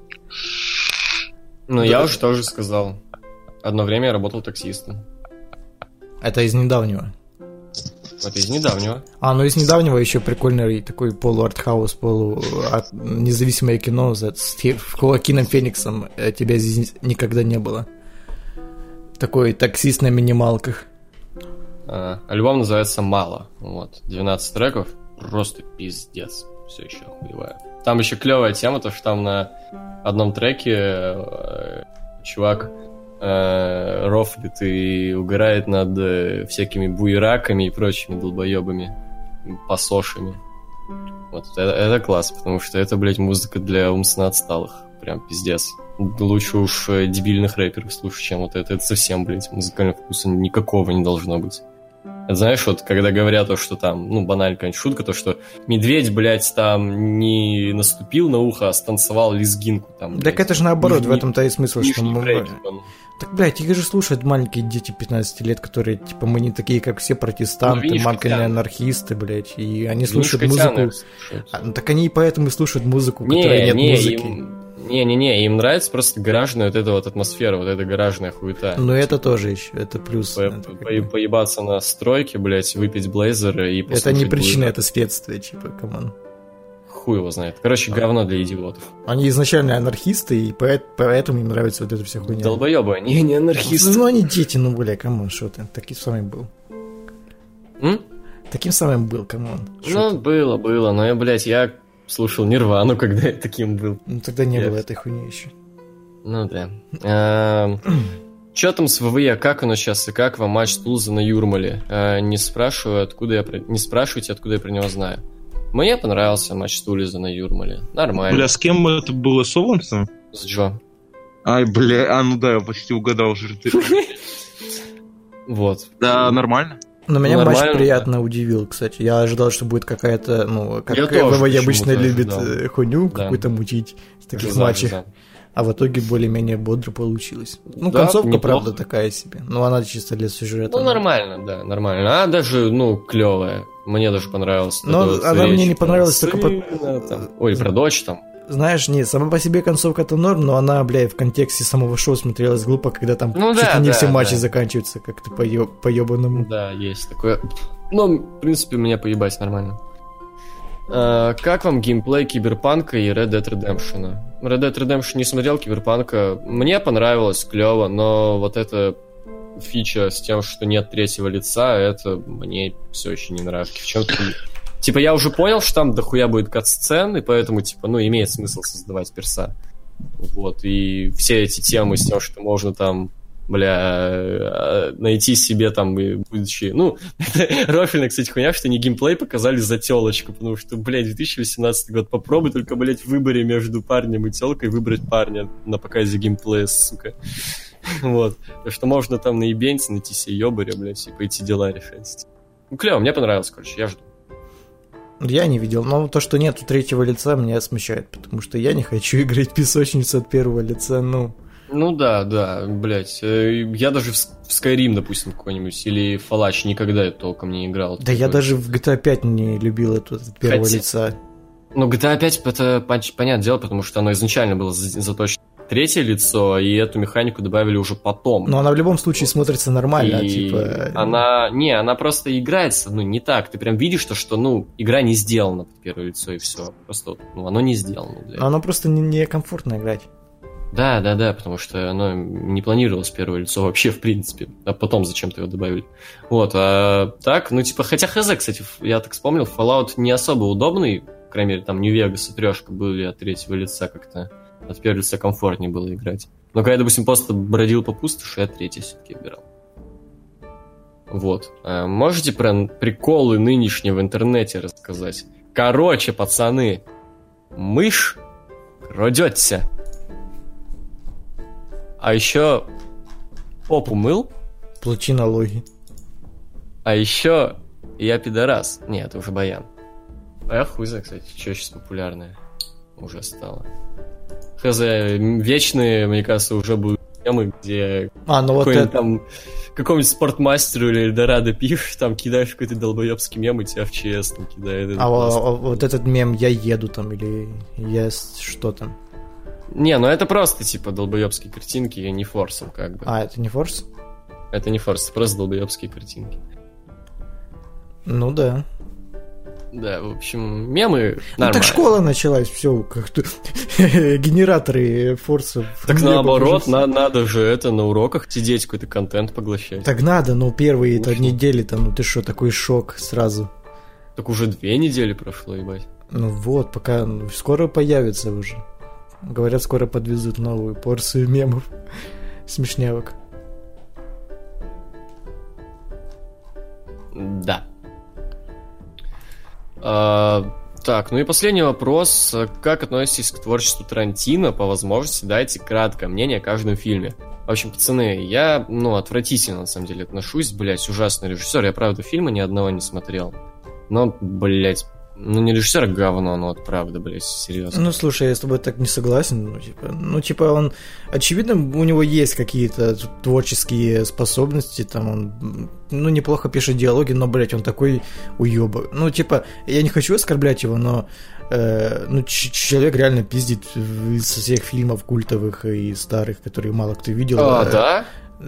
Я уже тоже сказал. Одно время я работал таксистом. Это из недавнего. Это из недавнего. Ну из недавнего еще прикольный такой полу-артхаус, независимое кино с Хоакином Фениксом «Тебя здесь никогда не было». Такой таксист на минималках. Альбом называется «Мало». Вот. 12 треков. Просто пиздец. Все еще охуеваю. Там еще клевая тема, то что там на одном треке чувак рофлит и угорает над всякими буераками и прочими долбоебами, пасошами. Вот, это класс, потому что это, блядь, музыка для умственно отсталых. Прям пиздец. Лучше уж дебильных рэперов слушать, чем вот это. Это совсем, блядь, музыкального вкуса никакого не должно быть. Это, знаешь, вот когда говорят, что там, банальная какая-нибудь шутка, то, что медведь, блядь, там не наступил на ухо, а станцевал лезгинку там. Так это же наоборот, в этом-то и смысл, что мы... Так, блядь, их же слушают маленькие дети 15 лет, которые, типа, мы не такие, как все протестанты, мамкины анархисты, блядь, и они слушают музыку. Так они и поэтому и слушают музыку, которой нет музыки. Не-не-не, им нравится просто гаражная вот эта вот атмосфера, вот эта гаражная хуета. Ну это тоже еще, это плюс. Поебаться на стройке, блядь, выпить блейзеры и послушать. Это не причина, это следствие, типа, камон. Хуй его знает. Короче, говно для идиотов. Они изначально анархисты, и поэтому им нравится вот эта вся хуйня. Долбоебы, они не анархисты. Ну они дети, бля, камон, что ты, таким самым был. Таким самым был, камон. Было, но я слушал Нирвану, когда я таким был. Ну тогда не было этой хуйни еще. Ну да. Чё там с ВВЕ, как оно сейчас и как вам матч Тулза на Юрмале? Не спрашивайте, откуда я про него знаю. Мне понравился матч Тулза на Юрмале. Нормально. Бля, с кем это было? С Овансом? С Джо. Ай, бля, я почти угадал же. Вот. Да, нормально. Но меня матч приятно удивил, кстати. Я ожидал, что будет какая-то, как ВВЕ обычно любит хуйню какую-то мутить в таких матчах. А в итоге более-менее бодро получилось. Концовка, правда, такая себе. Она чисто для сюжета. Нормально, да, нормально. А даже, клевая. Мне даже понравилось. Но она мне не понравилась только про дочь там. Знаешь, сама по себе концовка-то норм, но она, в контексте самого шоу смотрелась глупо, когда там чуть ли не все матчи заканчиваются как-то по-ебаному. Да, есть такое. В принципе, меня поебать нормально. Как вам геймплей Киберпанка и Red Dead Redemption? Red Dead Redemption не смотрел, Киберпанка мне понравилось, клево, но вот эта фича с тем, что нет третьего лица, это мне все еще не нравится. В чем-то... Типа, я уже понял, что там дохуя будет кат-сцен, и поэтому, имеет смысл создавать перса. Вот, и все эти темы с тем, что можно там, найти себе там, и будучи... это рофельная, кстати, хуйня, что не геймплей показали за тёлочку, потому что, 2018 год, попробуй только, в выборе между парнем и тёлкой выбрать парня на показе геймплея, сука. Вот. Так что можно там наебениться, найти себе ёбаря, и пойти дела решать. Клево, мне понравилось, я жду. Я не видел, но то, что нету третьего лица, меня смущает, потому что я не хочу играть в песочницу от первого лица, да, блять. Я даже в Skyrim, допустим, какой-нибудь, или Fallout никогда толком не играл. Да я даже в GTA 5 не любил это от первого лица. GTA 5 это понятное дело, потому что оно изначально было заточено третье лицо, и эту механику добавили уже потом. Но она в любом случае смотрится нормально, она просто играется, не так. Ты прям видишь, что игра не сделана под первое лицо, и все. Просто, оно не сделано. Оно просто некомфортно играть. Да, потому что оно не планировалось первое лицо вообще, в принципе. А потом зачем-то его добавили. Вот, а так, хотя хз, кстати, я так вспомнил, Fallout не особо удобный, по крайней мере, там Нью-Вегас и Трёшка были от третьего лица как-то. От первого лица комфортнее было играть. Но когда я, допустим, просто бродил по пустоши, я третий все-таки играл. Вот. Можете про приколы нынешние в интернете рассказать? Короче, пацаны, мышь крадется. А еще попу мыл. Плати налоги. А еще я пидорас. Нет, это уже Баян. А я хуй знает, кстати, что сейчас популярное уже стало. Хз, вечные, мне кажется, уже будут темы, где какому-нибудь спортмастеру или Эльдорадо пишешь, там кидаешь какой-то долбоебский мем, и тебя в ЧС там кидает. Вот этот мем «я еду» там, или «я что там». Не, это просто, долбоебские картинки, не форсом, как бы. А, это не форс? Это не форс, это просто долбоебские картинки. Ну да. Да, в общем, мемы нормально. Ну так школа началась, все, как-то генераторы форсов. Так наоборот, надо же это на уроках сидеть, какой-то контент поглощать. Так надо, но первые недели там, ну ты что, такой шок сразу. Так уже 2 недели прошло, ебать. Ну вот, пока скоро появится уже. Говорят, скоро подвезут новую порцию мемов. Смешнявок. Да. Так, ну и последний вопрос. Как относитесь к творчеству Тарантино? По возможности дайте краткое мнение о каждом фильме. В общем, пацаны, я, отвратительно, на самом деле, отношусь. Блять, ужасный режиссер. Я, правда, фильма ни одного не смотрел. Но, блять, не режиссер, а говно, вот правда, блять, серьезно. Ну, слушай, я с тобой так не согласен. Он, очевидно, у него есть какие-то творческие способности, там он, неплохо пишет диалоги, но, блять, он такой уёбок. Я не хочу оскорблять его, но человек реально пиздит из всех фильмов культовых и старых, которые мало кто видел. Да?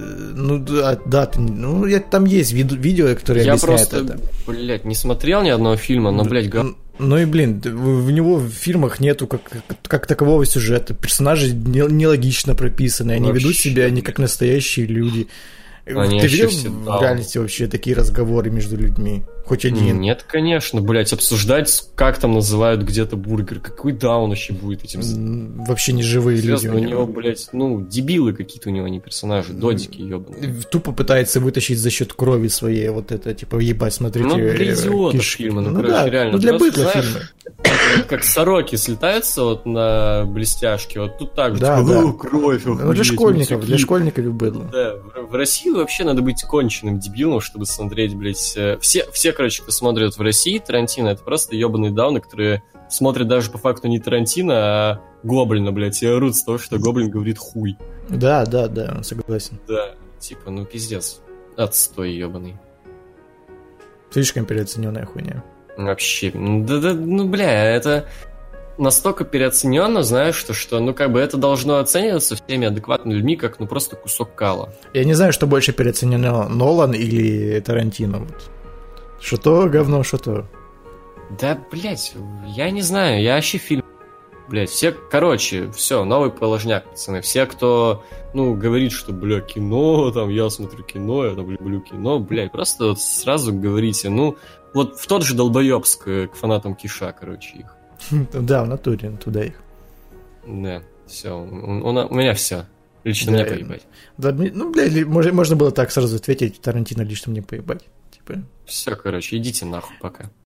Там есть видео, которые объясняют это. Я просто, блядь, не смотрел ни одного фильма, но, блядь, Ну и, блин, в него в фильмах нету как такового сюжета. Персонажи нелогично прописаны, они ведут себя не как настоящие люди. Ты видел в реальности вообще такие разговоры между людьми? Хоть один? Нет, конечно, блять, обсуждать, как там называют где-то бургер. Какой даун вообще будет этим? Вообще не живые люди. У него, блять, дебилы какие-то у него, не персонажи, додики ебаные. Тупо пытается вытащить за счет крови своей вот это, ебать, смотрите. Для идиотов фильма, короче, реально. Для быдла фильма. Как сороки слетаются вот на блестяшке, вот тут так же, кровь. Для школьников быдло. Да, в России вообще надо быть конченным дебилом, чтобы смотреть, блять, все, короче, кто смотрит в России Тарантино, это просто ебаные дауны, которые смотрят даже по факту не Тарантино, а Гоблина, блять, и орут с того, что Гоблин говорит хуй. Да, согласен. Да, пиздец. Отстой ебаный. Слишком переоцененная хуйня. Вообще, это настолько переоцененно, знаешь, что это должно оцениваться всеми адекватными людьми, как просто кусок кала. Я не знаю, что больше переоценено, Нолан или Тарантино. Что то говно, что то. Да, блять, я не знаю, я вообще фильм... Блять, все, все, новый положняк, пацаны. Все, кто, говорит, что, кино, там, я смотрю кино, я там люблю кино, просто сразу говорите, вот в тот же долбоёбск к фанатам Киша, их. Да, в натуре, туда их. Да, все, у меня все. Лично мне поебать. Да, можно было так сразу ответить, Тарантино лично мне поебать. Все, идите нахуй пока.